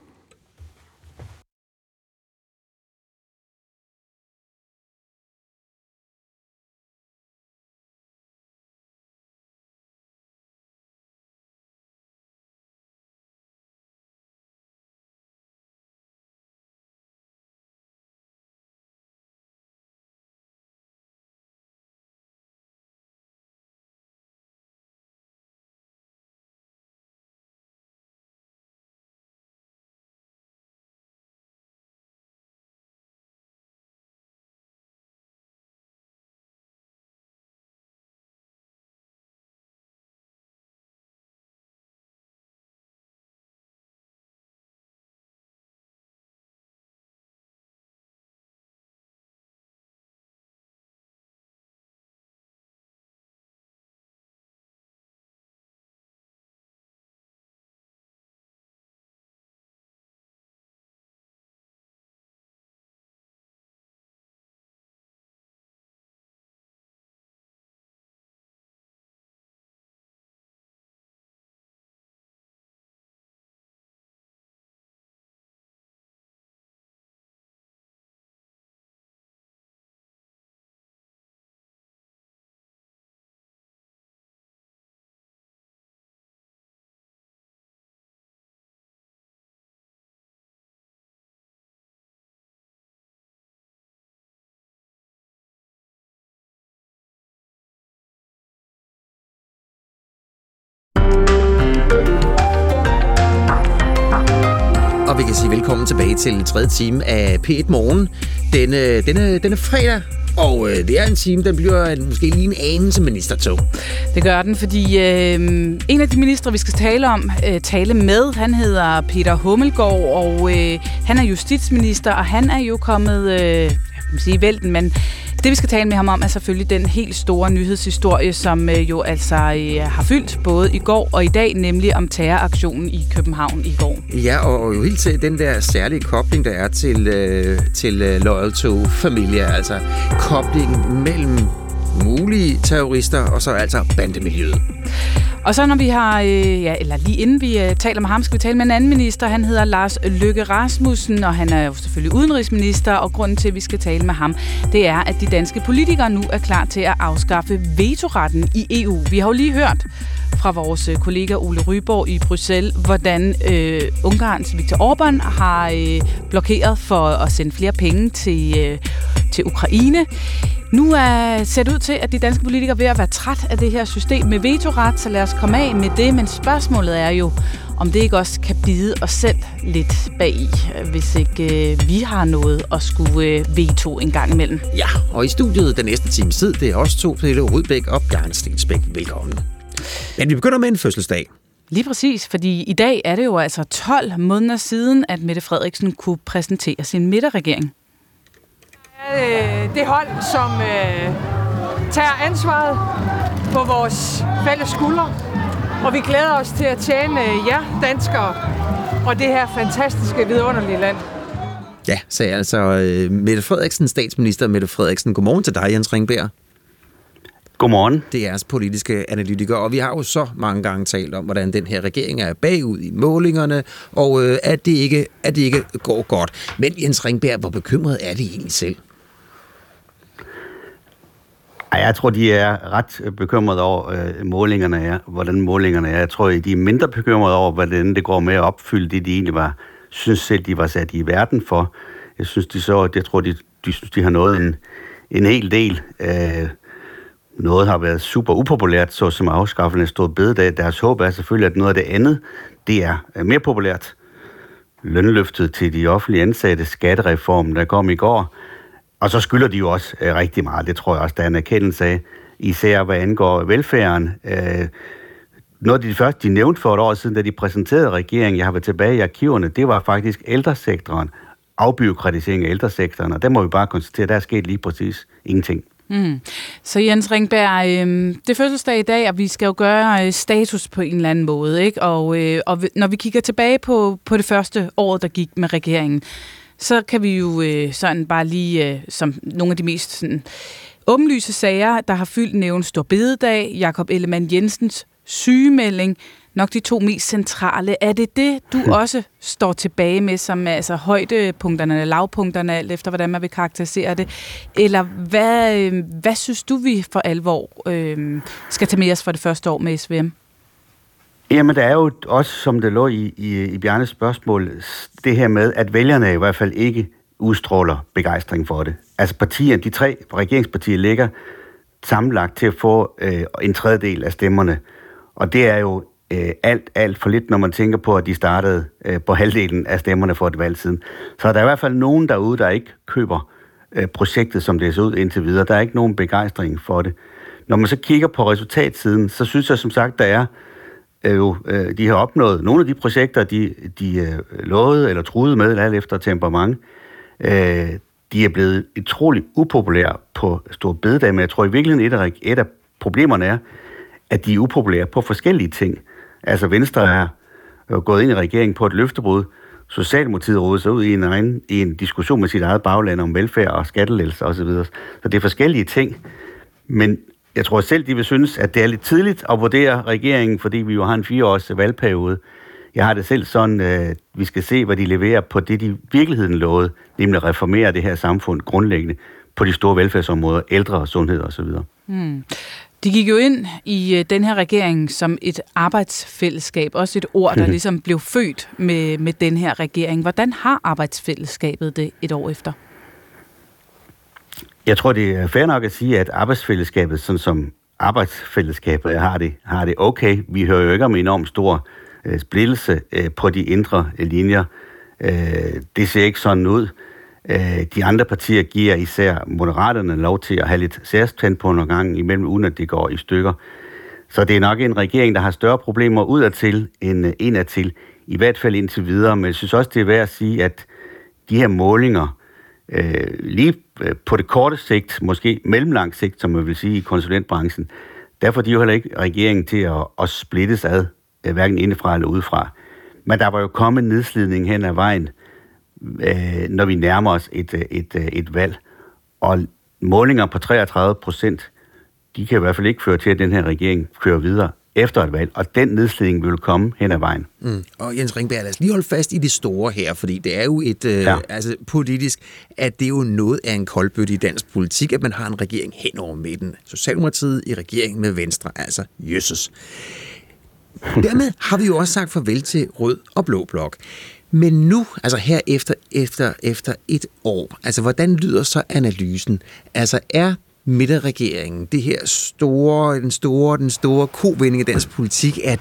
Og vi kan sige velkommen tilbage til 3. time af P1 Morgen. Denne fredag, og det er en time, den bliver måske lige en anelse ministertog. Det gør den, fordi en af de ministre, vi skal tale med, han hedder Peter Hummelgaard, og han er justitsminister, og han er jo kommet, vælten, men det vi skal tale med ham om er selvfølgelig den helt store nyhedshistorie, som jo altså har fyldt både i går og i dag, nemlig om terroraktionen i København i går. Ja, og jo helt til den der særlige kobling, der er til Loyal to Familia, altså koblingen mellem mulige terrorister og så altså bandemiljøet. Og så når vi har, eller lige inden vi taler med ham, skal vi tale med en anden minister. Han hedder Lars Løkke Rasmussen, og han er jo selvfølgelig udenrigsminister, og grunden til, at vi skal tale med ham, det er, at de danske politikere nu er klar til at afskaffe vetoretten i EU. Vi har jo lige hørt fra vores kollega Ole Ryborg i Bruxelles, hvordan Ungarns Viktor Orbán har blokeret for at sende flere penge til Ukraine. Nu ser det ud til, at de danske politikere er ved at være træt af det her system med vetoret, så lad os komme af med det. Men spørgsmålet er jo, om det ikke også kan bide os selv lidt bagi, hvis ikke vi har noget at skulle veto en gang imellem. Ja, og i studiet den næste time tid, det er os to, Pelle Rudbæk og Bjarne Stensbæk. Velkommen. Men vi begynder med en fødselsdag. Lige præcis, fordi i dag er det jo altså 12 måneder siden, at Mette Frederiksen kunne præsentere sin midterregering. Det hold, som tager ansvaret på vores fælles skuldre, og vi glæder os til at tjene jer danskere og det her fantastiske, vidunderlige land. Ja, sagde altså Mette Frederiksen, statsminister Mette Frederiksen. Godmorgen til dig, Jens Ringberg. Godmorgen. Det er jeres politiske analytiker, og vi har jo så mange gange talt om, hvordan den her regering er bagud i målingerne, og at det ikke går godt. Men Jens Ringberg, hvor bekymret er det egentlig selv? Jeg tror, de er ret bekymrede over målingerne er, hvordan målingerne er. Jeg tror, de er mindre bekymrede over, hvordan det går med at opfylde det, de egentlig synes selv, de var sat i verden for. Jeg tror, de synes, de har nået en hel del. Noget har været super upopulært, så som afskaffende stod bededag. Deres håb er selvfølgelig, at noget af det andet, det er mere populært. Lønløftet til de offentlige ansatte, skattereformen, der kom i går. Og så skylder de jo også rigtig meget. Det tror jeg også, der er en erkendelse af. Især hvad angår velfærden. Noget af det første, de nævnte for et år siden, da de præsenterede regeringen, jeg har været tilbage i arkiverne, det var faktisk ældresektoren. Afbureaukratisering af ældresektoren. Og der må vi bare konstatere, at der er sket lige præcis ingenting. Så Jens Ringberg, det er fødselsdag i dag, og vi skal jo gøre status på en eller anden måde, ikke? Og når vi kigger tilbage på det første år, der gik med regeringen, så kan vi jo sådan bare lige, som nogle af de mest sådan, åbenlyse sager, der har fyldt, nævne Store Bededag, Jakob Ellemann-Jensens sygemelding, nok de to mest centrale. Er det det, du også står tilbage med, som altså højdepunkterne eller lavpunkterne, alt efter hvordan man vil karakterisere det? Eller hvad synes du, vi for alvor skal tage med os for det første år med SVM? Jamen, der er jo også, som det lå i Bjarnes spørgsmål, det her med, at vælgerne i hvert fald ikke udstråler begejstring for det. Altså partierne, de 3 regeringspartier ligger sammenlagt til at få en tredjedel af stemmerne. Og det er jo alt for lidt, når man tænker på, at de startede på halvdelen af stemmerne for et valg siden. Så der er i hvert fald nogen derude, der ikke køber projektet, som det ser ud indtil videre. Der er ikke nogen begejstring for det. Når man så kigger på resultatsiden, så synes jeg som sagt, der er de har opnået nogle af de projekter, de lovede eller truede med, alt efter temperament. De er blevet utrolig upopulære på Store Bededag, men jeg tror i virkeligheden, et af problemerne er, at de er upopulære på forskellige ting. Altså Venstre er gået ind i regeringen på et løftebrud. Socialdemokratiet rådede sig ud i en diskussion med sit eget bagland om velfærd og skattelettelser osv. Så det er forskellige ting. Men jeg tror selv, de vil synes, at det er lidt tidligt at vurdere regeringen, fordi vi jo har en 4-års valgperiode. Jeg har det selv sådan, vi skal se, hvad de leverer på det, de i virkeligheden lovede, nemlig at reformere det her samfund grundlæggende på de store velfærdsområder, ældre og sundhed osv. De gik jo ind i den her regering som et arbejdsfællesskab, også et ord, der ligesom blev født med den her regering. Hvordan har arbejdsfællesskabet det et år efter? Jeg tror, det er fair nok at sige, at arbejdsfællesskabet, sådan som arbejdsfællesskabet har det okay. Vi hører jo ikke om en enormt stor splittelse på de indre linjer. Det ser ikke sådan ud. De andre partier giver især Moderaterne lov til at have lidt særstand på nogle gange imellem, uden at det går i stykker. Så det er nok en regering, der har større problemer udadtil end indadtil, i hvert fald indtil videre. Men jeg synes også, det er værd at sige, at de her målinger, lige på det korte sigt, måske mellemlang sigt, som man vil sige i konsulentbranchen, der får de jo heller ikke regeringen til at splittes ad, hverken indefra eller udefra. Men der var jo kommet en nedslidning hen ad vejen, når vi nærmer os et valg. Og målinger på 33%, de kan i hvert fald ikke føre til, at den her regering kører videre efter et valg, og den nedslidning vil komme hen ad vejen. Og Jens Ringberg, lad os lige holde fast i det store her, fordi det er jo altså politisk, at det er jo noget af en koldbøtte i dansk politik, at man har en regering hen over midten. Socialdemokratiet i regeringen med Venstre, altså jøsses. Dermed har vi jo også sagt farvel til rød og blå blok. Men nu, altså her efter et år, altså hvordan lyder så analysen? Altså er midterregeringen, det her den store kovending i dansk politik, er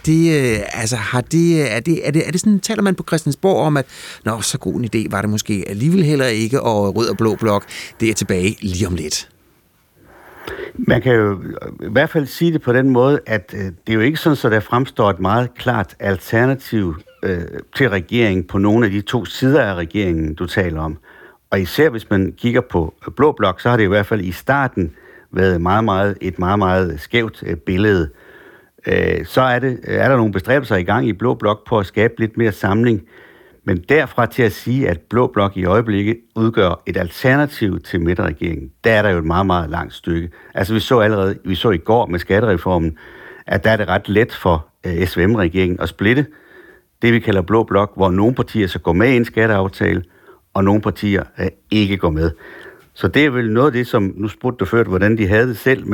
det sådan, taler man på Christiansborg om, at så god en idé var det måske alligevel heller ikke, og rød og blå blok, det er tilbage lige om lidt? Man kan jo i hvert fald sige det på den måde, at det er jo ikke sådan, at der fremstår et meget klart alternativ til regeringen på nogle af de to sider af regeringen, du taler om. Og især hvis man kigger på blå blok, så har det i hvert fald i starten været et meget, meget skævt billede. Så er der nogle bestræbelser i gang i blå blok på at skabe lidt mere samling. Men derfra til at sige, at Blå Blok i øjeblikket udgør et alternativ til midterregeringen, der er der jo et meget, meget langt stykke. Altså vi så i går med skattereformen, at der er det ret let for SVM-regeringen at splitte det, vi kalder Blå Blok, hvor nogle partier så går med i en skatteaftale, og nogle partier ikke går med. Så det er vel noget af det, som nu spurgte du før, hvordan de havde det selv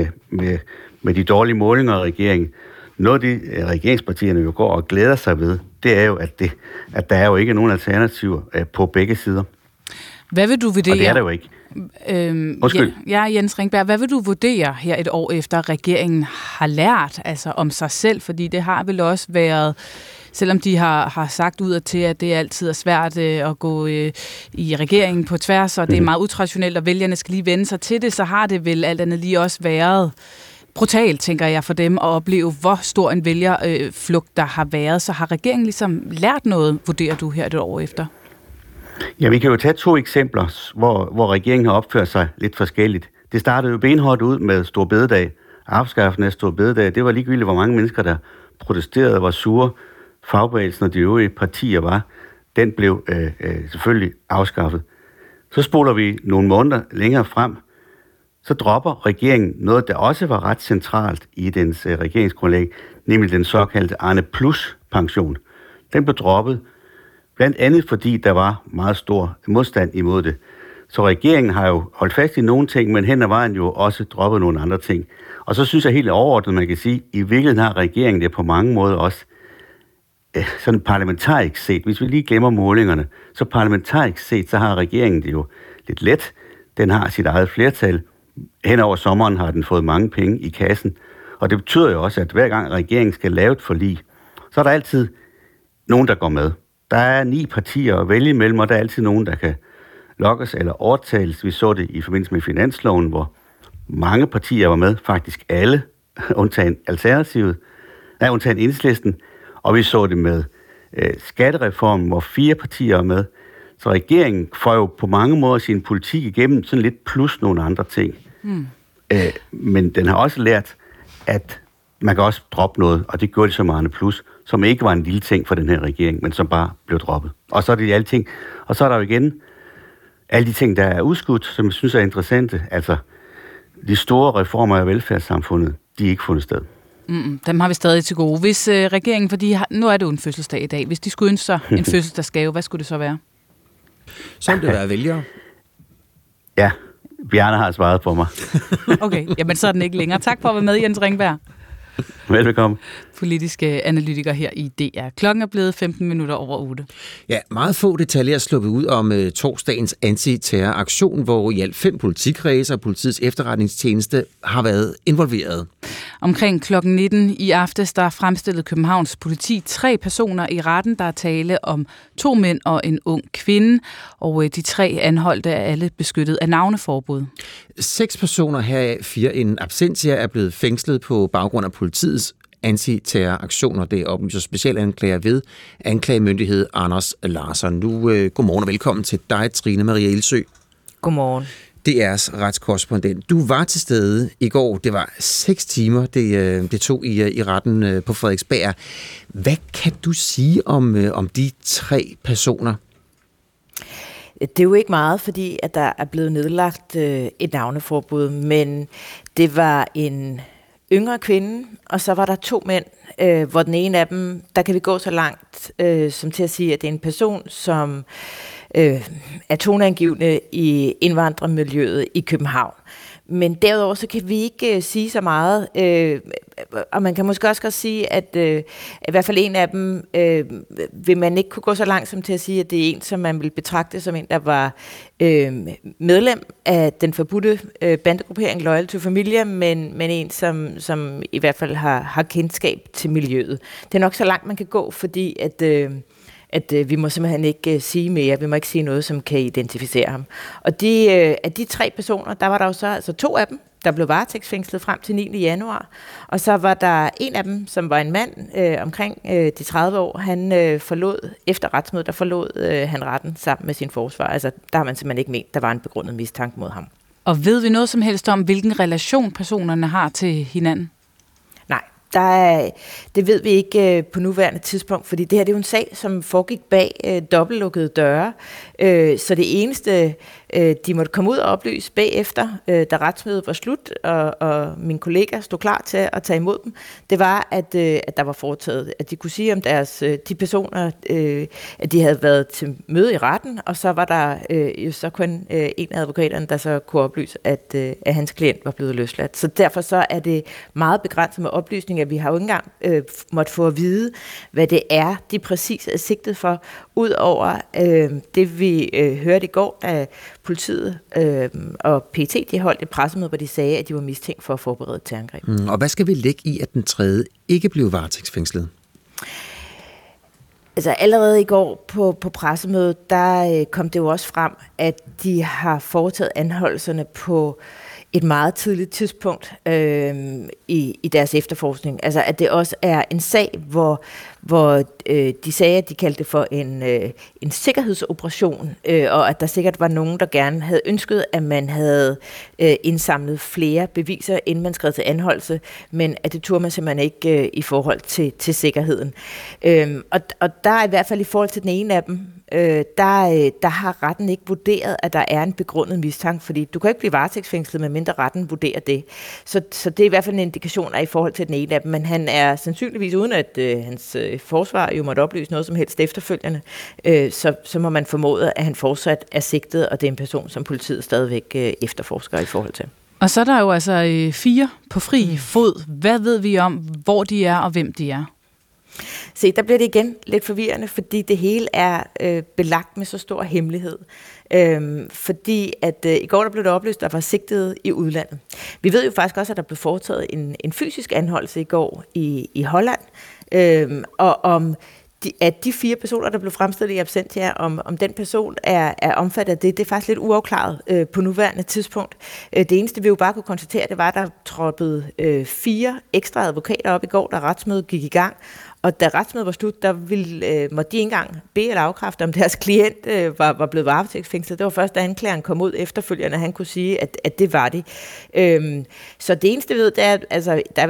med de dårlige målinger af regeringen. Noget af det, regeringspartierne jo går og glæder sig ved, det er jo, at der er jo ikke nogen alternativer på begge sider. Hvad vil du vurdere? Og det er der jo ikke. Undskyld. Ja, Jens Ringberg, hvad vil du vurdere her et år efter, regeringen har lært altså om sig selv? Fordi det har vel også været, selvom de har sagt udadtil, at det altid er svært at gå i regeringen på tværs, og det er meget utraditionelt, og vælgerne skal lige vende sig til det, så har det vel alt andet lige også været brutalt, tænker jeg, for dem at opleve, hvor stor en vælgerflugt der har været. Så har regeringen ligesom lært noget, vurderer du her et år efter? Ja, vi kan jo tage 2 eksempler, hvor regeringen har opført sig lidt forskelligt. Det startede jo benhårdt ud med Store Bededag. Afskaffelsen af Store Bededag, det var ligegyldigt, hvor mange mennesker, der protesterede, hvor sure fagbevægelsen og de øvrige partier var. Den blev selvfølgelig afskaffet. Så spoler vi nogle måneder længere frem, så dropper regeringen noget, der også var ret centralt i dens regeringsgrundlag, nemlig den såkaldte Arne Plus pension. Den blev droppet, blandt andet fordi der var meget stor modstand imod det. Så regeringen har jo holdt fast i nogle ting, men hen ad vejen jo også droppet nogle andre ting. Og så synes jeg helt overordnet, man kan sige, at i virkeligheden har regeringen det på mange måder også sådan parlamentarisk set. Hvis vi lige glemmer målingerne, så parlamentarisk set, så har regeringen det jo lidt let. Den har sit eget flertal. Hen over sommeren har den fået mange penge i kassen. Og det betyder jo også, at hver gang regeringen skal lave et forlig, så er der altid nogen, der går med. Der er 9 partier at vælge imellem, og der er altid nogen, der kan lokkes eller overtales. Vi så det i forbindelse med finansloven, hvor mange partier var med, faktisk alle, undtagen Alternativet, undtagen Enhedslisten, og vi så det med skattereformen, hvor 4 partier er med. Så regeringen får jo på mange måder sin politik igennem, sådan lidt plus nogle andre ting. Men den har også lært, at man kan også droppe noget, og det gjorde det som Arne Plus, som ikke var en lille ting for den her regering, men som bare blev droppet. Og så er det alle ting. Og så er der jo igen alle de ting, der er udskudt, som jeg synes er interessante. Altså, de store reformer af velfærdssamfundet, de er ikke fundet sted. Dem har vi stadig til gode. Hvis regeringen, fordi nu er det jo en fødselsdag i dag, hvis de skulle ønske sig en fødselsdagsgave, hvad skulle det så være? Så vil det være vælgere. Ja, Bjarne har svaret på mig. Okay, jamen så er den ikke længere. Tak for at være med, Jens Ringberg. Velbekomme. Politiske analytiker her i DR. Klokken er blevet 15 minutter over 8. Ja, meget få detaljer er sluppet ud om torsdagens antiterroraktion, hvor i alt 5 politikredse og politiets efterretningstjeneste har været involveret. Omkring klokken 19 i aftes, der fremstillede Københavns politi 3 personer i retten. Der er tale om 2 mænd og en ung kvinde, og de 3 anholdte er alle beskyttet af navneforbud. 6 personer heraf 4 in absentia er blevet fængslet på baggrund af politiets antiterroraktioner. Det oplyser specialanklager ved anklagemyndighed Anders Larsson. Nu godmorgen og velkommen til dig, Trine Marie Ilsø. Godmorgen. DR's retskorrespondent. Du var til stede i går. Det var 6 timer, det tog i retten på Frederiksberg. Hvad kan du sige om de 3 personer? Det er jo ikke meget, fordi at der er blevet nedlagt et navneforbud, men det var en yngre kvinde, og så var der 2 mænd, hvor den ene af dem, der kan vi gå så langt som til at sige, at det er en person, som er toneangivende i indvandrermiljøet i København. Men derudover så kan vi ikke sige så meget, og man kan måske også godt sige, at i hvert fald en af dem vil man ikke kunne gå så langt som til at sige, at det er en, som man vil betragte som en, der var medlem af den forbudte bandegruppering Loyal to Familia, men en, som i hvert fald har kendskab til miljøet. Det er nok så langt, man kan gå, fordi at vi må simpelthen ikke sige mere. Vi må ikke sige noget, som kan identificere ham. Og af de 3 personer, der var der jo så altså 2 af dem, der blev varetægtsfængslet frem til 9. januar. Og så var der en af dem, som var en mand omkring de 30 år. Han efter retsmødet, der forlod han retten sammen med sin forsvar. Altså, der har man simpelthen ikke ment, der var en begrundet mistanke mod ham. Og ved vi noget som helst om, hvilken relation personerne har til hinanden? Nej, Det ved vi ikke på nuværende tidspunkt, fordi det her det er jo en sag, som foregik bag dobbeltlukkede døre. Så det eneste, de måtte komme ud og oplyse bagefter, da retsmødet var slut, og mine kollegaer stod klar til at tage imod dem, det var, at der var foretaget, at de kunne sige om de personer, at de havde været til møde i retten, og så var der jo så kun en af advokaterne, der så kunne oplyse, at hans klient var blevet løsladt. Så derfor så er det meget begrænset med oplysning, at vi har jo ikke engang måtte få at vide, hvad det er, de præcis er sigtet for, ud over det vi hørte i går, da politiet og PET de holdt et pressemøde, hvor de sagde, at de var mistænkt for at forberede et terrorangreb. Og hvad skal vi lægge i, at den tredje ikke blev varetægtsfængslet? Altså allerede i går på pressemødet, der kom det jo også frem, at de har foretaget anholdelserne på et meget tidligt tidspunkt i deres efterforskning. Altså at det også er en sag, hvor de sagde, at de kaldte det for en sikkerhedsoperation, og at der sikkert var nogen, der gerne havde ønsket, at man havde indsamlet flere beviser, inden man skred til anholdelse, men at det turde man simpelthen ikke i forhold til sikkerheden. Og der er i hvert fald i forhold til den ene af dem, der har retten ikke vurderet, at der er en begrundet mistanke, fordi du kan ikke blive varetægtsfængslet, medmindre retten vurderer det. Så det er i hvert fald en indikation af i forhold til den ene af dem, men han er sandsynligvis, uden at hans forsvar jo måtte oplyse noget som helst efterfølgende, så må man formode, at han fortsat er sigtet, og det er en person, som politiet stadigvæk efterforsker i forhold til. Og så er der jo altså 4 på fri fod. Hvad ved vi om, hvor de er og hvem de er? Se, der bliver det igen lidt forvirrende, fordi det hele er belagt med så stor hemmelighed. Fordi at i går der blev det oplyst, der var sigtet i udlandet. Vi ved jo faktisk også, at der blev foretaget en fysisk anholdelse i går i Holland, og om at de 4 personer, der blev fremstillet i absentia, om den person er omfattet af det er faktisk lidt uafklaret på nuværende tidspunkt. Det eneste, vi jo bare kunne konstatere, det var, at der troppede 4 ekstra advokater op i går, da retsmødet gik i gang. Og da retsmødet var slut, der måtte de ikke engang bede eller afkræfte, om deres klient var blevet varetægtsfængslet. Det var først, da anklageren kom ud efterfølgende, at han kunne sige, at det var de. Så det eneste, vi ved, det er, altså, der er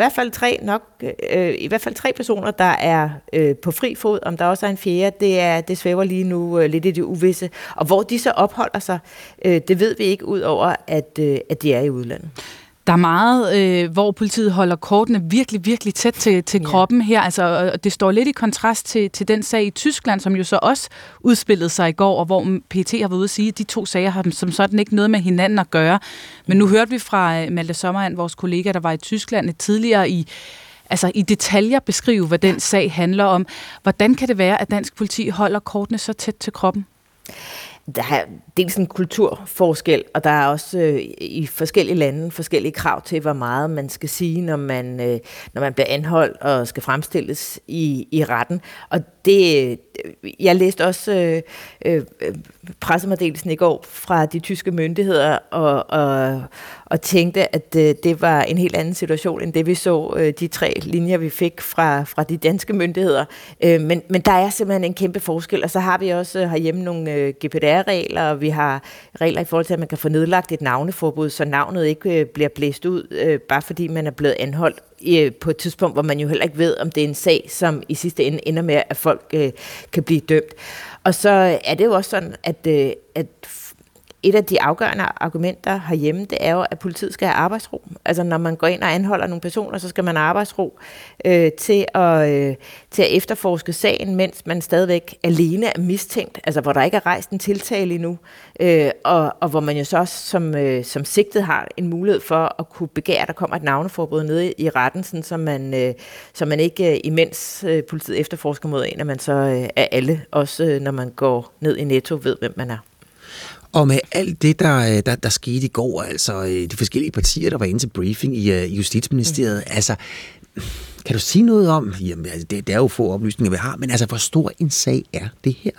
i hvert fald 3 personer, der er på fri fod. Om der også er en fjerde, det svæver lige nu lidt i det uvisse. Og hvor de så opholder sig, det ved vi ikke, ud over at de er i udlandet. Der er meget, hvor politiet holder kortene virkelig, virkelig tæt til kroppen her. Altså, det står lidt i kontrast til den sag i Tyskland, som jo så også udspillede sig i går, og hvor PET har været ude at sige, at de 2 sager har som sådan ikke noget med hinanden at gøre. Men nu hørte vi fra Malte Sommerand, vores kollega, der var i Tyskland tidligere i detaljer beskrive, hvad den sag handler om. Hvordan kan det være, at dansk politi holder kortene så tæt til kroppen? Der er dels en kulturforskel, og der er også i forskellige lande forskellige krav til, hvor meget man skal sige, når man bliver anholdt og skal fremstilles i retten. Og jeg læste også pressemeddelelsen i går fra de tyske myndigheder og tænkte, at det var en helt anden situation, end det vi så de 3 linjer, vi fik fra de danske myndigheder. Men der er simpelthen en kæmpe forskel, og så har vi også herhjemme nogle GDPR-regler, og vi har regler i forhold til, at man kan få nedlagt et navneforbud, så navnet ikke bliver blæst ud, bare fordi man er blevet anholdt på et tidspunkt, hvor man jo heller ikke ved, om det er en sag, som i sidste ende ender med, at folk kan blive dømt. Og så er det jo også sådan, at et af de afgørende argumenter herhjemme, det er jo, at politiet skal have arbejdsro. Altså når man går ind og anholder nogle personer, så skal man have arbejdsro til at efterforske sagen, mens man stadigvæk alene er mistænkt, altså hvor der ikke er rejst en tiltale endnu, og hvor man jo så også som sigtet har en mulighed for at kunne begære, at der kommer et navneforbud nede i retten, sådan, så man ikke imens politiet efterforsker mod en, at man så er alle, også når man går ned i Netto, ved hvem man er. Og med alt det, der skete i går, altså de forskellige partier, der var inde til briefing i Justitsministeriet, altså, kan du sige noget om, jamen, det er jo få oplysninger, vi har, men altså, hvor stor en sag er det her?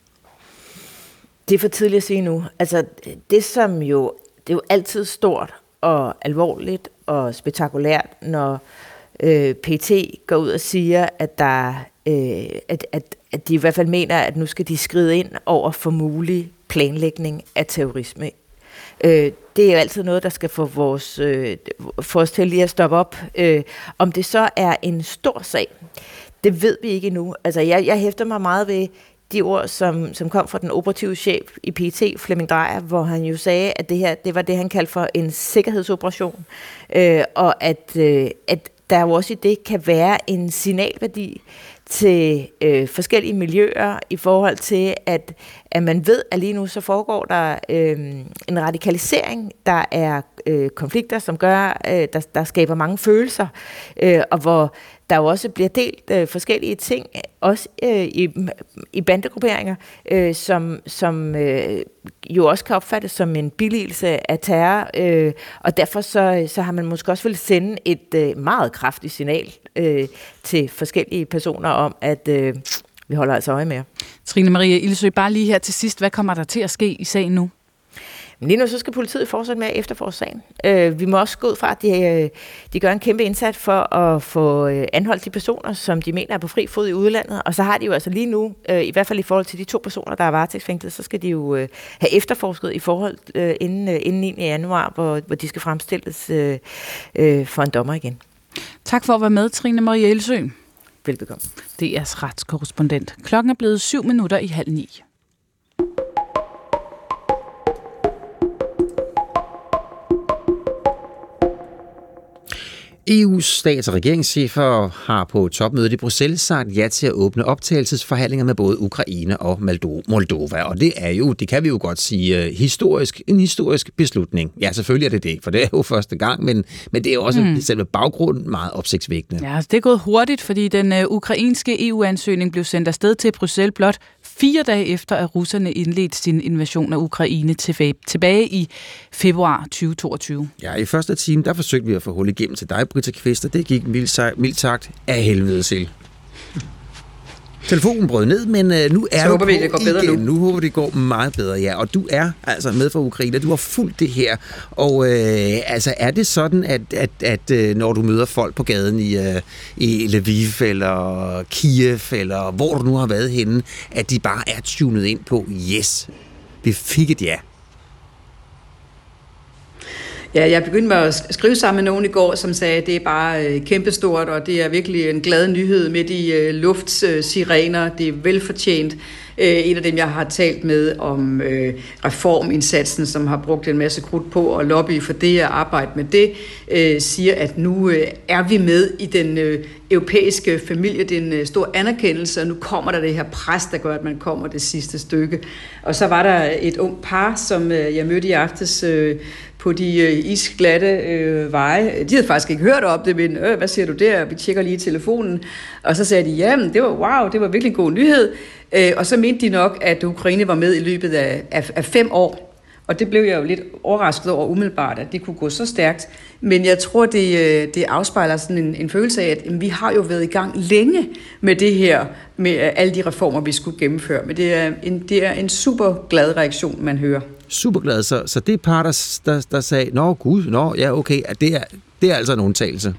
Det er for tidligt at sige nu. Altså, det er jo altid stort og alvorligt og spektakulært, når PET går ud og siger, at at de i hvert fald mener, at nu skal de skride ind over for mulig planlægning af terrorisme. Det er jo altid noget, der skal få os til lige at stoppe op. Om det så er en stor sag, det ved vi ikke endnu. Altså, jeg hæfter mig meget ved de ord, som kom fra den operative chef i PET, Flemming Drejer, hvor han jo sagde, at det her, det var det, han kaldte for en sikkerhedsoperation, og at der jo også i det kan være en signalværdi til forskellige miljøer i forhold til, at man ved, at lige nu så foregår der en radikalisering, der er konflikter, som gør, der skaber mange følelser, og hvor der jo også bliver delt forskellige ting, også i bandegrupperinger, som jo også kan opfattes som en billigelse af terror, og derfor så har man måske også vil sende et meget kraftigt signal til forskellige personer om, at vi holder altså øje med. Trine Marie Ilsøe, bare lige her til sidst, hvad kommer der til at ske i sagen nu? Lige nu så skal politiet fortsætte med at efterforske sagen. Vi må også gå ud fra, at de gør en kæmpe indsats for at få anholdt de personer, som de mener er på fri fod i udlandet. Og så har de jo altså lige nu, i hvert fald i forhold til de 2 personer, der er varetægtsfængslet, så skal de jo have efterforsket i forhold inden 9. januar, hvor de skal fremstilles for en dommer igen. Tak for at være med, Trine Marie Ilsøe. Velbekomme. DR's retskorrespondent. Klokken er blevet 7:07. EU's stats- og regeringschefer har på topmødet i Bruxelles sagt ja til at åbne optagelsesforhandlinger med både Ukraine og Moldova. Og det er jo, det kan vi jo godt sige, en historisk beslutning. Ja, selvfølgelig er det, for det er jo første gang, men det er også selve baggrunden meget opsigtsvækkende. Ja, altså det er gået hurtigt, fordi den ukrainske EU-ansøgning blev sendt afsted til Bruxelles blot 4 dage efter, at russerne indledte sin invasion af Ukraine tilbage i februar 2022. Ja, i første time, der forsøgte vi at få hul igennem til dig, Britta Kvist, og det gik mildt sagt af helvede til. Telefonen brød ned, men nu er du på igen. Nu håber det går meget bedre, ja. Og du er altså med fra Ukraine, du har fulgt det her. Og altså er det sådan, at når du møder folk på gaden i Lviv eller Kiev, eller hvor du nu har været henne, at de bare er tunet ind på, yes, vi fik et ja. Ja, jeg begyndte med at skrive sammen med nogen i går, som sagde, at det er bare kæmpestort, og det er virkelig en glad nyhed midt i luftsirener. Det er velfortjent. En af dem, jeg har talt med om reformindsatsen, som har brugt en masse krudt på at lobby for det og arbejde med det, siger, at nu er vi med i den europæiske familie. Det er en stor anerkendelse, og nu kommer der det her pres, der gør, at man kommer det sidste stykke. Og så var der et ung par, som jeg mødte i aftes på de isglatte veje. De havde faktisk ikke hørt om det, men hvad siger du der? Vi tjekker lige telefonen. Og så sagde de, jamen det var virkelig en god nyhed. Og så mente de nok, at Ukraine var med i løbet af 5 år. Og det blev jeg jo lidt overrasket over umiddelbart, at det kunne gå så stærkt. Men jeg tror, det afspejler sådan en følelse af, at vi har jo været i gang længe med det her, med alle de reformer, vi skulle gennemføre. Men det er en super glad reaktion, man hører. Superglad, så det par, der sagde, ja okay, at det er altså en undtagelse.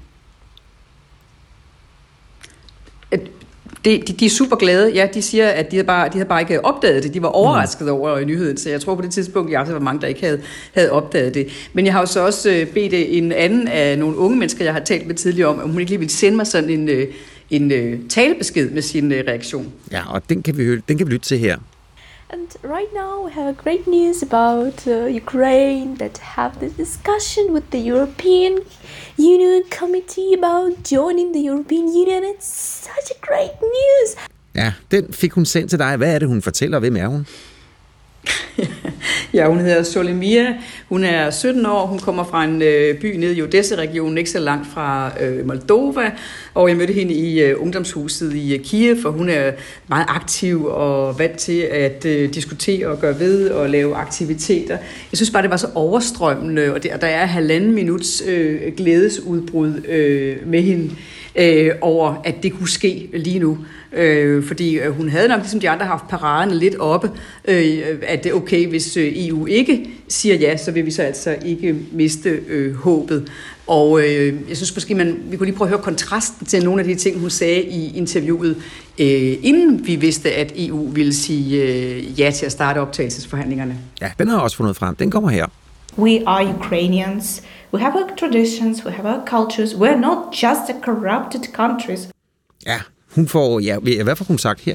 De er super glade. Ja, de siger, at de havde bare ikke opdaget det. De var overrasket over nyheden, så jeg tror på det tidspunkt, jeg var mange, der ikke havde opdaget det. Men jeg har jo så også bedt en anden af nogle unge mennesker, jeg har talt med tidligere om hun ikke lige ville sende mig sådan en talebesked med sin reaktion. Ja, og den kan vi lytte til her. And right now we have great news about Ukraine that have this discussion with the European Union Committee about joining the European Union. It's such a great news. Ja, den fik hun sendt til dig. Hvad er det, hun fortæller? Hvem er hun? Ja, hun hedder Solemia. Hun er 17 år. Hun kommer fra en by nede i Odessa-regionen, ikke så langt fra Moldova. Og jeg mødte hende i ungdomshuset i Kiev, og hun er meget aktiv og vant til at diskutere og gøre ved og lave aktiviteter. Jeg synes bare, det var så overstrømmende, og der er 1,5 minuts glædesudbrud med hende over, at det kunne ske lige nu. Fordi hun havde nok, ligesom de andre, haft paraderne lidt oppe, at det er okay, hvis EU ikke siger ja, så vil vi så altså ikke miste håbet. Og jeg synes måske, vi kunne lige prøve at høre kontrasten til nogle af de ting, hun sagde i interviewet, inden vi vidste, at EU ville sige ja til at starte optagelsesforhandlingerne. Ja, den har også fundet frem. Den kommer her. We are Ukrainians. We have our traditions, we have our cultures. We're not just a corrupted country. Ja, hun får, hvad får hun sagt her?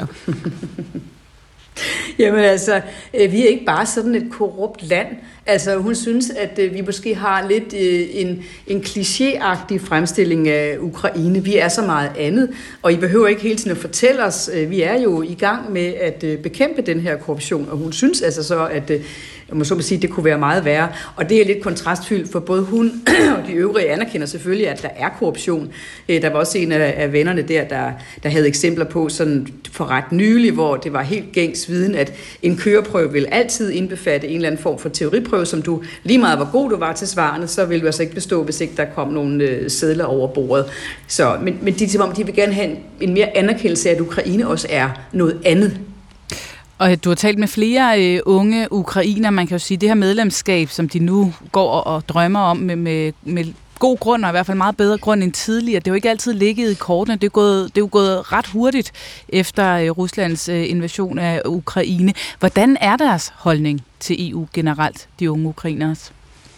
Jamen altså, vi er ikke bare sådan et korrupt land. Altså, hun synes, at vi måske har lidt en klichéagtig fremstilling af Ukraine. Vi er så meget andet, og I behøver ikke hele tiden at fortælle os. Vi er jo i gang med at bekæmpe den her korruption, og hun synes altså så, at det kunne være meget værre. Og det er lidt kontrastfyldt, for både hun og de øvrige anerkender selvfølgelig, at der er korruption. Der var også en af vennerne der havde eksempler på sådan for ret nylig, hvor det var helt gængs viden, at en køreprøve vil altid indbefatte en eller anden form for teoriprøve, som du lige meget hvor god du var til svarene, så vil du altså ikke bestå, hvis ikke der kom nogle sedler over bordet. Så, men de, som om de vil gerne have en mere anerkendelse af, at Ukraine også er noget andet. Og du har talt med flere unge ukrainer, man kan jo sige, det her medlemskab, som de nu går og drømmer om med god grund, og i hvert fald meget bedre grund end tidligere. Det er jo ikke altid ligget i kortene. Det er jo gået ret hurtigt efter Ruslands invasion af Ukraine. Hvordan er deres holdning til EU generelt, de unge ukrainers?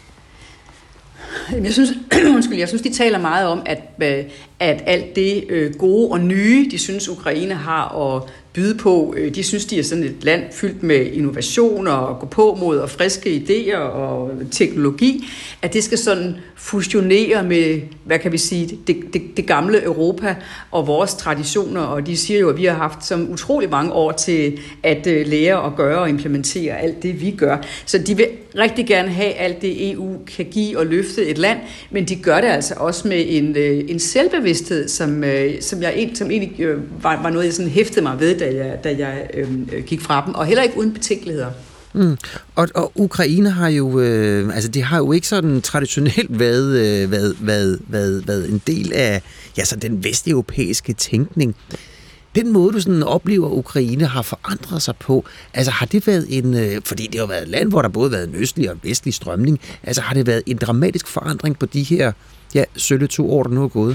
Jeg synes, de taler meget om, at alt det gode og nye, de synes, Ukraine har at byde på, de synes, de er sådan et land fyldt med innovationer og gå på mod og friske idéer og teknologi, at det skal sådan fusionere med, hvad kan vi sige, det gamle Europa og vores traditioner, og de siger jo, at vi har haft som utrolig mange år til at lære og gøre og implementere alt det, vi gør. Så de vil rigtig gerne have alt det, EU kan give og løfte et land, men de gør det altså også med en selvbevidsthed, som egentlig var noget, jeg sådan hæftede mig ved, da jeg gik fra dem, og heller ikke uden betænkeligheder. Og Ukraine har jo, det har jo ikke sådan traditionelt været en del af så den vesteuropæiske tænkning. Den måde, du sådan oplever, Ukraine har forandret sig på, altså har det været fordi det har været et land, hvor der både har været en østlig og vestlig strømning, altså har det været en dramatisk forandring på de her, sølle 2 år, der nu er gået?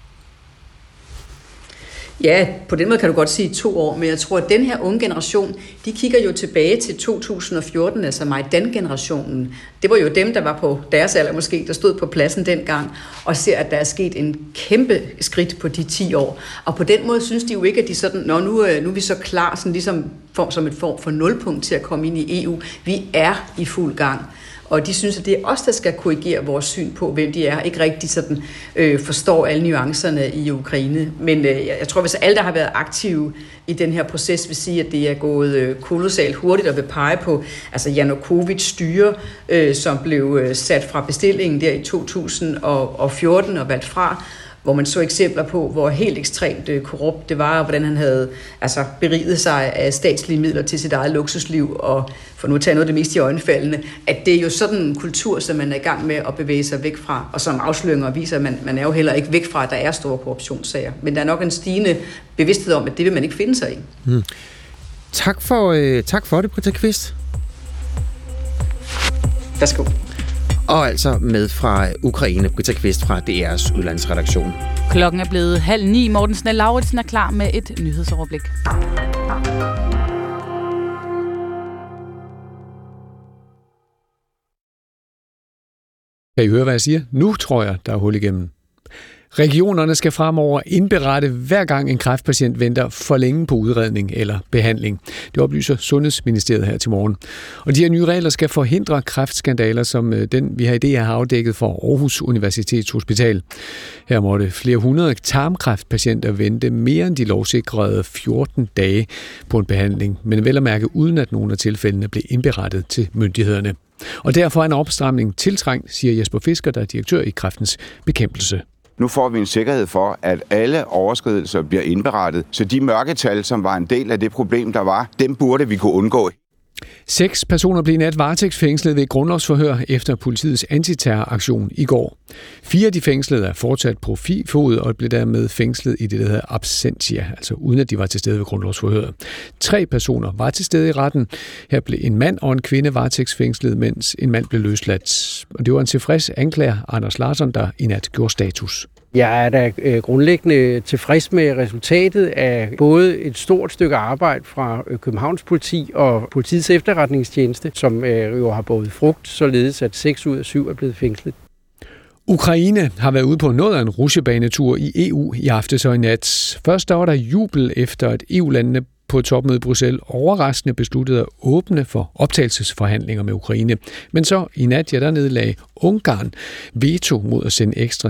Ja, på den måde kan du godt sige 2 år, men jeg tror, at den her unge generation, de kigger jo tilbage til 2014, altså Majdan-generationen. Det var jo dem, der var på deres alder måske, der stod på pladsen dengang, og ser, at der er sket en kæmpe skridt på de 10 år. Og på den måde synes de jo ikke, at de sådan, nu er vi så klar, sådan ligesom som et form for nulpunkt til at komme ind i EU. Vi er i fuld gang. Og de synes, at det er os, der skal korrigere vores syn på, hvem de er. Ikke rigtig sådan forstår alle nuancerne i Ukraine. Men jeg tror, hvis alle, der har været aktive i den her proces, vil sige, at det er gået kolossalt hurtigt og vil pege på Janukovics styre, som blev sat fra bestillingen der i 2014 og valgt fra, hvor man så eksempler på, hvor helt ekstremt korrupt det var, og hvordan han havde beriget sig af statslige midler til sit eget luksusliv, og for nu at tage noget af det mest i øjenfaldende, at det er jo sådan en kultur, som man er i gang med at bevæge sig væk fra, og som afsløringer viser, at man er jo heller ikke væk fra, at der er store korruptionssager. Men der er nok en stigende bevidsthed om, at det vil man ikke finde sig i. Tak for det, Britta Kvist. Værsgo. Og altså med fra Ukraine, Britta Kvist fra DR's udlandsredaktion. Klokken er blevet 8:30. Morten Snell-Lauritsen er klar med et nyhedsoverblik. Kan I høre, hvad jeg siger? Nu tror jeg, der er hul igennem. Regionerne skal fremover indberette, hver gang en kræftpatient venter for længe på udredning eller behandling. Det oplyser Sundhedsministeriet her til morgen. Og de her nye regler skal forhindre kræftskandaler, som den, vi har i DR har afdækket for Aarhus Universitetshospital. Her måtte flere hundrede tarmkræftpatienter vente mere end de lovsikrede 14 dage på en behandling, men vel at mærke uden at nogle af tilfældene blev indberettet til myndighederne. Og derfor er en opstramning tiltrængt, siger Jesper Fisker, der er direktør i Kræftens Bekæmpelse. Nu får vi en sikkerhed for, at alle overskridelser bliver indberettet, så de mørketal, som var en del af det problem, der var, dem burde vi kunne undgå. 6 personer blev i nat varetægtsfængslet ved grundlovsforhør efter politiets antiterroraktion i går. 4 af de fængslede er fortsat på fod og blev dermed fængslet i det, der hedder absentia, altså uden at de var til stede ved grundlovsforhøret. 3 personer var til stede i retten. Her blev en mand og en kvinde varetægtsfængslet, mens en mand blev løsladt. Og det var en tilfreds anklager, Anders Larsson, der i nat gjorde status. Jeg er da grundlæggende tilfreds med resultatet af både et stort stykke arbejde fra Københavns politi og politiets efterretningstjeneste, som jo har båret frugt, således at 6 ud af 7 er blevet fængslet. Ukraine har været ude på noget af en rutsjebanetur i EU i aftes og i nat. Først der var der jubel efter, at EU-landene på topmødet i Bruxelles overraskende besluttede at åbne for optagelsesforhandlinger med Ukraine. Men så i nat, der nedlagde Ungarn veto mod at sende ekstra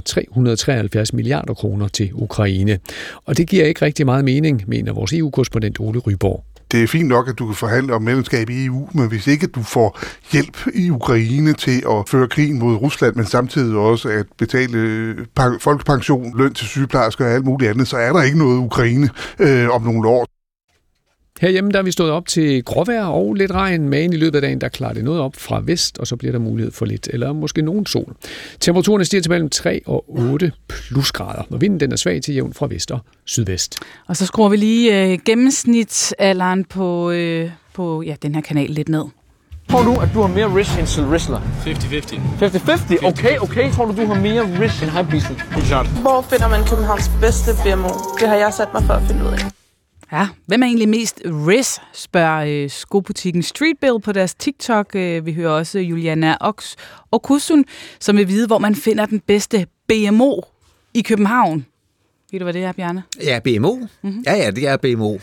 373 milliarder kroner til Ukraine. Og det giver ikke rigtig meget mening, mener vores EU-korrespondent Ole Ryborg. Det er fint nok, at du kan forhandle om medlemskab i EU, men hvis ikke du får hjælp i Ukraine til at føre krigen mod Rusland, men samtidig også at betale folkepension, løn til sygeplejersker og alt muligt andet, så er der ikke noget Ukraine om nogle år. Herhjemme der er vi stået op til gråvejr og lidt regn, men i løbet af dagen der klarer det noget op fra vest, og så bliver der mulighed for lidt, eller måske nogen sol. Temperaturen stiger til mellem 3 og 8 plusgrader, og vinden den er svag til jævn fra vest og sydvest. Og så skruer vi lige gennemsnitsalderen på den her kanal lidt ned. Tror du, at du har mere risk end Sil Risler? 50-50. 50-50? Okay. Tror du har mere risk end Hypebeastle? Hvor finder man Københavns bedste BMO? Det har jeg sat mig for at finde ud af. Ja, hvem er egentlig mest Riz, spørger skobutikken Streetbill på deres TikTok. Vi hører også Juliana Ox og Kusun, som vil vide, hvor man finder den bedste BMO i København. Ved du, hvad det er, Bjarne? Ja, BMO? Mm-hmm. Ja, det er BMO.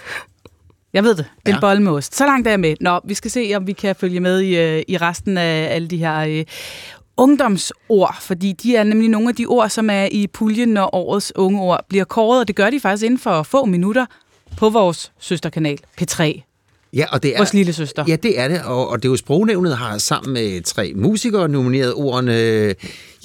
Jeg ved det. Det er en bolle med ost. Så langt er jeg med. Nå, vi skal se, om vi kan følge med i resten af alle de her ungdomsord, fordi de er nemlig nogle af de ord, som er i puljen, når årets unge ord bliver kåret, og det gør de faktisk inden for få minutter på vores søsterkanal, P3. Ja, og det er vores lille søster. Ja, det er det, og det er jo Sprognævnet har sammen med 3 musikere nomineret ordene.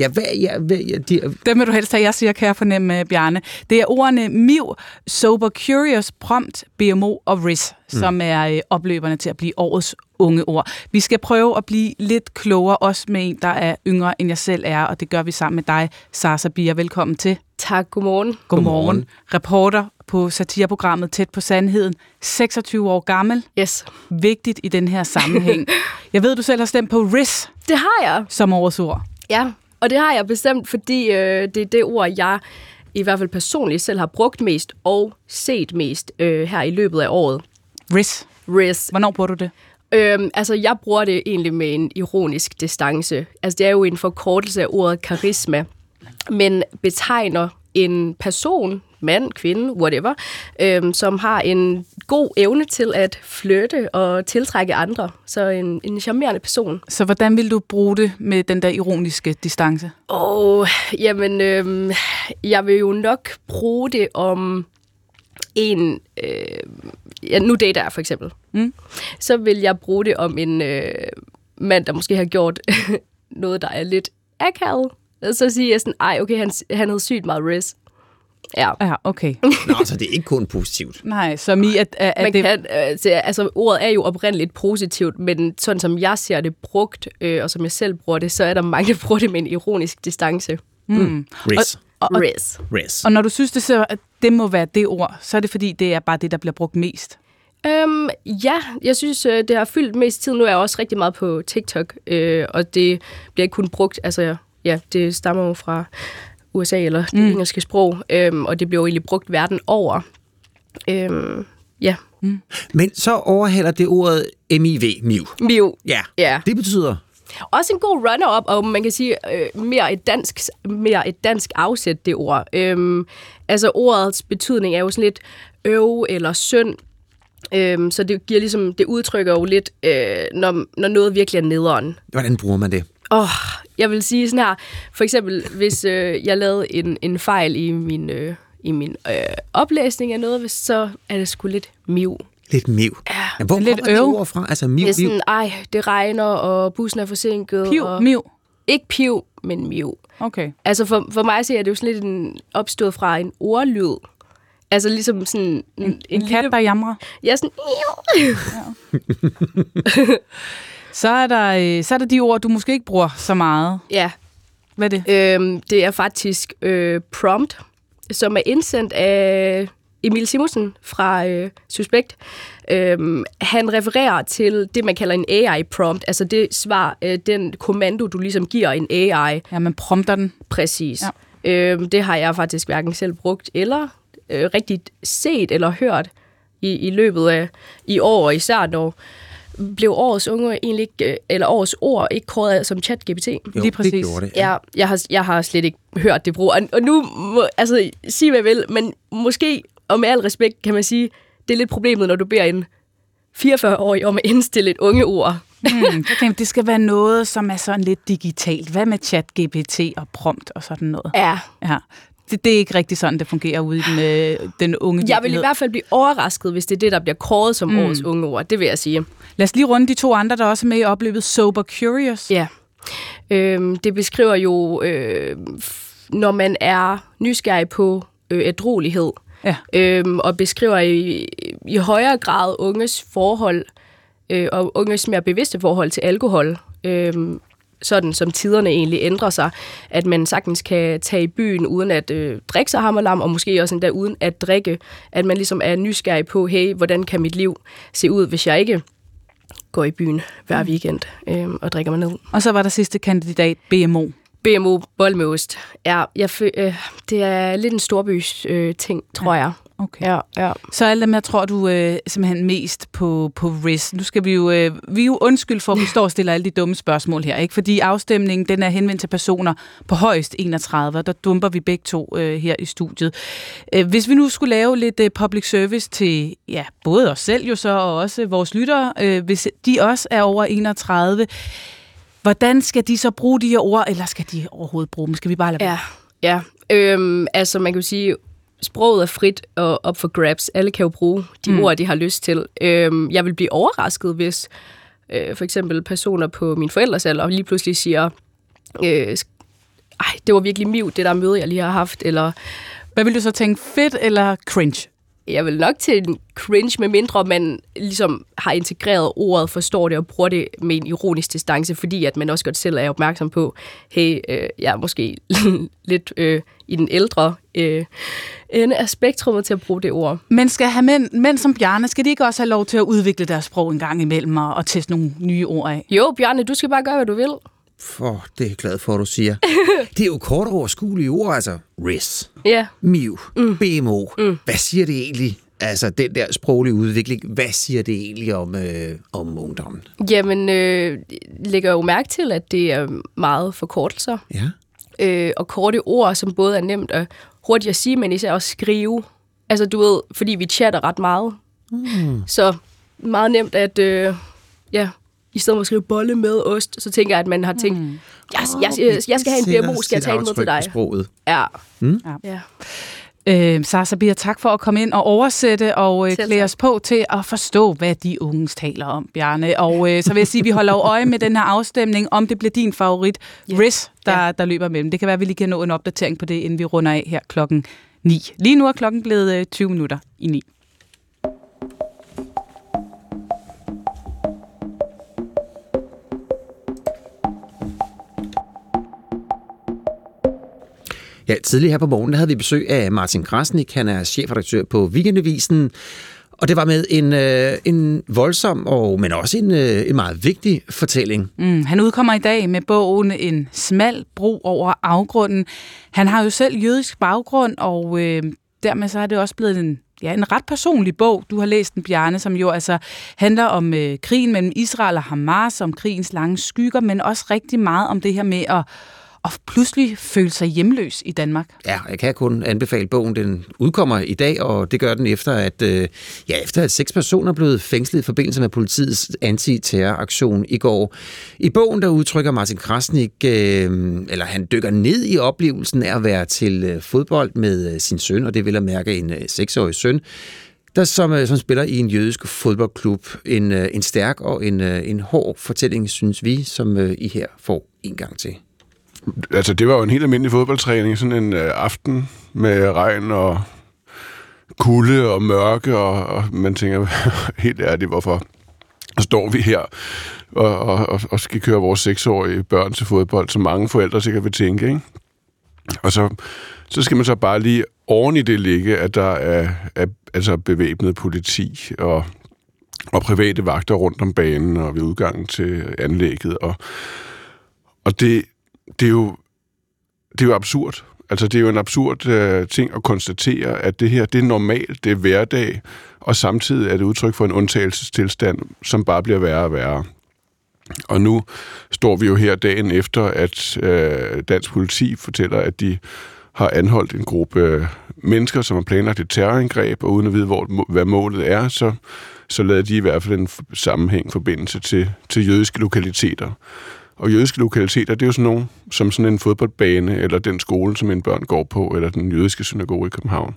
Dem vil du helst have, jeg siger, kan jeg fornemme, Bjarne. Det er ordene Miv, Sober Curious, Prompt, BMO og Riz, som er opløberne til at blive årets unge ord. Vi skal prøve at blive lidt klogere, også med en, der er yngre, end jeg selv er, og det gør vi sammen med dig, Sara Sabir. Velkommen til. Tak, godmorgen. Godmorgen. Reporter på satireprogrammet Tæt på Sandheden. 26 år gammel. Yes. Vigtigt i den her sammenhæng. Jeg ved, du selv har stemt på Riz. Det har jeg. Som årets ord. Ja, og det har jeg bestemt, fordi det er det ord, jeg i hvert fald personligt selv har brugt mest og set mest her i løbet af året. Riz. Hvornår bruger du det? Jeg bruger det egentlig med en ironisk distance. Altså, det er jo en forkortelse af ordet karisma, men betegner en person, mand, kvinde, whatever, som har en god evne til at flytte og tiltrække andre. Så en charmerende person. Så hvordan vil du bruge det med den der ironiske distance? Jeg vil jo nok bruge det om en... nu dater jeg for eksempel. Så vil jeg bruge det om en mand, der måske har gjort noget, der er lidt akavet. Så siger jeg sådan, okay, han havde sygt meget riz. Ja, okay. Nå, så det er ikke kun positivt. Nej, som i ordet er jo oprindeligt positivt, men sådan som jeg ser det brugt, og som jeg selv bruger det, så er der mange, der bruger det med en ironisk distance. Riz. Og når du synes, at det må være det ord, så er det fordi, det er bare det, der bliver brugt mest? Jeg synes, det har fyldt mest tid. Nu er jeg også rigtig meget på TikTok, og det bliver ikke kun brugt, det stammer jo fra USA eller det engelske sprog, og det bliver jo egentlig brugt verden over. Men så overhælder det ordet MIV, Miv. Ja. Det betyder? Også en god runner-up, og man kan sige mere et dansk afsæt, det ord. Ordets betydning er jo sådan lidt eller synd, så det giver ligesom, det udtrykker jo lidt, når noget virkelig er nederen. Hvordan bruger man det? Jeg vil sige sådan her, for eksempel, hvis jeg lavede en fejl i min oplæsning af noget, så er det sgu lidt miv. Lidt miv? Ja. Men hvor kommer det ord fra? Altså miv, sådan, det regner, og bussen er forsinket. Miv? Ikke piv, men miv. Okay. Altså for mig så er det jo sådan lidt opstået fra en ordlyd. Altså ligesom sådan... En kat, der jamrer? Ja, sådan... Så er der de ord, du måske ikke bruger så meget. Ja. Hvad er det? Det er faktisk prompt, som er indsendt af Emil Simonsen fra Suspekt. Han refererer til det, man kalder en AI-prompt, altså det svar, den kommando, du ligesom giver en AI. Ja, man prompter den. Præcis. Det har jeg faktisk hverken selv brugt eller rigtig set eller hørt i løbet af i år, og især når blev årets unge egentlig ikke, eller årets ord ikke kåret som ChatGPT. Jo, lige præcis. Det gjorde det. Ja, jeg har slet ikke hørt det brug. Og nu, sig hvad jeg vil, men måske, og med al respekt, kan man sige, det er lidt problemet, når du beder en 44-årig om at indstille et unge ord. Det skal være noget, som er sådan lidt digitalt. Hvad med ChatGPT og prompt og sådan noget? Ja. Det er ikke rigtig sådan, det fungerer ude i den unge virkelighed. Jeg vil i hvert fald blive overrasket, hvis det er det, der bliver kåret som årets unge ord. Det vil jeg sige. Lad os lige runde de 2 andre, der også er med i opløbet. Sober Curious. Ja. Det beskriver jo, når man er nysgerrig på ædruelighed. Ja. Og beskriver i højere grad unges forhold og unges mere bevidste forhold til alkohol. Sådan som tiderne egentlig ændrer sig, at man sagtens kan tage i byen uden at drikke sig hammerlam, og måske også endda uden at drikke, at man ligesom er nysgerrig på, hey, hvordan kan mit liv se ud, hvis jeg ikke går i byen hver weekend og drikker mig ned. Og så var der sidste kandidat, BMO. BMO, bold med ost. Ja, det er lidt en storbys ting, tror jeg. Okay. Ja. Så alle dem, jeg tror, du simpelthen mest på RIS. Nu skal vi er jo undskyld for, at vi står og stiller alle de dumme spørgsmål her, ikke? Fordi afstemningen, den er henvendt til personer på højst 31, der dumper vi begge to her i studiet. Hvis vi nu skulle lave lidt public service til, ja, både os selv jo så, og også vores lyttere, hvis de også er over 31, hvordan skal de så bruge de her ord, eller skal de overhovedet bruge dem? Skal vi bare lade være? Ja. Altså man kan jo sige, sproget er frit og op for grabs. Alle kan jo bruge de ord, de har lyst til. Jeg vil blive overrasket, hvis for eksempel personer på min forældres alder lige pludselig siger, det var virkelig mivt, det der møde, jeg lige har haft. Eller hvad vil du så tænke, fedt eller cringe? Jeg vil nok til en cringe, med mindre man ligesom har integreret ordet, forstår det og bruger det med en ironisk distance, fordi at man også godt selv er opmærksom på, hey, jeg er måske lidt i den ældre ende af spektrummet til at bruge det ord. Men skal have mænd som Bjarne, skal de ikke også have lov til at udvikle deres sprog en gang imellem og teste nogle nye ord af? Jo, Bjarne, du skal bare gøre, hvad du vil. Det er jeg glad for, at du siger. Det er jo kort overskuelige ord, altså RIS, MIV, BMO. Hvad siger det egentlig? Altså, den der sproglige udvikling, hvad siger det egentlig om ungdommen? Jamen, lægger jo mærke til, at det er meget forkortelser. Ja. Og korte ord, som både er nemt og hurtigt at sige, men især også skrive. Altså, du ved, fordi vi chatter ret meget. Så meget nemt at, i stedet for at skrive bolle med ost, så tænker jeg, at man har tænkt, jeg skal have en BMO, skal jeg tage med til dig? Ja. Sara Sabir, tak for at komme ind og oversætte og klæde os på til at forstå, hvad de unge taler om, Bjarne. Og så vil jeg sige, at vi holder øje med den her afstemning, om det bliver din favorit, RIS, der løber mellem. Det kan være, at vi lige kan nå en opdatering på det, inden vi runder af her klokken 9. Lige nu er klokken blevet 20 minutter i 9. Ja, tidligere her på morgenen havde vi besøg af Martin Krasnik. Han er chefredaktør på Weekendavisen. Og det var med en voldsom, men også en meget vigtig fortælling. Han udkommer i dag med bogen En smal bro over afgrunden. Han har jo selv jødisk baggrund, og dermed så er det også blevet en ret personlig bog. Du har læst den, Bjarne, som jo altså handler om krigen mellem Israel og Hamas, om krigens lange skygger, men også rigtig meget om det her med at pludselig føle sig hjemløs i Danmark. Ja, jeg kan kun anbefale bogen. Den udkommer i dag, og det gør den efter, at 6 personer er blevet fængslet i forbindelse med politiets antiterroraktion i går. I bogen, der udtrykker Martin Krasnik, han dykker ned i oplevelsen af at være til fodbold med sin søn, og det vil at mærke en 6-årig søn, der som spiller i en jødisk fodboldklub. En stærk og en hård fortælling, synes vi, som I her får en gang til. Altså, det var jo en helt almindelig fodboldtræning, sådan en aften med regn og kulde og mørke, og man tænker, helt ærligt, hvorfor står vi her og skal køre vores 6-årige børn til fodbold, som mange forældre sikkert vil tænke, ikke? Og så skal man så bare lige oven i det ligge, at der er altså bevæbnet politi og private vagter rundt om banen og ved udgangen til anlægget, og det er jo absurd. Altså, det er jo en absurd ting at konstatere, at det her, det er normalt, det er hverdag, og samtidig er det udtryk for en undtagelsestilstand, som bare bliver værre og værre. Og nu står vi jo her dagen efter, at dansk politi fortæller, at de har anholdt en gruppe mennesker, som har planlagt et terrorangreb, og uden at vide, hvad målet er, så lader de i hvert fald en forbindelse til jødiske lokaliteter. Og jødiske lokaliteter, det er jo sådan nogle, som sådan en fodboldbane, eller den skole, som mine børn går på, eller den jødiske synagoge i København.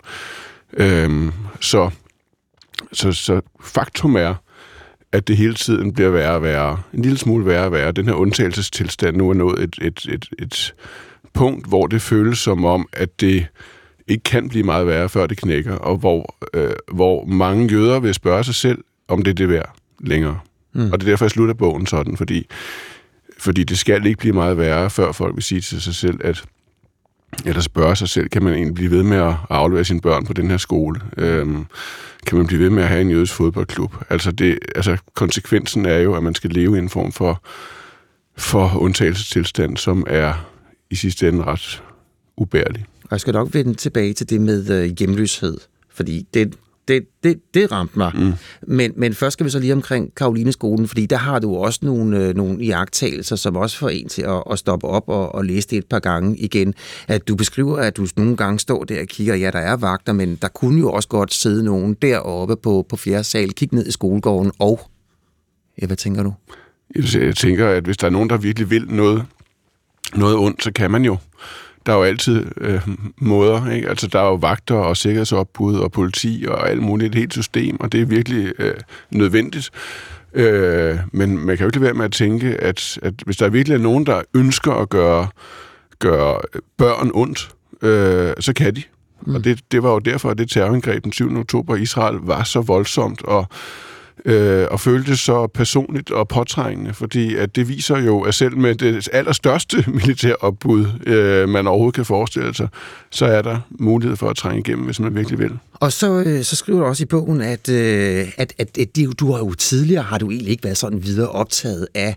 Så faktum er, at det hele tiden bliver værre og værre. En lille smule værre og værre. Den her undtagelsestilstand nu er nået et punkt, hvor det føles som om, at det ikke kan blive meget værre, før det knækker, og hvor mange jøder vil spørge sig selv, om det er det værd længere. Og det er derfor, jeg slutter bogen sådan, fordi det skal ikke blive meget værre, før folk vil sige til sig selv, eller spørge sig selv, kan man egentlig blive ved med at aflevere sine børn på den her skole? Kan man blive ved med at have en jødisk fodboldklub? Altså konsekvensen er jo, at man skal leve i en form for undtagelsestilstand, som er i sidste ende ret ubærlig. Og jeg skal nok vende tilbage til det med hjemløshed, fordi det ramte mig. Men først skal vi så lige omkring Carolineskolen, fordi der har du også nogle iagttagelser, som også får en til at stoppe op og læse det et par gange igen. At du beskriver, at du nogle gange står der og kigger, ja, der er vagter, men der kunne jo også godt sidde nogen deroppe på 4. sal, kigge ned i skolegården og... Ja, hvad tænker du? Jeg tænker, at hvis der er nogen, der virkelig vil noget ondt, så kan man jo. Der er jo altid måder, ikke? Altså, der er jo vagter og sikkerhedsopbud og politi og alt muligt, et helt system, og det er virkelig nødvendigt. Men man kan jo ikke lade være med at tænke, at hvis der virkelig er nogen, der ønsker at gøre børn ondt, så kan de. Og det var jo derfor, at det terrorangreb den 7. oktober i Israel var så voldsomt og føltes så personligt og påtrængende, fordi at det viser jo, at selv med det allerstørste militæropbud, man overhovedet kan forestille sig, så er der mulighed for at trænge igennem, hvis man virkelig vil. Og så skriver du også i bogen, at du har jo tidligere, har du egentlig ikke været sådan videre optaget af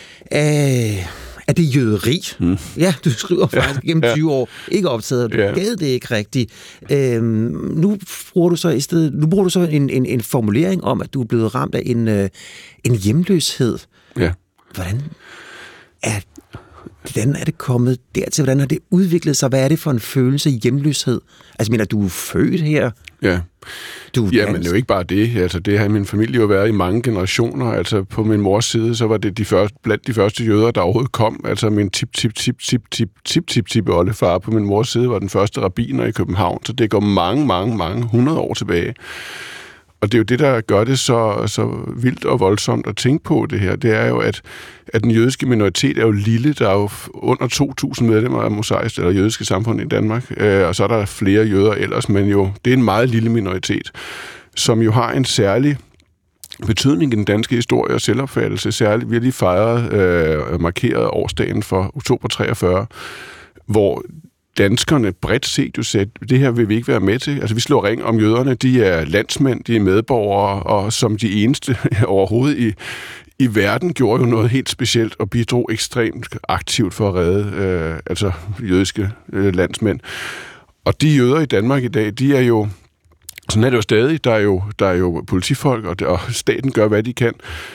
det jøderi. Ja, du skriver faktisk gennem 20 år, ikke optaget, du gad det ikke rigtigt. Nu bruger du så en formulering om, at du er blevet ramt af en hjemløshed. Ja. Hvordan er det kommet dertil? Hvordan har det udviklet sig? Hvad er det for en følelse af hjemløshed? Altså, mener du er født her? Ja. Men det er jo ikke bare det. Altså, det har min familie jo været i mange generationer. Altså, på min mors side, så var det blandt de første jøder, der overhovedet kom. Altså, min tip-oldefar på min mors side var den første rabbiner i København. Så det går mange 100 år tilbage. Og det er jo det, der gør det så vildt og voldsomt at tænke på det her. Det er jo, at den jødiske minoritet er jo lille. Der er jo under 2.000 medlemmer af mosaisk eller jødiske samfund i Danmark. Og så er der flere jøder ellers, men jo, det er en meget lille minoritet, som jo har en særlig betydning i den danske historie og selvopfattelse. Særligt, vi har lige fejret, markeret årsdagen for oktober 43, hvor danskerne bredt set jo sagde, det her vil vi ikke være med til. Altså, vi slår ring om jøderne. De er landsmænd, de er medborgere, og som de eneste overhovedet i verden gjorde jo noget helt specielt og bidrog ekstremt aktivt for at redde jødiske landsmænd. Og de jøder i Danmark i dag, de er jo, sådan er det jo stadig, der er jo politifolk, og staten gør, hvad de kan.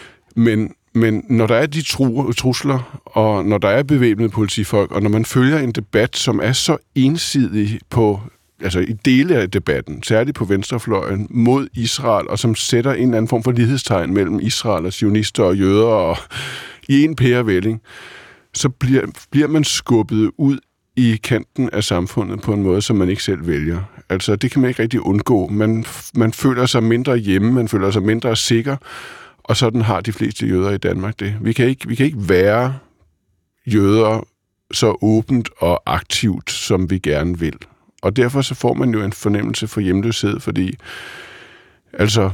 Men når der er de trusler, og når der er bevæbnede politifolk, og når man følger en debat, som er så ensidig i dele af debatten, særligt på venstrefløjen, mod Israel, og som sætter en eller anden form for lighedstegn mellem Israel og zionister og jøder og i en pærevælling, så bliver man skubbet ud i kanten af samfundet på en måde, som man ikke selv vælger. Altså, det kan man ikke rigtig undgå. Man føler sig mindre hjemme, man føler sig mindre sikker, og sådan har de fleste jøder i Danmark det. Vi kan ikke være jøder så åbent og aktivt, som vi gerne vil. Og derfor så får man jo en fornemmelse for hjemløshed, fordi altså,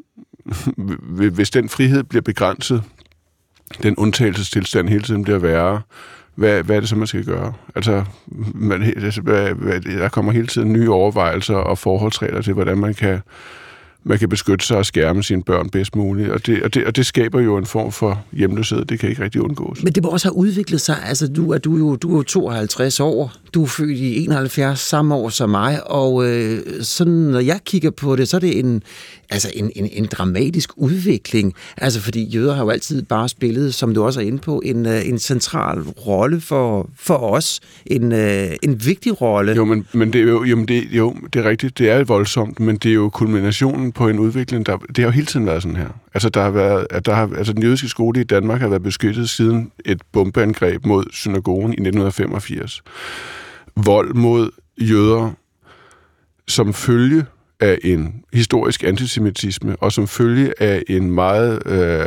hvis den frihed bliver begrænset, den undtagelsestilstand hele tiden bliver værre, hvad er det så, man skal gøre? Altså, der kommer hele tiden nye overvejelser og forholdsregler til, hvordan man kan man kan beskytte sig og skærme sine børn bedst muligt. Og det skaber jo en form for hjemløshed. Det kan ikke rigtig undgås. Men det må også have udviklet sig. Altså, du er jo 52 år. Du er født i 71 samme år som mig. Og sådan, når jeg kigger på det, så er det en dramatisk udvikling. Altså, fordi jøder har jo altid bare spillet, som du også er inde på, en central rolle for os. En vigtig rolle. Jo, men det er rigtigt. Det er voldsomt, men det er jo kulminationen på en udvikling, det har jo hele tiden været sådan her. Altså, den jødiske skole i Danmark har været beskyttet siden et bombeangreb mod synagogen i 1985. Vold mod jøder som følge af en historisk antisemitisme, og som følge af en meget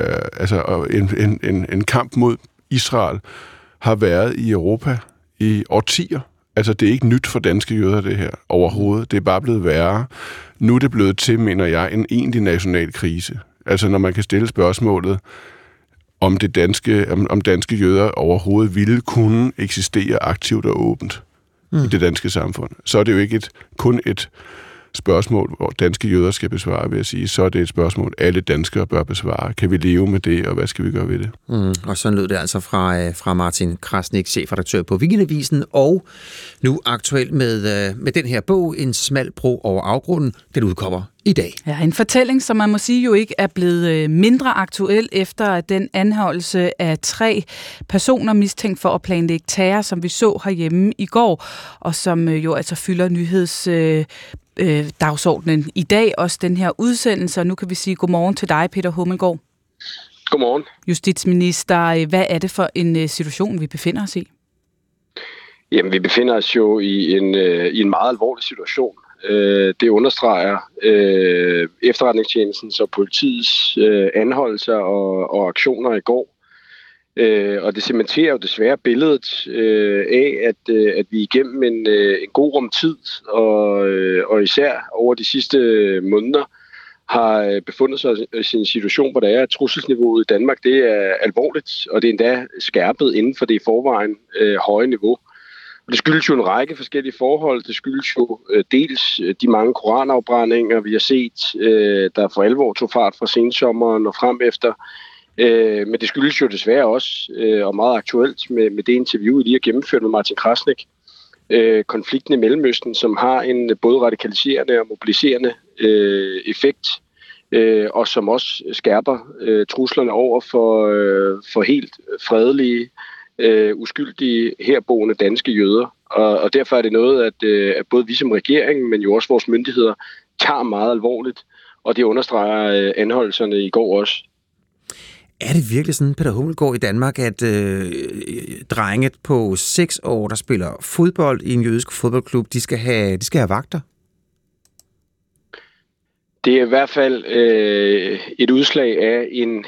en kamp mod Israel, har været i Europa i årtier. Altså, det er ikke nyt for danske jøder, det her, overhovedet. Det er bare blevet værre. Nu er det blevet til, mener jeg, en egentlig national krise. Altså, når man kan stille spørgsmålet, om danske jøder overhovedet ville kunne eksistere aktivt og åbent i det danske samfund, så er det jo ikke kun et spørgsmål, hvor danske jøder skal besvare, vil jeg sige. Så er det et spørgsmål, alle danskere bør besvare. Kan vi leve med det, og hvad skal vi gøre ved det? Og sådan lød det altså fra Martin Krasnik, chefredaktør på Weekendavisen, og nu aktuelt med den her bog, En smal bro over afgrunden. Den udkommer i dag. Ja, en fortælling, som man må sige jo ikke er blevet mindre aktuel efter den anholdelse af 3 personer mistænkt for at planlægge terror, som vi så herhjemme i går, og som jo altså fylder dagsordenen i dag, også den her udsendelse. Og nu kan vi sige godmorgen til dig, Peter Hummelgaard. Godmorgen. Justitsminister, hvad er det for en situation, vi befinder os i? Jamen, vi befinder os jo i en meget alvorlig situation. Det understreger efterretningstjenestens og politiets anholdelser og aktioner i går. Og det cementerer jo desværre billedet af, at vi igennem en god rum tid, og især over de sidste måneder, har befundet sig i en situation, hvor der er trusselsniveauet i Danmark, det er alvorligt, og det er endda skærpet inden for det i forvejen høje niveau. Og det skyldes jo en række forskellige forhold. Det skyldes jo dels de mange koranafbrændinger, vi har set, der for alvor tog fart fra sensommeren og frem efter. Men det skyldes jo desværre også, og meget aktuelt med det interview, I lige har gennemført med Martin Krasnik, konflikten i Mellemøsten, som har en både radikaliserende og mobiliserende effekt, og som også skærper truslerne over for helt fredelige, uskyldige herboende danske jøder. Og derfor er det noget, at både vi som regering, men jo også vores myndigheder, tager meget alvorligt, og det understreger anholdelserne i går også. Er det virkelig sådan, Peter Hummelgaard, i Danmark, at drenge på 6 år, der spiller fodbold i en jødisk fodboldklub, de skal have vagter? Det er i hvert fald et udslag af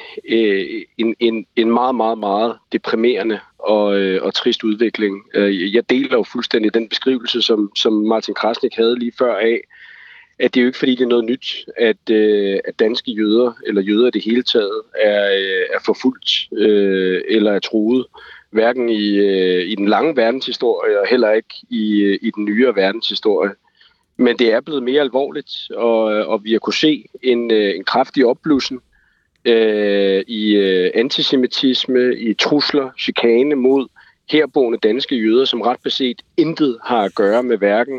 en meget, meget, meget deprimerende og trist udvikling. Jeg deler jo fuldstændig den beskrivelse, som Martin Krasnik havde lige før af, at det er jo ikke fordi, det er noget nyt, at danske jøder, eller jøder i det hele taget, er forfulgt eller er truet. Hverken i den lange verdenshistorie, og heller ikke i den nyere verdenshistorie. Men det er blevet mere alvorligt, og vi har kunne se en kraftig opblussen i antisemitisme, i trusler, chikane mod herboende danske jøder, som ret beset intet har at gøre med hverken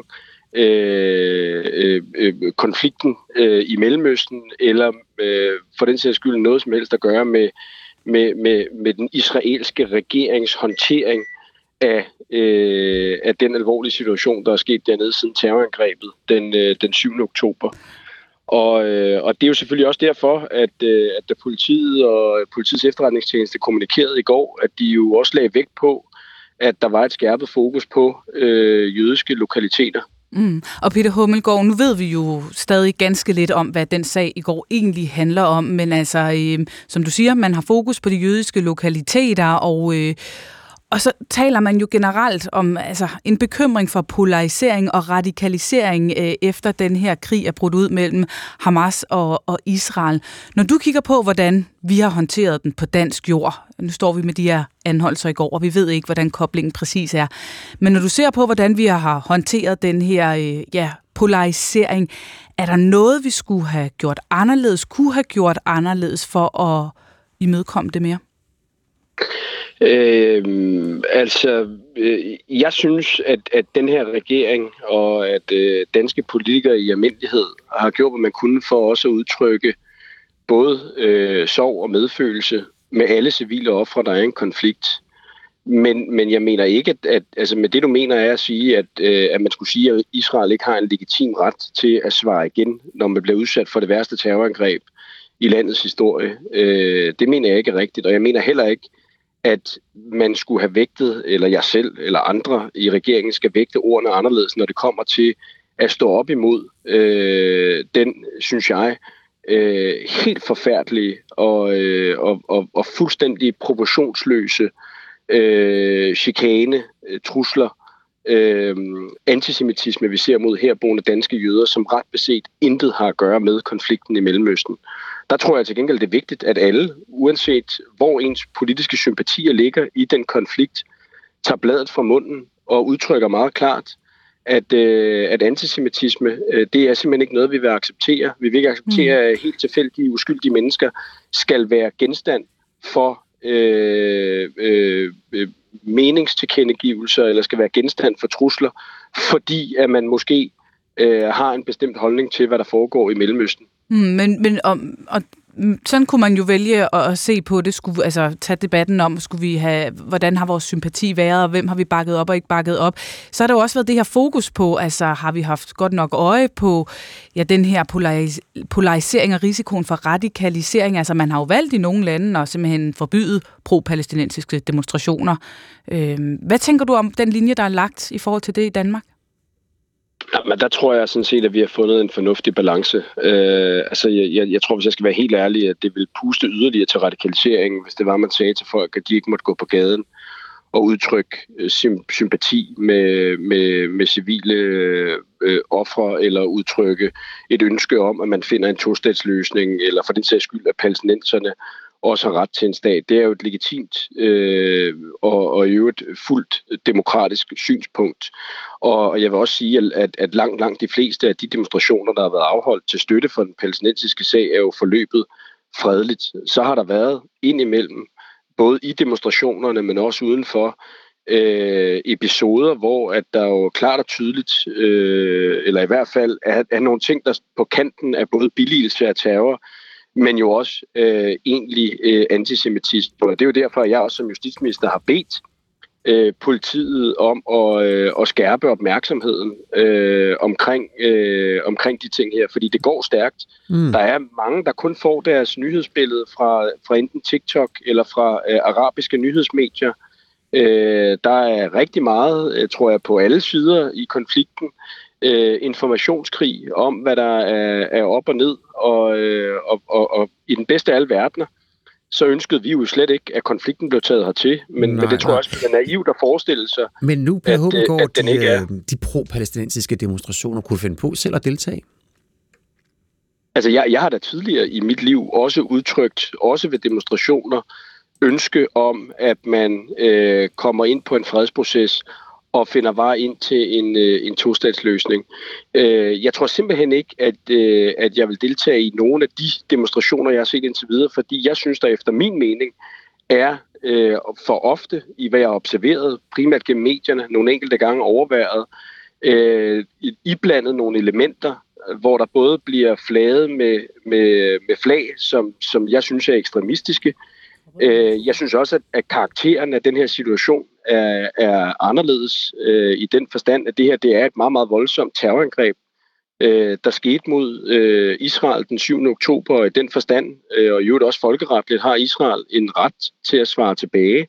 konflikten i Mellemøsten, eller for den sags skyld noget som helst at gøre med den israelske regerings håndtering af den alvorlige situation, der er sket dernede siden terrorangrebet den 7. oktober. Og det er jo selvfølgelig også derfor, at da politiet og politiets efterretningstjeneste kommunikerede i går, at de jo også lagde vægt på, at der var et skærpet fokus på jødiske lokaliteter. Og Peter Hummelgaard, nu ved vi jo stadig ganske lidt om, hvad den sag i går egentlig handler om, men altså, som du siger, man har fokus på de jødiske lokaliteter, og så taler man jo generelt om en bekymring for polarisering og radikalisering efter den her krig er brudt ud mellem Hamas og Israel. Når du kigger på, hvordan vi har håndteret den på dansk jord, nu står vi med de her anholdelser i går, og vi ved ikke, hvordan koblingen præcis er, men når du ser på, hvordan vi har håndteret den her polarisering, Er der noget, vi skulle have gjort anderledes, kunne have gjort anderledes for at imødekomme det mere? Jeg synes, at den her regering og at danske politikere i almindelighed har gjort, hvad man kunne for også at udtrykke både sorg og medfølelse med alle civile ofre, der er en konflikt. Men jeg mener ikke, at altså med det, du mener, er at sige, at man skulle sige, at Israel ikke har en legitim ret til at svare igen, når man bliver udsat for det værste terrorangreb i landets historie. Det mener jeg ikke er rigtigt, og jeg mener heller ikke, at man skulle have vægtet, eller jeg selv, eller andre i regeringen skal vægte ordene anderledes, når det kommer til at stå op imod den, synes jeg, helt forfærdelige og fuldstændig proportionsløse chikane, trusler, antisemitisme, vi ser mod herboende danske jøder, som ret beset intet har at gøre med konflikten i Mellemøsten. Der tror jeg til gengæld, det er vigtigt, at alle, uanset hvor ens politiske sympatier ligger i den konflikt, tager bladet fra munden og udtrykker meget klart, at antisemitisme, det er simpelthen ikke noget, vi vil acceptere. Vi vil ikke acceptere, at helt tilfældige, uskyldige mennesker skal være genstand for meningstilkendegivelser, eller skal være genstand for trusler, fordi at man måske har en bestemt holdning til, hvad der foregår i Mellemøsten. Sådan kunne man jo vælge at se på det, tage debatten om, hvordan har vores sympati været, og hvem har vi bakket op og ikke bakket op. Så har der jo også været det her fokus på, har vi haft godt nok øje på den her polarisering og risikoen for radikalisering. Altså man har jo valgt i nogle lande at simpelthen forbyde pro-palæstinensiske demonstrationer. Hvad tænker du om den linje, der er lagt i forhold til det i Danmark? Ja, men der tror jeg sådan set, at vi har fundet en fornuftig balance. Jeg tror, hvis jeg skal være helt ærlig, at det vil puste yderligere til radikaliseringen, hvis det var, man sagde til folk, at de ikke måtte gå på gaden og udtrykke sympati med civile ofre, eller udtrykke et ønske om, at man finder en tostatsløsning, eller for den sags skyld, at palæstinenserne også har ret til en stat. Det er jo et legitimt og i øvrigt fuldt demokratisk synspunkt. Og jeg vil også sige, at langt de fleste af de demonstrationer, der har været afholdt til støtte for den palæstinensiske sag, er jo forløbet fredeligt. Så har der været indimellem, både i demonstrationerne, men også udenfor, episoder, hvor at der jo klart og tydeligt, eller i hvert fald er nogle ting, der på kanten af både billigelse af terror, men jo også egentlig antisemitisme. Og det er jo derfor, at jeg også som justitsminister har bedt politiet om at skærpe opmærksomheden omkring de ting her, fordi det går stærkt. Der er mange, der kun får deres nyhedsbillede fra enten TikTok eller fra arabiske nyhedsmedier. Der er rigtig meget, tror jeg, på alle sider i konflikten, informationskrig om, hvad der er op og ned, og i den bedste af alle verdener, så ønskede vi jo slet ikke, at konflikten blev taget hertil, men det tror jeg også, det er naivt at forestille sig. Men nu, Per Hummelgaard, de pro-palæstinensiske demonstrationer, kunne finde på selv at deltage? Altså, jeg har da tidligere i mit liv også udtrykt, også ved demonstrationer, ønske om, at man kommer ind på en fredsproces, og finder vej ind til en tostatsløsning. Jeg tror simpelthen ikke, at jeg vil deltage i nogle af de demonstrationer, jeg har set indtil videre, fordi jeg synes, der efter min mening er for ofte, i hvad jeg har observeret, primært gennem medierne, nogle enkelte gange overværet, iblandet nogle elementer, hvor der både bliver flaget med flag, som jeg synes er ekstremistiske. Jeg synes også, at karakteren af den her situation er anderledes i den forstand, at det her det er et meget, meget voldsomt terrorangreb, der skete mod Israel den 7. oktober, og i den forstand, og i øvrigt også folkeretligt, har Israel en ret til at svare tilbage.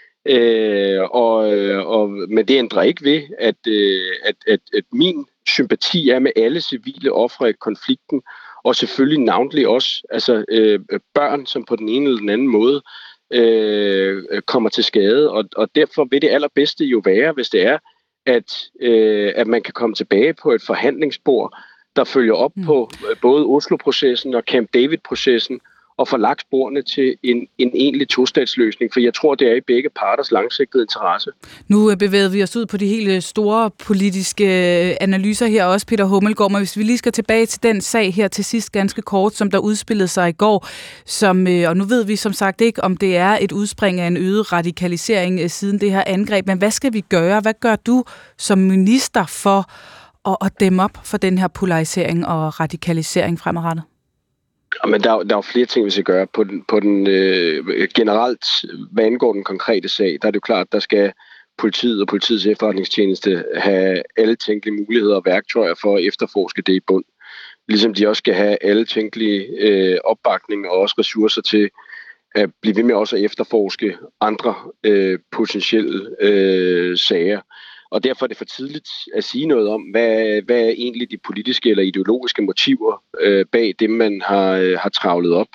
Men det ændrer ikke ved, at min sympati er med alle civile ofre i konflikten, og selvfølgelig navnlig også børn, som på den ene eller den anden måde kommer til skade. Og derfor vil det allerbedste jo være, hvis det er, at man kan komme tilbage på et forhandlingsbord, der følger op på både Oslo-processen og Camp David-processen, og få lagt sporene til en egentlig tostatsløsning, for jeg tror, det er i begge parters langsigtede interesse. Nu bevæger vi os ud på de helt store politiske analyser her også, Peter Hummelgaard, men hvis vi lige skal tilbage til den sag her til sidst ganske kort, som der udspillede sig i går, og nu ved vi som sagt ikke, om det er et udspring af en øget radikalisering siden det her angreb, men hvad skal vi gøre? Hvad gør du som minister for at dæmme op for den her polarisering og radikalisering fremadrettet? Men der er jo flere ting, vi skal gøre. På den generelt, hvad angår den konkrete sag, der er det jo klart, der skal politiet og politiets efterretningstjeneste have alle tænkelige muligheder og værktøjer for at efterforske det i bund. Ligesom de også skal have alle tænkelige opbakning og også ressourcer til at blive ved med også at efterforske andre potentielle sager. Og derfor er det for tidligt at sige noget om, hvad er egentlig de politiske eller ideologiske motiver bag det, man har travlet op.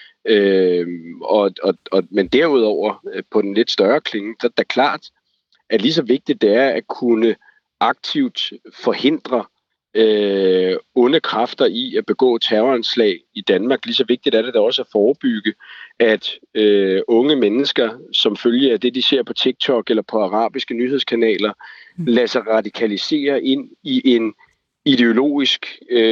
Men derudover, på den lidt større klinge, der er klart, at lige så vigtigt det er at kunne aktivt forhindre onde kræfter i at begå terroranslag i Danmark. Lige så vigtigt er det da også at forebygge, at unge mennesker, som følge af det, de ser på TikTok eller på arabiske nyhedskanaler, lader sig radikalisere ind i en ideologisk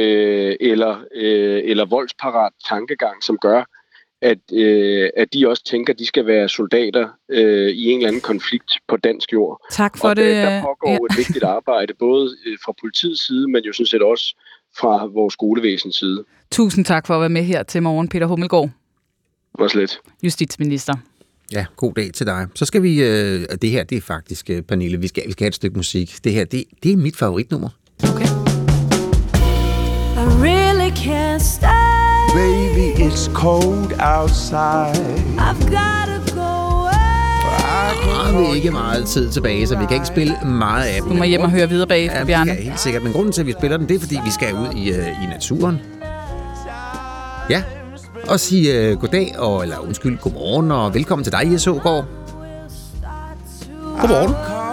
eller voldsparat tankegang, som gør, at de også tænker, at de skal være soldater i en eller anden konflikt på dansk jord. Tak for det. Der pågår et vigtigt arbejde, både fra politiets side, men jo sådan set også fra vores skolevæsens side. Tusind tak for at være med her til morgen, Peter Hummelgaard. Det var slet. Justitsminister. Ja, god dag til dig. Så skal vi... det her, det er faktisk, Pernille, vi skal have et stykke musik. Det her, det er mit favoritnummer. Okay. I really can't stay. Baby, it's cold outside. I've gotta go away. Vi er ikke meget tid tilbage, så vi kan ikke spille meget af den. Du må hjem og høre videre bagefter, Bjarne. Ja, helt sikkert. Men grunden til, at vi spiller den, det er, fordi vi skal ud i naturen. Ja, og sige goddag, godmorgen, og velkommen til dig, Jes Aagaard. Godmorgen.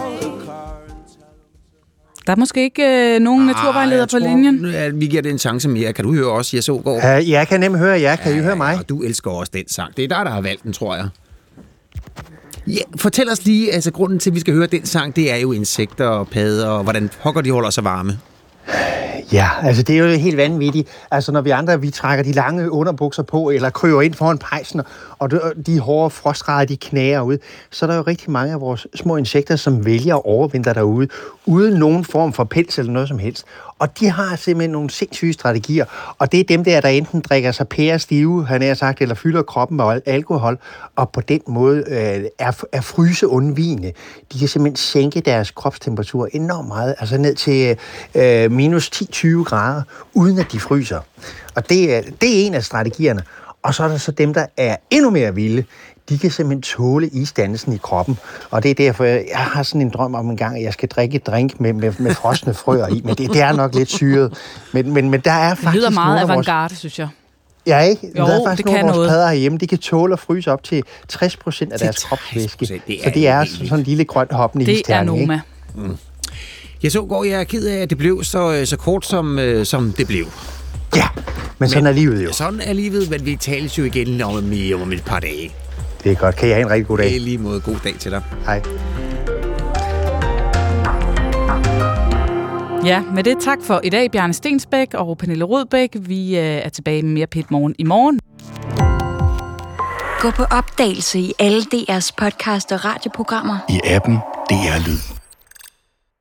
Der er måske ikke nogen naturvejleder på linjen. Vi giver det en chance mere. Kan du høre også, Jes Aagaard? Jeg kan nemlig høre jer. Kan I høre mig? Og du elsker også den sang. Det er dig, der har valgt den, tror jeg. Ja, fortæl os lige, altså grunden til, at vi skal høre den sang, det er jo insekter og padder, og hvordan pokker de holder sig varme. Ja, altså det er jo helt vanvittigt. Altså når vi andre, vi trækker de lange underbukser på, eller kryber ind foran pejsen, og de hårde frostgrader, de knæger ud, så er der jo rigtig mange af vores små insekter, som vælger at overvintre derude, uden nogen form for pels eller noget som helst. Og de har simpelthen nogle sindssyge strategier, og det er dem der enten drikker sig pærestive, han har sagt, eller fylder kroppen med alkohol, og på den måde er fryseundvigende. De kan simpelthen sænke deres kropstemperatur enormt meget, altså ned til minus 10-20 grader, uden at de fryser. Og det er en af strategierne. Og så er der så dem, der er endnu mere vilde. De kan simpelthen tåle isdannelsen i kroppen. Og det er derfor, jeg har sådan en drøm om en gang, at jeg skal drikke et drink med frosne frøer i. Men det er nok lidt syret. Men der er faktisk... Det lyder meget avantgarde, synes jeg. Ja, ikke? Jo, der er faktisk nogle af vores padder herhjemme, de kan tåle at fryse op til 60% af deres kropsvæske. Så det er sådan en lille grønt hoppende isterning. Det er Noma. Mm. Ja, så går jeg ked af, at det blev så kort, som det blev. Ja, men sådan er livet jo. Sådan er livet, men vi tales jo igen om et par dage. Det er godt. Kan jeg have en rigtig god dag? Det er lige måde. God dag til dig. Hej. Ja, med det tak for i dag, Bjarne Stensbæk og Pernille Rødbæk. Vi er tilbage med mere Pet Morgen i morgen. Gå på opdagelse i alle DR's podcast og radioprogrammer. I appen DR Lyd.